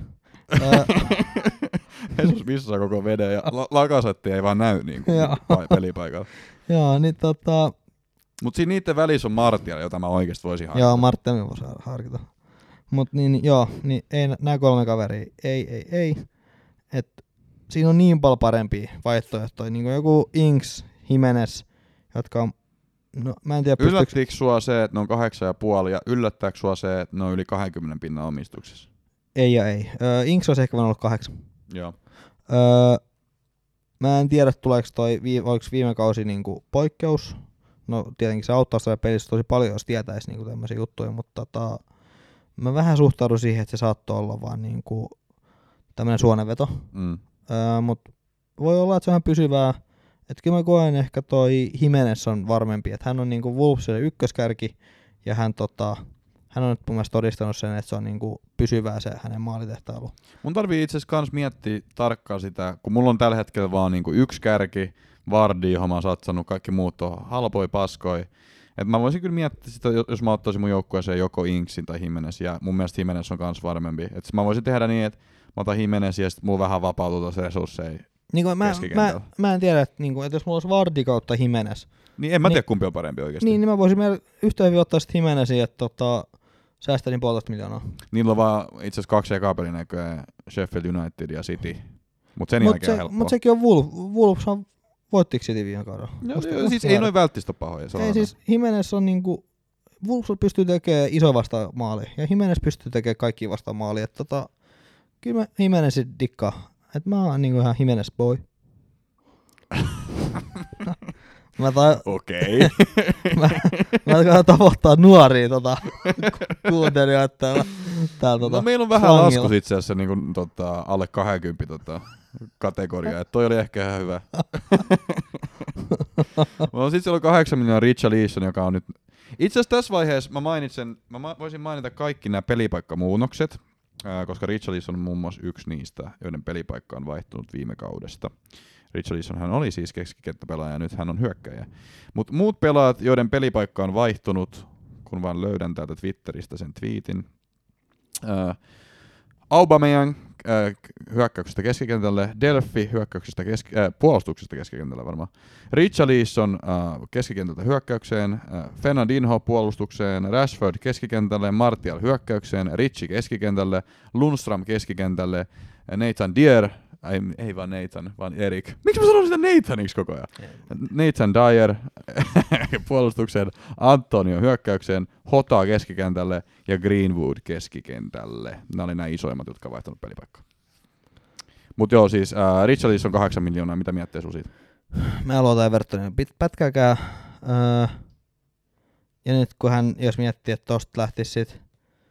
Jesus missaa koko veden ja la- Lacazette ei vaan näy niinku pelipaikalla. Joo, niin tota... Mut siinä niitten välissä on Martial, jota mä oikeesti voisin harkita. Joo, Martial voisi harkita. Mut niin, niin joo, niin ei nää kolme kaveria, ei, ei, ei. Et siinä on niin paljon parempia vaihtoehtoja, niin kuin joku Inks, Jimenez, jotka on, no mä en tiedä pystyykö... Yllättikö sua se, että ne on kahdeksan ja puoli, ja yllättääkö sua se, että ne on yli kaksikymmentä pinnan omistuksessa? Ei ja ei. Öö, Inks olisi ehkä voinut olla kahdeksan. Joo. Öö, mä en tiedä, tuleeko toi, oliko viime kausi niinku poikkeus. No tietenkin se auttaa sitä pelissä tosi paljon, jos tietäisi niinku tämmöisiä juttuja, mutta tota, mä vähän suhtaudun siihen, että se saattoi olla vaan niinku tämmönen suonenveto. Mm. Öö, mut voi olla, että se on ihan pysyvää. Että kyllä mä koen ehkä toi Jimenez on varmempi, että hän on niinku Wolvesille ykköskärki ja hän, tota, hän on nyt mun mielestä todistanut sen, että se on niinku pysyvää se hänen maalitehtailu. Mun tarvii itse asiassa kans miettiä tarkkaan sitä, kun mulla on tällä hetkellä vaan niinku yksi kärki, Vardy, johon mä oon satsannut, kaikki muut on halpoi paskoi. Et mä voisin kyllä miettiä sitä, jos mä ottaisin mun joukkueeseen joko Inksin tai Jimenez, ja mun mielestä Jimenez on kans varmempi. Et mä voisin tehdä niin, että mä otan Jimenez ja sit mulla vähän vapautuu tuossa resursseja. Niin mä, mä, mä en tiedä, että niinku, et jos mulla olisi Vardy kautta Jimenez. Niin en mä niin, tiedä kumpi on parempi oikeesti. Niin, niin mä voisin yhtä hyvin ottaa sit Jimenezia, että tota, säästänin puolitoista miljoonaa. Niillä on vaan itse asiassa kaksi ekaa pelin näköä, Sheffield United ja City. Mut sen mut jälkeen se, on helppoa. Mut sekin on Wolf. Wolveshan voittiko City viime kaudella? No, siis ei noin välttistä pahoja. Ei siis Jimenez on niinku, Wolves pystyy tekemään iso vasta maali ja Jimenez pystyy tekemään kaikki vasta maali. Et tota, kyllä mä Jimenezit dikkaa. Et mä oon niinku ihan Jimenez boy. Mä ta- Okei. mä, mä alkaa tavoittaa nuoria tota, kuuntelijoita täällä. täällä tota, no meillä on vähän slangilla. laskus itse asiassa niinku, tota, alle kaksikymmentä tota, kategoria, että toi oli ehkä ihan hyvä. No sit siellä on kahdeksan miljoonaa Richarlison, joka on nyt... Itse asiassa tässä vaiheessa mä mainitsen, mä ma- voisin mainita kaikki nämä pelipaikkamuunnokset, ää, koska Richarlison on muun muassa yksi niistä, joiden pelipaikka on vaihtunut viime kaudesta. Richarlison hän oli siis keskikenttäpelaaja ja nyt hän on hyökkäjä. Mutta muut pelaajat, joiden pelipaikka on vaihtunut, kun vaan löydän täältä Twitteristä sen tweetin. Ää, Aubameyang ää, hyökkäyksestä keskikentälle, Delphi hyökkäyksestä keski- ää, puolustuksesta keskikentälle varmaan. Richarlison ää, keskikentältä hyökkäykseen, ää, Fernandinho puolustukseen, Rashford keskikentälle, Martial hyökkäykseen, Richie keskikentälle, Lundström keskikentälle, Nathan Dyer, ei, ei vaan Nathan, vaan Erik. Miksi mä sanon sitä Nathaniksi koko ajan? Nathan Dyer puolustukseen, Antonio hyökkäykseen, Hota keskikentälle ja Greenwood keskikentälle. Nämä oli nämä isoimmat, jotka on vaihtanut pelipaikkaa. Mut joo, siis äh, Richarlison on kahdeksan miljoonaa. Mitä miettii sun siitä? Mä luotan Evertonin pätkääkään. Öö, ja nyt kun hän, jos miettii, että tosta lähtisi sit...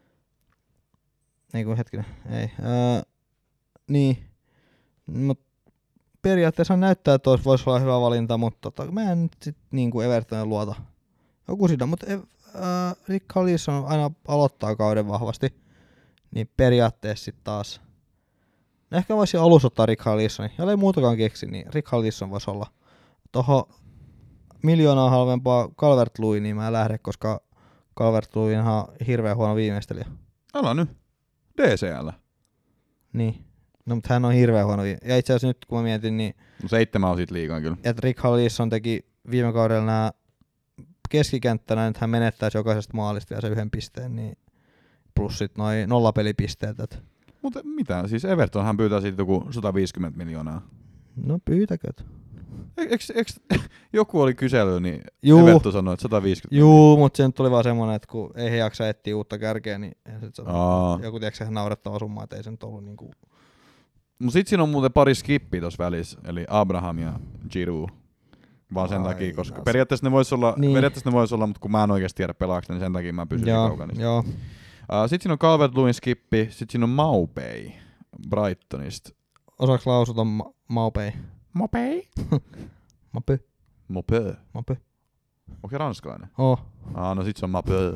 Ei kun hetkinen, ei. Öö, niin. Mut periaatteessa näyttää, että olisi voisi olla hyvä valinta, mutta tota, mä en nyt sit niinku Evertonin luota. Joku siinä, mutta öö, Richarlison aina aloittaa kauden vahvasti. Niin periaatteessa sit taas... No ehkä voisi alussa ottaa Richarlisonin. Jollei muutakaan keksi, niin Richarlison voisi olla. Toho miljoonaa halvempaa Calvert-Lewin, niin mä en lähde, koska Calvert-Lewin on ihan hirveän huono viimeistelijä. Älä nyt. D C L. Niin. No mutta hän on hirveän huono viimeistelijä. Ja itse asiassa nyt kun mä mietin, niin... No seitsemän on siitä liikaa kyllä. Että Richarlison teki viime kaudella nämä keskikenttänä, että hän menettäisi jokaisesta maalista ja se yhden pisteen, niin plus sit noi nollapelipisteet. Et... Mutta mitä? Siis Evertonhan pyytää siitä joku sata viisikymmentä miljoonaa. No pyytäköt. Eks, eks, joku oli kysely, niin Juu. Everton sanoi, että sata viisikymmentä. Juu, mutta sen tuli vaan semmoinen, että kun ei he jaksa etsiä uutta kärkeä, niin sit se Aa. on joku tiedätkö ihan naurettava summa, että ei se nyt ollut niinku... Mut sit siinä on muuten pari skippiä tossa välissä, eli Abraham ja Giroud. Vaan sen Ai, takia, koska no, periaatteessa ne vois olla, niin. periaatteessa ne vois olla, mutta kun mä en oikeesti tiedä pelaaks, niin sen takia mä pysyn Joo, kaukana. joo. Uh, sit siinä on Calvert-Lewin skippi, sit siinä on Maupay Brightonista. Osaaks lausuta ma- Maupay? Maupay? Mapy, Maupay. mapy. Onko se ranskalainen? Oh. Ah, no sit se on Maupay.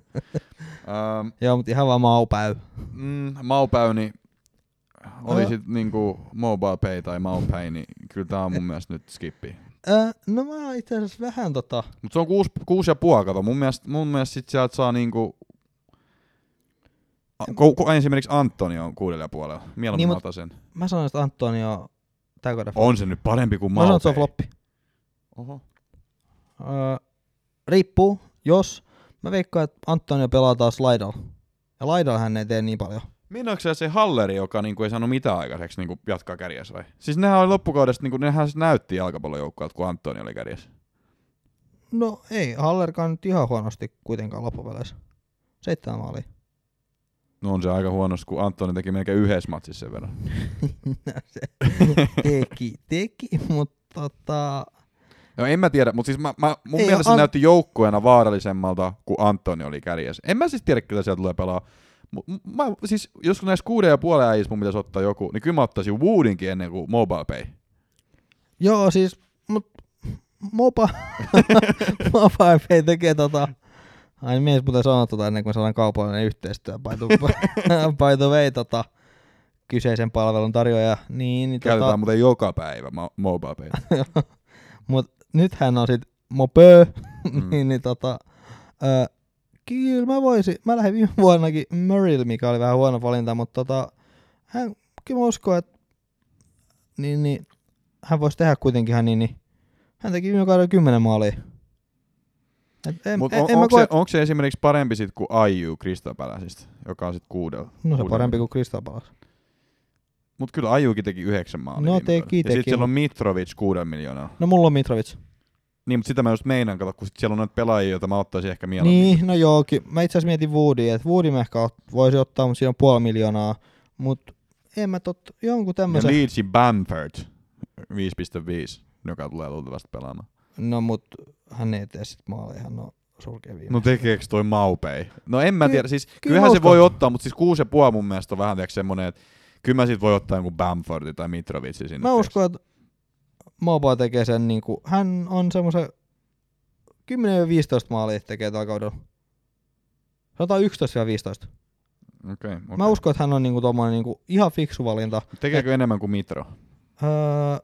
um, Joo, mut ihan vaan Maupäy. mm, Maupay, niin oli Ää. sit niinku Mobile Pay tai Maupay, niin kyllä tää on mun mielestä nyt skippi. Äh, no mä itse asiassa vähän tota... Mut se on kuusi, kuusi ja puoli, kato. Mun mielestä, mun mielestä sit sieltä saa niinku... A, ku, ku, esimerkiksi Antoni on kuudella ja puolella. Mieluummin Niin, niin, mut- otan sen. Mä sanoin, että Antonio... Tää kauden On se nyt parempi kuin Mä sanon, että se on Maupay. floppi. Oho. Öö, riippuu, jos mä veikkaan, että Antonio pelaa taas laidalla. Ja laidalla hän ei tee niin paljon. Minnokseen se Halleri, joka niinku ei saanut mitään aikaiseksi niinku jatkaa kärjessä vai? Siis nehän oli loppukaudesta, niinku, nehän näytti jalkapallojoukkueelta, kun Antoni oli kärjessä. No ei, Hallerkaan nyt ihan huonosti kuitenkaan loppupeleissä. Seitsemän maalia. No on se aika huonosti, kun Antoni teki melkein yhdessä matsissa sen verran. se teki, teki, mutta tota... No en mä tiedä, mutta siis mä, mä, mun ei, mielestä an... se näytti joukkueena vaarallisemmalta, kun Antoni oli kärjessä. En mä siis tiedä, ketä sieltä tulee pelaa. M- mä, siis, jos näissä kuuden ja puolen äijistä mun pitäisi ottaa joku, niin kyllä mä ottaisin Woodinkin ennen kuin Mobile Pay. Joo, siis, mut Moba... Mobile Pay tekee tota... Ai mies muuten sanoa tota ennen kuin me saadaan kaupallinen yhteistyö. By the, by the way, tota, kyseisen palvelun tarjoaja. Niin, niin, Käytetään tota... muuten joka päivä mo- Mobile Pay. Mut nythän on sit Mopö. Mm. niin, niin tota... Ö, kyllä mä voisin. Mä lähdin viime vuonnakin Murraylle, mikä oli vähän huono valinta, mutta tota... Hän, kyllä mä uskon, että... Niin, niin... Hän voisi tehdä kuitenkin hän niin, niin... Hän teki viime kaudella kymmenen maalia. Mutta on, onko, koet... se, se esimerkiksi parempi sit kuin Aiju Crystal Palacesta, joka on sit kuudella? No se on parempi kuin Crystal Palace. Mut kyllä Ajuukin teki yhdeksän maalia. No teki, ja teki. sit siellä on Mitrovic kuuden miljoonaa. No mulla on Mitrovic. Niin, mutta sitä mä just meinaan, kato, kun sit siellä on noita pelaajia, joita mä ottaisin ehkä mieluummin. Niin, no jookin. Mä itse asiassa mietin Woodia, että Woody mä ehkä voisi ottaa, mutta siinä on puoli miljoonaa. Mut en mä tot, jonkun tämmösen... Ja Leedsin Bamford, viisi pilkku viisi, joka tulee luultavasti pelaamaan. No mut hän ei tee sit maaleja, hän on surkea viimeistä. No tekeekö toi Maupei? No en mä Ky- tiedä, siis kyllä kyllähän se uskon. voi ottaa, mutta siis kuusi ja puoli mun mielestä on vähän tiedätkö semmonen, että kyllä mä sit voi ottaa jonkun Bamfordi tai Mitrovicin sinne. Mä uskon, että Moba tekee sen niinku, hän on semmoisen kymmenen viisitoista maalia tekee tällä kaudella. Sanotaan yksitoista viisitoista. Okei, okei. Mä uskon, että hän on niinku tommonen niinku ihan fiksu valinta. Tekeekö Et, enemmän kuin Mitro? öö,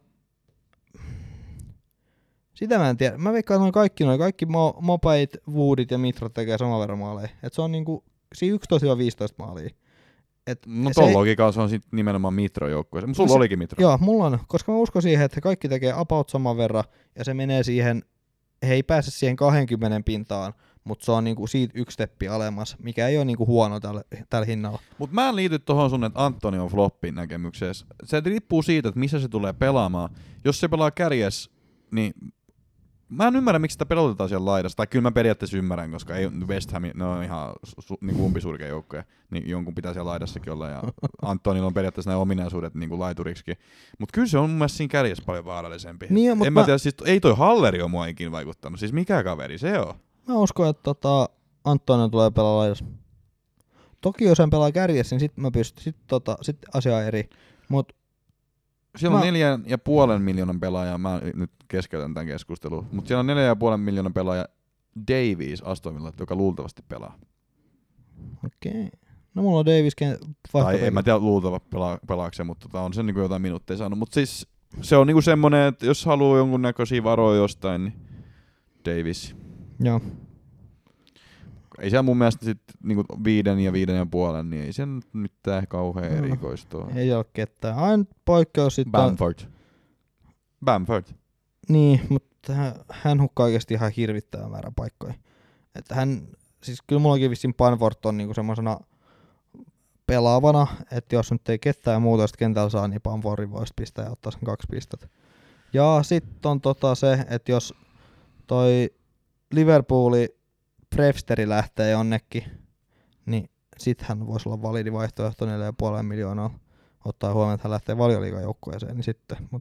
sitä mä en tiedä. Mä veikkaan, että noin kaikki noin, kaikki mo- Mopait, Woodit ja Mitrot tekee saman verran maaleja. Et se on niinku siinä yksitoista viisitoista maalia. Et No se ton ei- logiikalla se on sit nimenomaan Mitro joukkueessa. Sulla No se- olikin Mitro. Joo, mulla on, koska mä uskon siihen, että he kaikki tekee about saman verran, ja se menee siihen, he ei pääse siihen kaksikymmentä pintaan, mutta se on niinku siitä yksi steppi alemmas, mikä ei ole niinku huono tällä, tällä hinnalla. Mut mä en liity tohon sun, että Antoni on floppin näkemyksessä. Se riippuu siitä, että missä se tulee pelaamaan. Jos se pelaa kärjes, niin mä en ymmärrä, miksi sitä pelotetaan siellä laidassa. Tai kyllä mä periaatteessa ymmärrän, koska ei West Ham, ne on ihan su, niin umpisurkea joukkoja, niin jonkun pitää siellä laidassakin olla. Ja Antonilla on periaatteessa nämä ominaisuudet niin kuin laituriksikin. Mutta kyllä se on mun mielestä siinä kärjessä paljon vaarallisempi. Niin, en mut mä mä- tiedä, siis ei toi Halleri ole mua ikinä vaikuttanut. Siis mikä kaveri se on? Mä uskon, että tota, Antonio tulee pelaa laidassa. Toki jos hän pelaa kärjessä, niin sit mä pystyn, sit, tota, sit asia on eri. Mut Siellä on Mä- neljän ja puolen miljoonan pelaajaa, mä nyt keskeytän tämän keskustelun, mutta siellä on neljän ja puolen miljoonan pelaaja Davies Aston Villa, joka luultavasti pelaa. okei. Okay. No mulla on Davis Tai en mä tiedä luultava pelaa, pelaakseen, mutta tota on se niinku jotain minuutteja saanut. Mutta siis se on niinku semmonen, että jos haluaa jonkunnäköisiä varoja jostain, niin Davis. Joo. Ei siellä mun mielestä sit niinku viiden ja viiden ja puolen, niin ei se nyt mitään kauhean No. erikoista ole. Ei ole ketään. Aina poikkeus sitten on. Bamford. Bamford. Niin, mutta hän, hän hukkaa oikeasti ihan hirvittävän määrän paikkoja. Että hän, siis kyllä mullakin vissiin Bamford on niinku semmosena pelaavana, että jos nyt ei ketään muuta sit kentällä saa, niin Bamfordin voisi pistää ja ottaa sen kaksi pistettä. Ja sitten on tota se, että jos toi Liverpooli Brewsteri lähtee jonnekin, niin sit hän voisi olla validi vaihtoehto neljä pilkku viisi miljoonaa. Ottaa huomioon, että hän lähtee Valioliigan joukkueeseen, niin sitten. Mut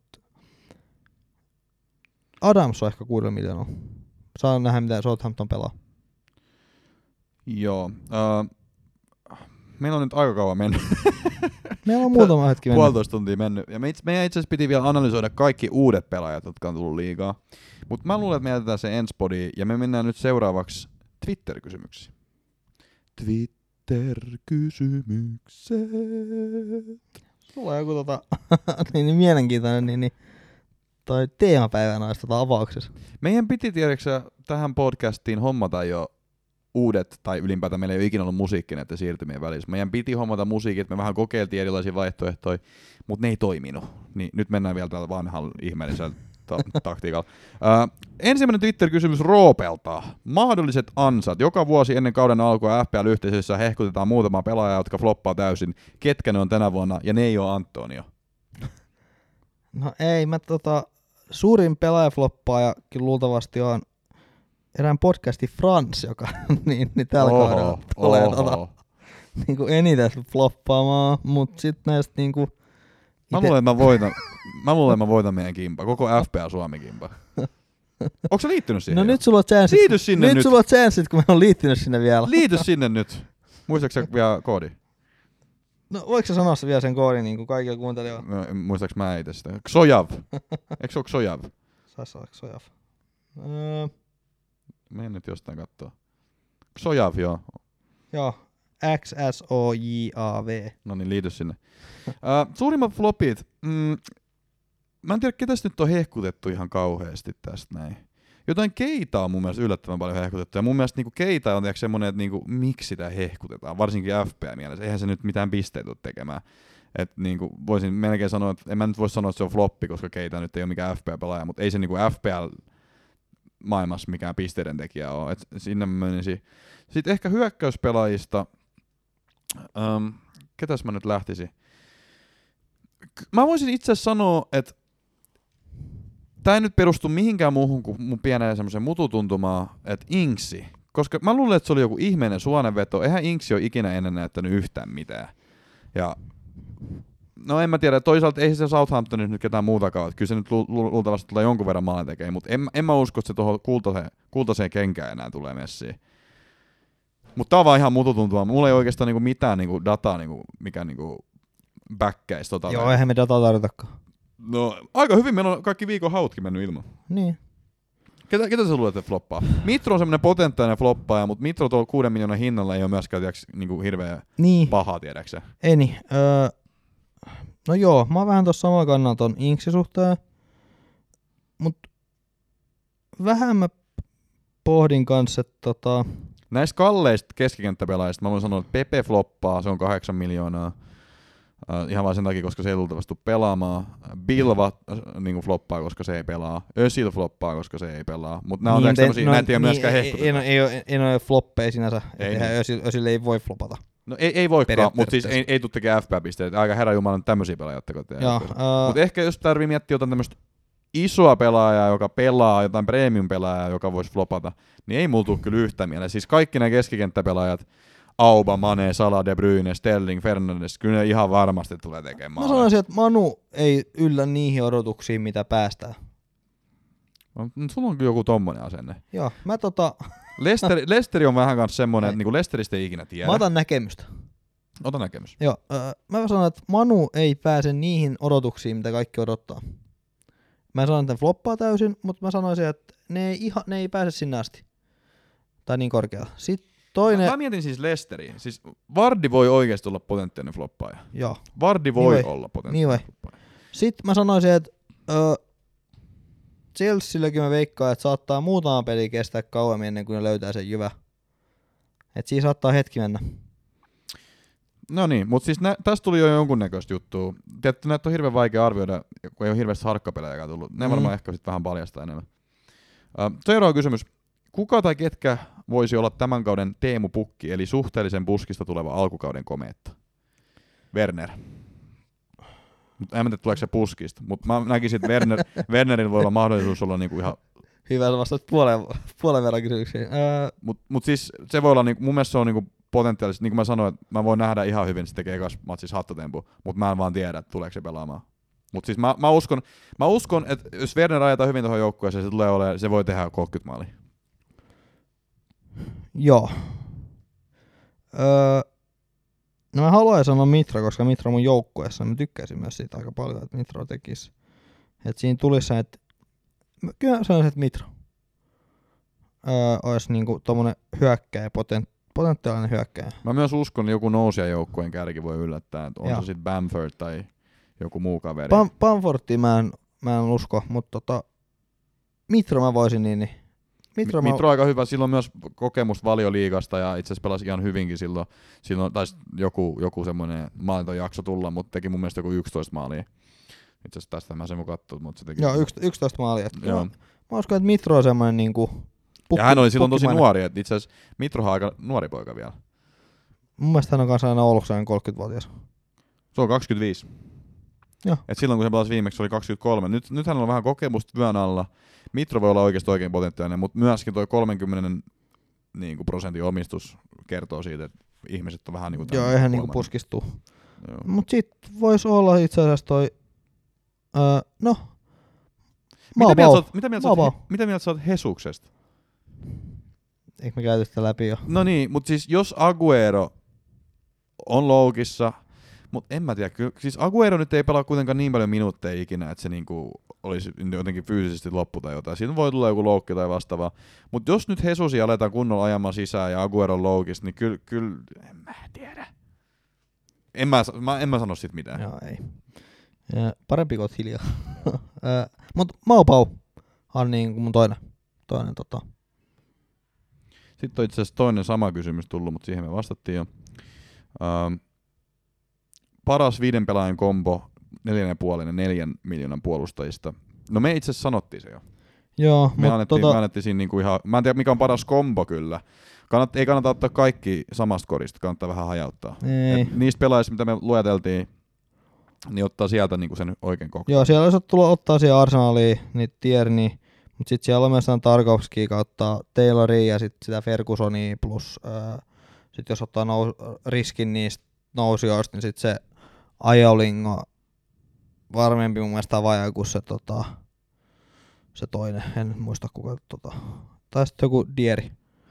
Adams on ehkä kuudella miljoonaa. Saa nähdä, mitä Southampton pelaa. Joo. Uh, meillä on nyt aika kauan mennyt. Meillä on muutama hetki mennyt. Puolitoista tuntia mennyt. Ja me itse, meidän itse asiassa piti vielä analysoida kaikki uudet pelaajat, jotka on tullut liigaa. Mutta mä luulen, että me jätetään se ensi podiin, ja me mennään nyt seuraavaksi Twitter-kysymyksiin. Twitter-kysymykset. Sulla on joku tota, niin, niin mielenkiintoinen niin, niin, toi teemapäivä noista tota avauksessa. Meidän piti tiedäksä tähän podcastiin hommata jo uudet, tai ylipäätään meillä ei ole ikinä ollut musiikki näiden siirtymien välissä. Meidän piti hommata musiikit, me vähän kokeiltiin erilaisia vaihtoehtoja, mutta ne ei toiminut. Niin nyt mennään vielä tällä vanhalla ihmeellisellä ta- taktiikalla. Ö, ensimmäinen Twitter-kysymys Roopelta. Mahdolliset ansat. Joka vuosi ennen kauden alkua F P L-yhteisössä hehkutetaan muutama pelaaja, jotka floppaa täysin. Ketkä ne on tänä vuonna, ja ne ei ole Antonio. No ei, mä tota, suurin pelaajafloppaaja kyllä luultavasti on erään podcasti Frans, joka niin, niin tällä Oho, kaudella tulee oho. tota, niinku eniten floppaamaan, mut sit näistä niinku Mä luulen, että mä voitan, mä luulen, että mä voitan meidän kimpa, koko F P L Suomi-kimpa. Onko sä liittynyt siihen? No jo? nyt sulla on chanssit, Liity sinne nyt, nyt. sulla on chanssit, kun mä oon liittynyt sinne vielä. Liity sinne nyt. Muistatko sä vielä koodi? No voiko sä sanoa se vielä sen koodin niin kuin kaikille kuuntelijoille? No, muistaaks mä itse sitä? Xojav. Eikö se ole Xojav? Sais olla Xojav. Öö, Mene nyt jostain kattoo. Xojav, joo. joo, X S O J A V. No niin, liity sinne. uh, suurimmat flopit. Mm, mä en tiedä, ketä nyt on hehkutettu ihan kauheasti tästä näin. Jotain Keita on mun mielestä yllättävän paljon hehkutettu. Ja mun mielestä niinku Keita on semmoinen, että niinku, miksi sitä hehkutetaan, varsinkin F P L-mielessä. Eihän se nyt mitään pisteitä tule tekemään. Et niinku, voisin melkein sanoa, että en mä nyt voi sanoa, että se on floppi, koska Keita nyt ei ole mikään F P L-pelaaja, mutta ei se niinku F P L-maailmassa mikään pisteiden tekijä ole. Et sinne mä menisin. Sitten ehkä hyökkäyspelaajista. Um, ketäs mä nyt lähtisin? Mä voisin itse asiassa sanoa, että tää ei nyt perustu mihinkään muuhun kuin mun pieneen semmoisen mututuntumaan, että Inksi. Koska mä luulen, että se oli joku ihmeinen suonenveto. Eihän Inksi ole ikinä ennen näyttänyt yhtään mitään. Ja no en mä tiedä, toisaalta ei se Southamptonissa nyt ketään muutakaan. Kyllä se nyt lu- lu- luultavasti tulee jonkun verran maalle tekemään, mutta en, en mä usko, että se tuohon kultaseen, kultaseen kenkään enää tulee messiin. Mutta tää on vaan ihan mututuntumaa. Mulla ei oikeastaan niinku mitään niinku dataa, niinku, mikä niinku backäisi tota. Joo, eihän me dataa tarvitakaan. No, aika hyvin meillä on kaikki viikon hautkin mennyt ilman. Niin. Ketä, ketä sä luulet, että floppaa? Mitro on semmoinen potentiaalinen floppaaja, mutta Mitro tuolla kuuden miljoonan hinnalla ei ole myöskään tiiäks, niinku hirveä Niin. paha, tiedäksä. Ei niin. Öö, no joo, mä oon vähän tossa samalla kannalla ton Inksi suhteen. Mut vähän mä pohdin kanssa, että tota... Näistä kalleista keskikenttäpelaajista mä voin sanoa, että Pepe floppaa, se on kahdeksan miljoonaa. Uh, ihan vaan sen takia, koska se ei luultavasti tule pelaamaan. Bilva uh, niin floppaa, koska se ei pelaa. Özil floppaa, koska se ei pelaa. Mutta nämä on niin, tämmöisiä, no, näitä ei ole niin, myöskään ei, hehkutetaan. ei, ei, ei, ei ole floppeja sinänsä. Ei Eihän niin. Özil, Özil ei voi flopata. No ei, ei voikaan, mutta siis ei, Periaatteessa. ei tule tekemään F P L-pisteitä. Aika herra jumala, tämmöisiä pelaajia ottako te. Joo, uh, Mutta ehkä jos tarvii miettiä jotain tämmöistä isoa pelaajaa, joka pelaa, jotain premium-pelaajaa, joka voisi flopata, niin ei mulla tule kyllä yhtä mieleen. Siis kaikki nämä keskikenttäpelaajat, Auba, Mane, Salah, De Bruyne, Sterling, Fernandes, kyllä ne ihan varmasti tulee tekemään. mä sanoisin, että Manu ei yllä niihin odotuksiin, mitä päästään. No, sulla on kyllä joku tommonen asenne. Joo, mä tota... Lester, Lesteri on vähän kanssa semmonen, että niinku Lesteristä ei ikinä tiedä. Mä otan näkemystä. Ota näkemys. Joo, öö, mä sanon, että Manu ei pääse niihin odotuksiin, mitä kaikki odottaa. Mä sanon, että ne floppaa täysin, mutta mä sanoisin, että ne ei, ihan, ne ei pääse sinne asti. Tai niin korkealla. Sitten toinen... Mä mietin siis Lesteriin. Siis Vardy voi oikeasti olla potentiaalinen floppaaja. Joo. Vardy voi, Niin voi. olla Niin potentiaalinen voi. floppaaja. Sitten mä sanoisin, että öö, Chelsealläkin mä veikkaan, että saattaa muutama peli kestää kauemmin ennen kuin ne löytää sen jyvä. Että siinä saattaa hetki mennä. No niin, mutta siis nä, tästä tuli jo jonkunnäköistä juttua. Tietysti näitä on hirveän vaikea arvioida, kun ei ole hirveästi harkkapelejäkään tullut. Ne Mm. varmaan ehkä sitten vähän paljastaa enemmän. Uh, seuraava kysymys. Kuka tai ketkä voisi olla tämän kauden Teemu Pukki, eli suhteellisen puskista tuleva alkukauden komeetta? Werner. Mut en tiedä, tuleeko se puskista, mutta mä näkisin, että Werner, Wernerillä voi olla mahdollisuus olla niinku ihan... Hyvä, sä vastaat puolen, puolen verran kysymyksiin. Öö, Mutta mut siis se voi olla, niinku, mun mielestä se on niinku potentiaalisesti, niin kuin mä sanoin, että mä voin nähdä ihan hyvin, että se tekee ekas matsissa hattotempu, mutta mä en vaan tiedä, että tuleeko se pelaamaan. Mutta siis mä, mä, uskon, mä uskon, että jos Werner ajetaan hyvin tuohon joukkueeseen, se, tulee olemaan, se voi tehdä kolmekymmentä maalia. Joo. Öö, no mä haluaisin sanoa Mitra, koska Mitra on mun joukkueessa. Mä tykkäisin myös siitä aika paljon, että Mitra tekisi. Että siinä tulisi se, että kyllä sanoisin, että Mitra öö, olisi niinku tommonen hyökkäjä, potent, potentiaalinen hyökkäjä. Mä myös uskon, että joku nousijajoukkueen kärki voi yllättää, että on Joo. se sitten Bamford tai joku muu kaveri. Pam- Pamforttia mä en, mä en usko, mutta tota, Mitra mä voisin niin. niin. Mitra, Mi- mä... Mitro on aika hyvä, sillä on myös kokemusta Valioliigasta ja itse asiassa pelasi ihan hyvinkin silloin. Silloin taisi joku, joku semmoinen maalintojakso tulla, mutta teki mun mielestä joku yksitoista maalia. Itse asiassa tästä mä sen mun katsonut, mutta se teki... Joo, yksitoista maalia. Et Joo. Mä uskon, että Mitro on semmoinen niinku... Pukki, ja hän oli silloin tosi pukkimainen. nuori, että itse asiassa Mitrohan on aika nuori poika vielä. Mun mielestä hän on kanssa aina ollut sellainen kolmekymmentävuotias. Se on kaksikymmentäviisi. Joo. Et silloin kun se pelasi viimeksi, se oli kaksikymmentäkolme. Nyt, nyt hänellä on vähän kokemusta työn alla. Mitro voi olla oikeasti oikein potentiaalinen, mutta myöskin toi kolmenkymmenen niin kuin prosentin omistus kertoo siitä, että ihmiset on vähän niin kuin... Joo, eihän niinku puskistuu. Joo. Mut sit vois olla itse asiassa toi... Öö, no... Mitä mieltä Maubau. sä oot, mitä mieltä sä oot, Maubau. he- mitä mieltä sä oot Hesuksesta? Eikö me käyty sitä läpi jo? No niin, mutta siis jos Agüero on loukissa, mutta en mä tiedä, kyllä, siis Agüero nyt ei pelaa kuitenkaan niin paljon minuutteja ikinä, että se niinku olisi jotenkin fyysisesti loppu tai jotain. Siinä voi tulla joku loukki tai vastaava. Mutta jos nyt Hesusia aletaan kunnolla ajamaan sisään ja Agüero on loukissa, niin kyllä, kyl, en mä tiedä. En mä, mä, en mä sano sit mitään. Joo, ei. Ja parempi kuin hiljaa. Mut Maubau on niinku mun toinen, toinen tota... Sitten on itse asiassa toinen sama kysymys tullut, mutta siihen me vastattiin jo. Ähm, paras viiden pelaajan kombo neljän ja puolen ja neljän miljoonan puolustajista. No me itse asiassa sanottiin se jo. Joo, Me mut annettiin, tota... me annettiin siinä niinku ihan, mä en tiedä mikä on paras kombo kyllä. Kannat, ei kannata ottaa kaikki samasta korista, kannattaa vähän hajauttaa. Ei. Et niistä pelaajista, mitä me lueteltiin, niin ottaa sieltä niinku sen oikein koko. Joo, siellä olisi tullut ottaa siihen Arsenaliin niitä Tierni, mutta sitten siellä on myös Tarkovskia kautta Tayloria ja sitten sitä Fergusonia plus äh, sitten jos ottaa nous, riskin niistä nousijoista, niin sitten se Ajolingo varmempi mun mielestä vajaa kuin se, tota, se toinen, en muista kuka, tota, tai sitten joku Dieri.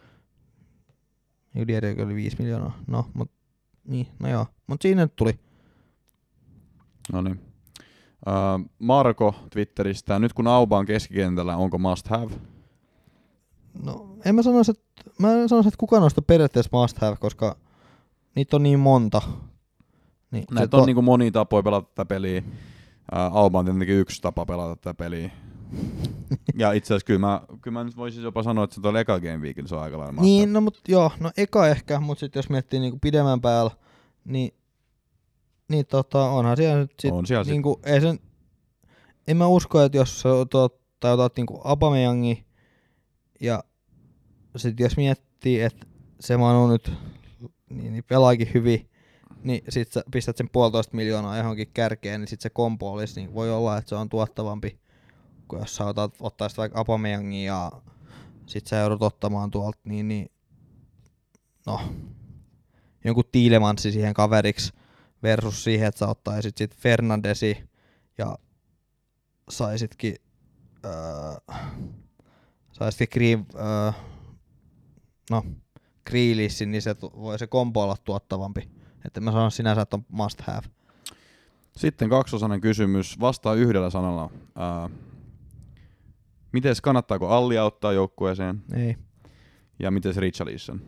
Joku Dieri oli viisi miljoonaa, no, mut, niin, no joo, mut siinä nyt tuli. No niin. Uh, Marko Twitteristä, nyt kun Auba on keskikentällä, onko must have? No, en mä sanoisi, että, mä en sanoisi, että kukaan noista periaatteessa must have, koska niitä on niin monta. Niin, Näitä on to... niinku monia tapoja pelata tätä peliä. Uh, Auba on tietenkin yksi tapa pelata tätä peliä. Ja itse asiassa kyllä mä, kyllä mä nyt voisin jopa sanoa, että se tuolla eka Game Weekillä se on aika lailla must Niin, have. no mut joo, no eka ehkä, mutta sitten jos miettii niinku pidemmän päällä, niin, niin tota, onhan siellä nyt sit, On siellä sit. niinku, ei sen, en mä usko, että jos sä otat, tai otat niinku Aubameyangi, ja sit jos miettii, että se Manu nyt niin, niin pelaakin hyvin, niin sit sä pistät sen puolitoista miljoonaa johonkin kärkeen, niin sit se kompo olisi, niin voi olla, että se on tuottavampi, kuin jos sä otat, ottaisit vaikka Aubameyangia ja sit sä joudut ottamaan tuolta, niin, niin no, jonkun Tiilemansi siihen kaveriksi versus siihen, että sä ottaisit sit Fernandesi ja saisitkin öö, saisitkin Green, öö, no, Grealishin, niin se tu- voi se kombo olla tuottavampi. Että mä sanon sinänsä, että on must have. Sitten kaksosainen kysymys, vastaa yhdellä sanalla. Uh, mites kannattaako Allia ottaa joukkueeseen? Ei. Ja mites Richarlison?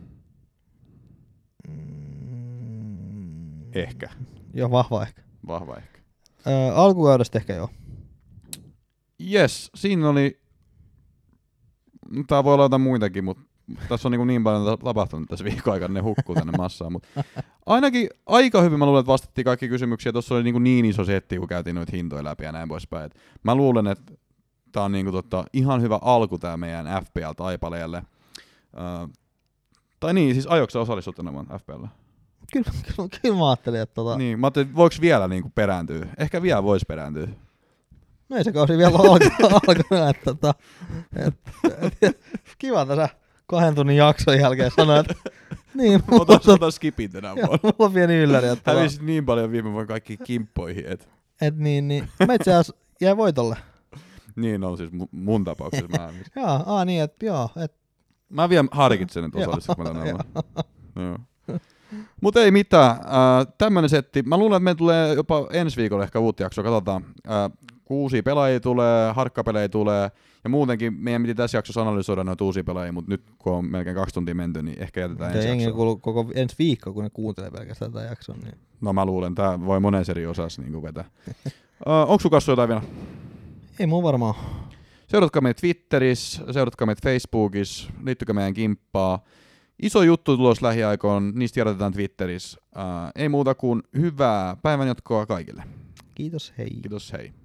Mm, Ehkä. Joo, vahva ehkä. Vahva ehkä. Öö, alkukaudesta ehkä joo. Yes, siinä oli... Tää voi olla jotain muitakin, mutta tässä on niin, niin paljon tapahtunut tässä viikon aikana, ne hukkuu tänne massaan. Mutta ainakin aika hyvin mä luulen, että vastattiin kaikki kysymyksiä. Tuossa oli niin, niin iso setti, kun käytiin noita hintoja läpi ja näin poispäin. Et mä luulen, että tää on niin kuin, tota, ihan hyvä alku tää meidän F P L-taipaleelle. Uh, tai niin, siis aiotko sä osallistut enemmän F P L? Kyllä, kyllä, kyllä mä ajattelin, että tota... Niin, mä ajattelin, että voiko vielä niin kuin perääntyä? Ehkä vielä voisi perääntyä. No ei se kausi vielä alkanut, alkanut että tota... Et, et, kiva tässä kahden tunnin jakson jälkeen sanoa, että... Niin, mulla Otas, on, otas skipin tänä joo, vuonna. mulla on pieni ylläri, että... tota- Hävisit niin paljon viime vuonna kaikki kimppoihin, että... Et niin, niin. Mä itse asiassa jäi voitolle. Niin on siis mun, mun tapauksessa mä hävisin. Joo, aa niin, että joo, et... Mä vielä harkitsen, että osallistuinko mä tänään. Joo. Mut ei mitään. Äh, tämmönen setti. Mä luulen, että meillä tulee jopa ensi viikolla ehkä uutta jaksoa. Katsotaan. Äh, uusia pelaajia tulee, harkkapelejä tulee. Ja muutenkin meidän piti tässä jaksossa analysoida noita uusia pelaajia, mutta nyt kun on melkein kaksi tuntia menty, niin ehkä jätetään ensi jengi jaksoa. kuuluu koko ensi viikko, kun ne kuuntelee pelkästään tätä jakson. Niin... No mä luulen, tää voi monessa eri osassa niin vetää. äh, onko sun kanssa jotain vielä? Ei mun varmaan. Seuratkaa meitä Twitterissä, seuratkaa meitä Facebookissa, liittykää meidän kimppaa. Iso juttu tulos lähiaikoin, niistä tiedotetaan Twitterissä. Äh, ei muuta kuin hyvää päivänjatkoa kaikille. Kiitos, hei. Kiitos, hei.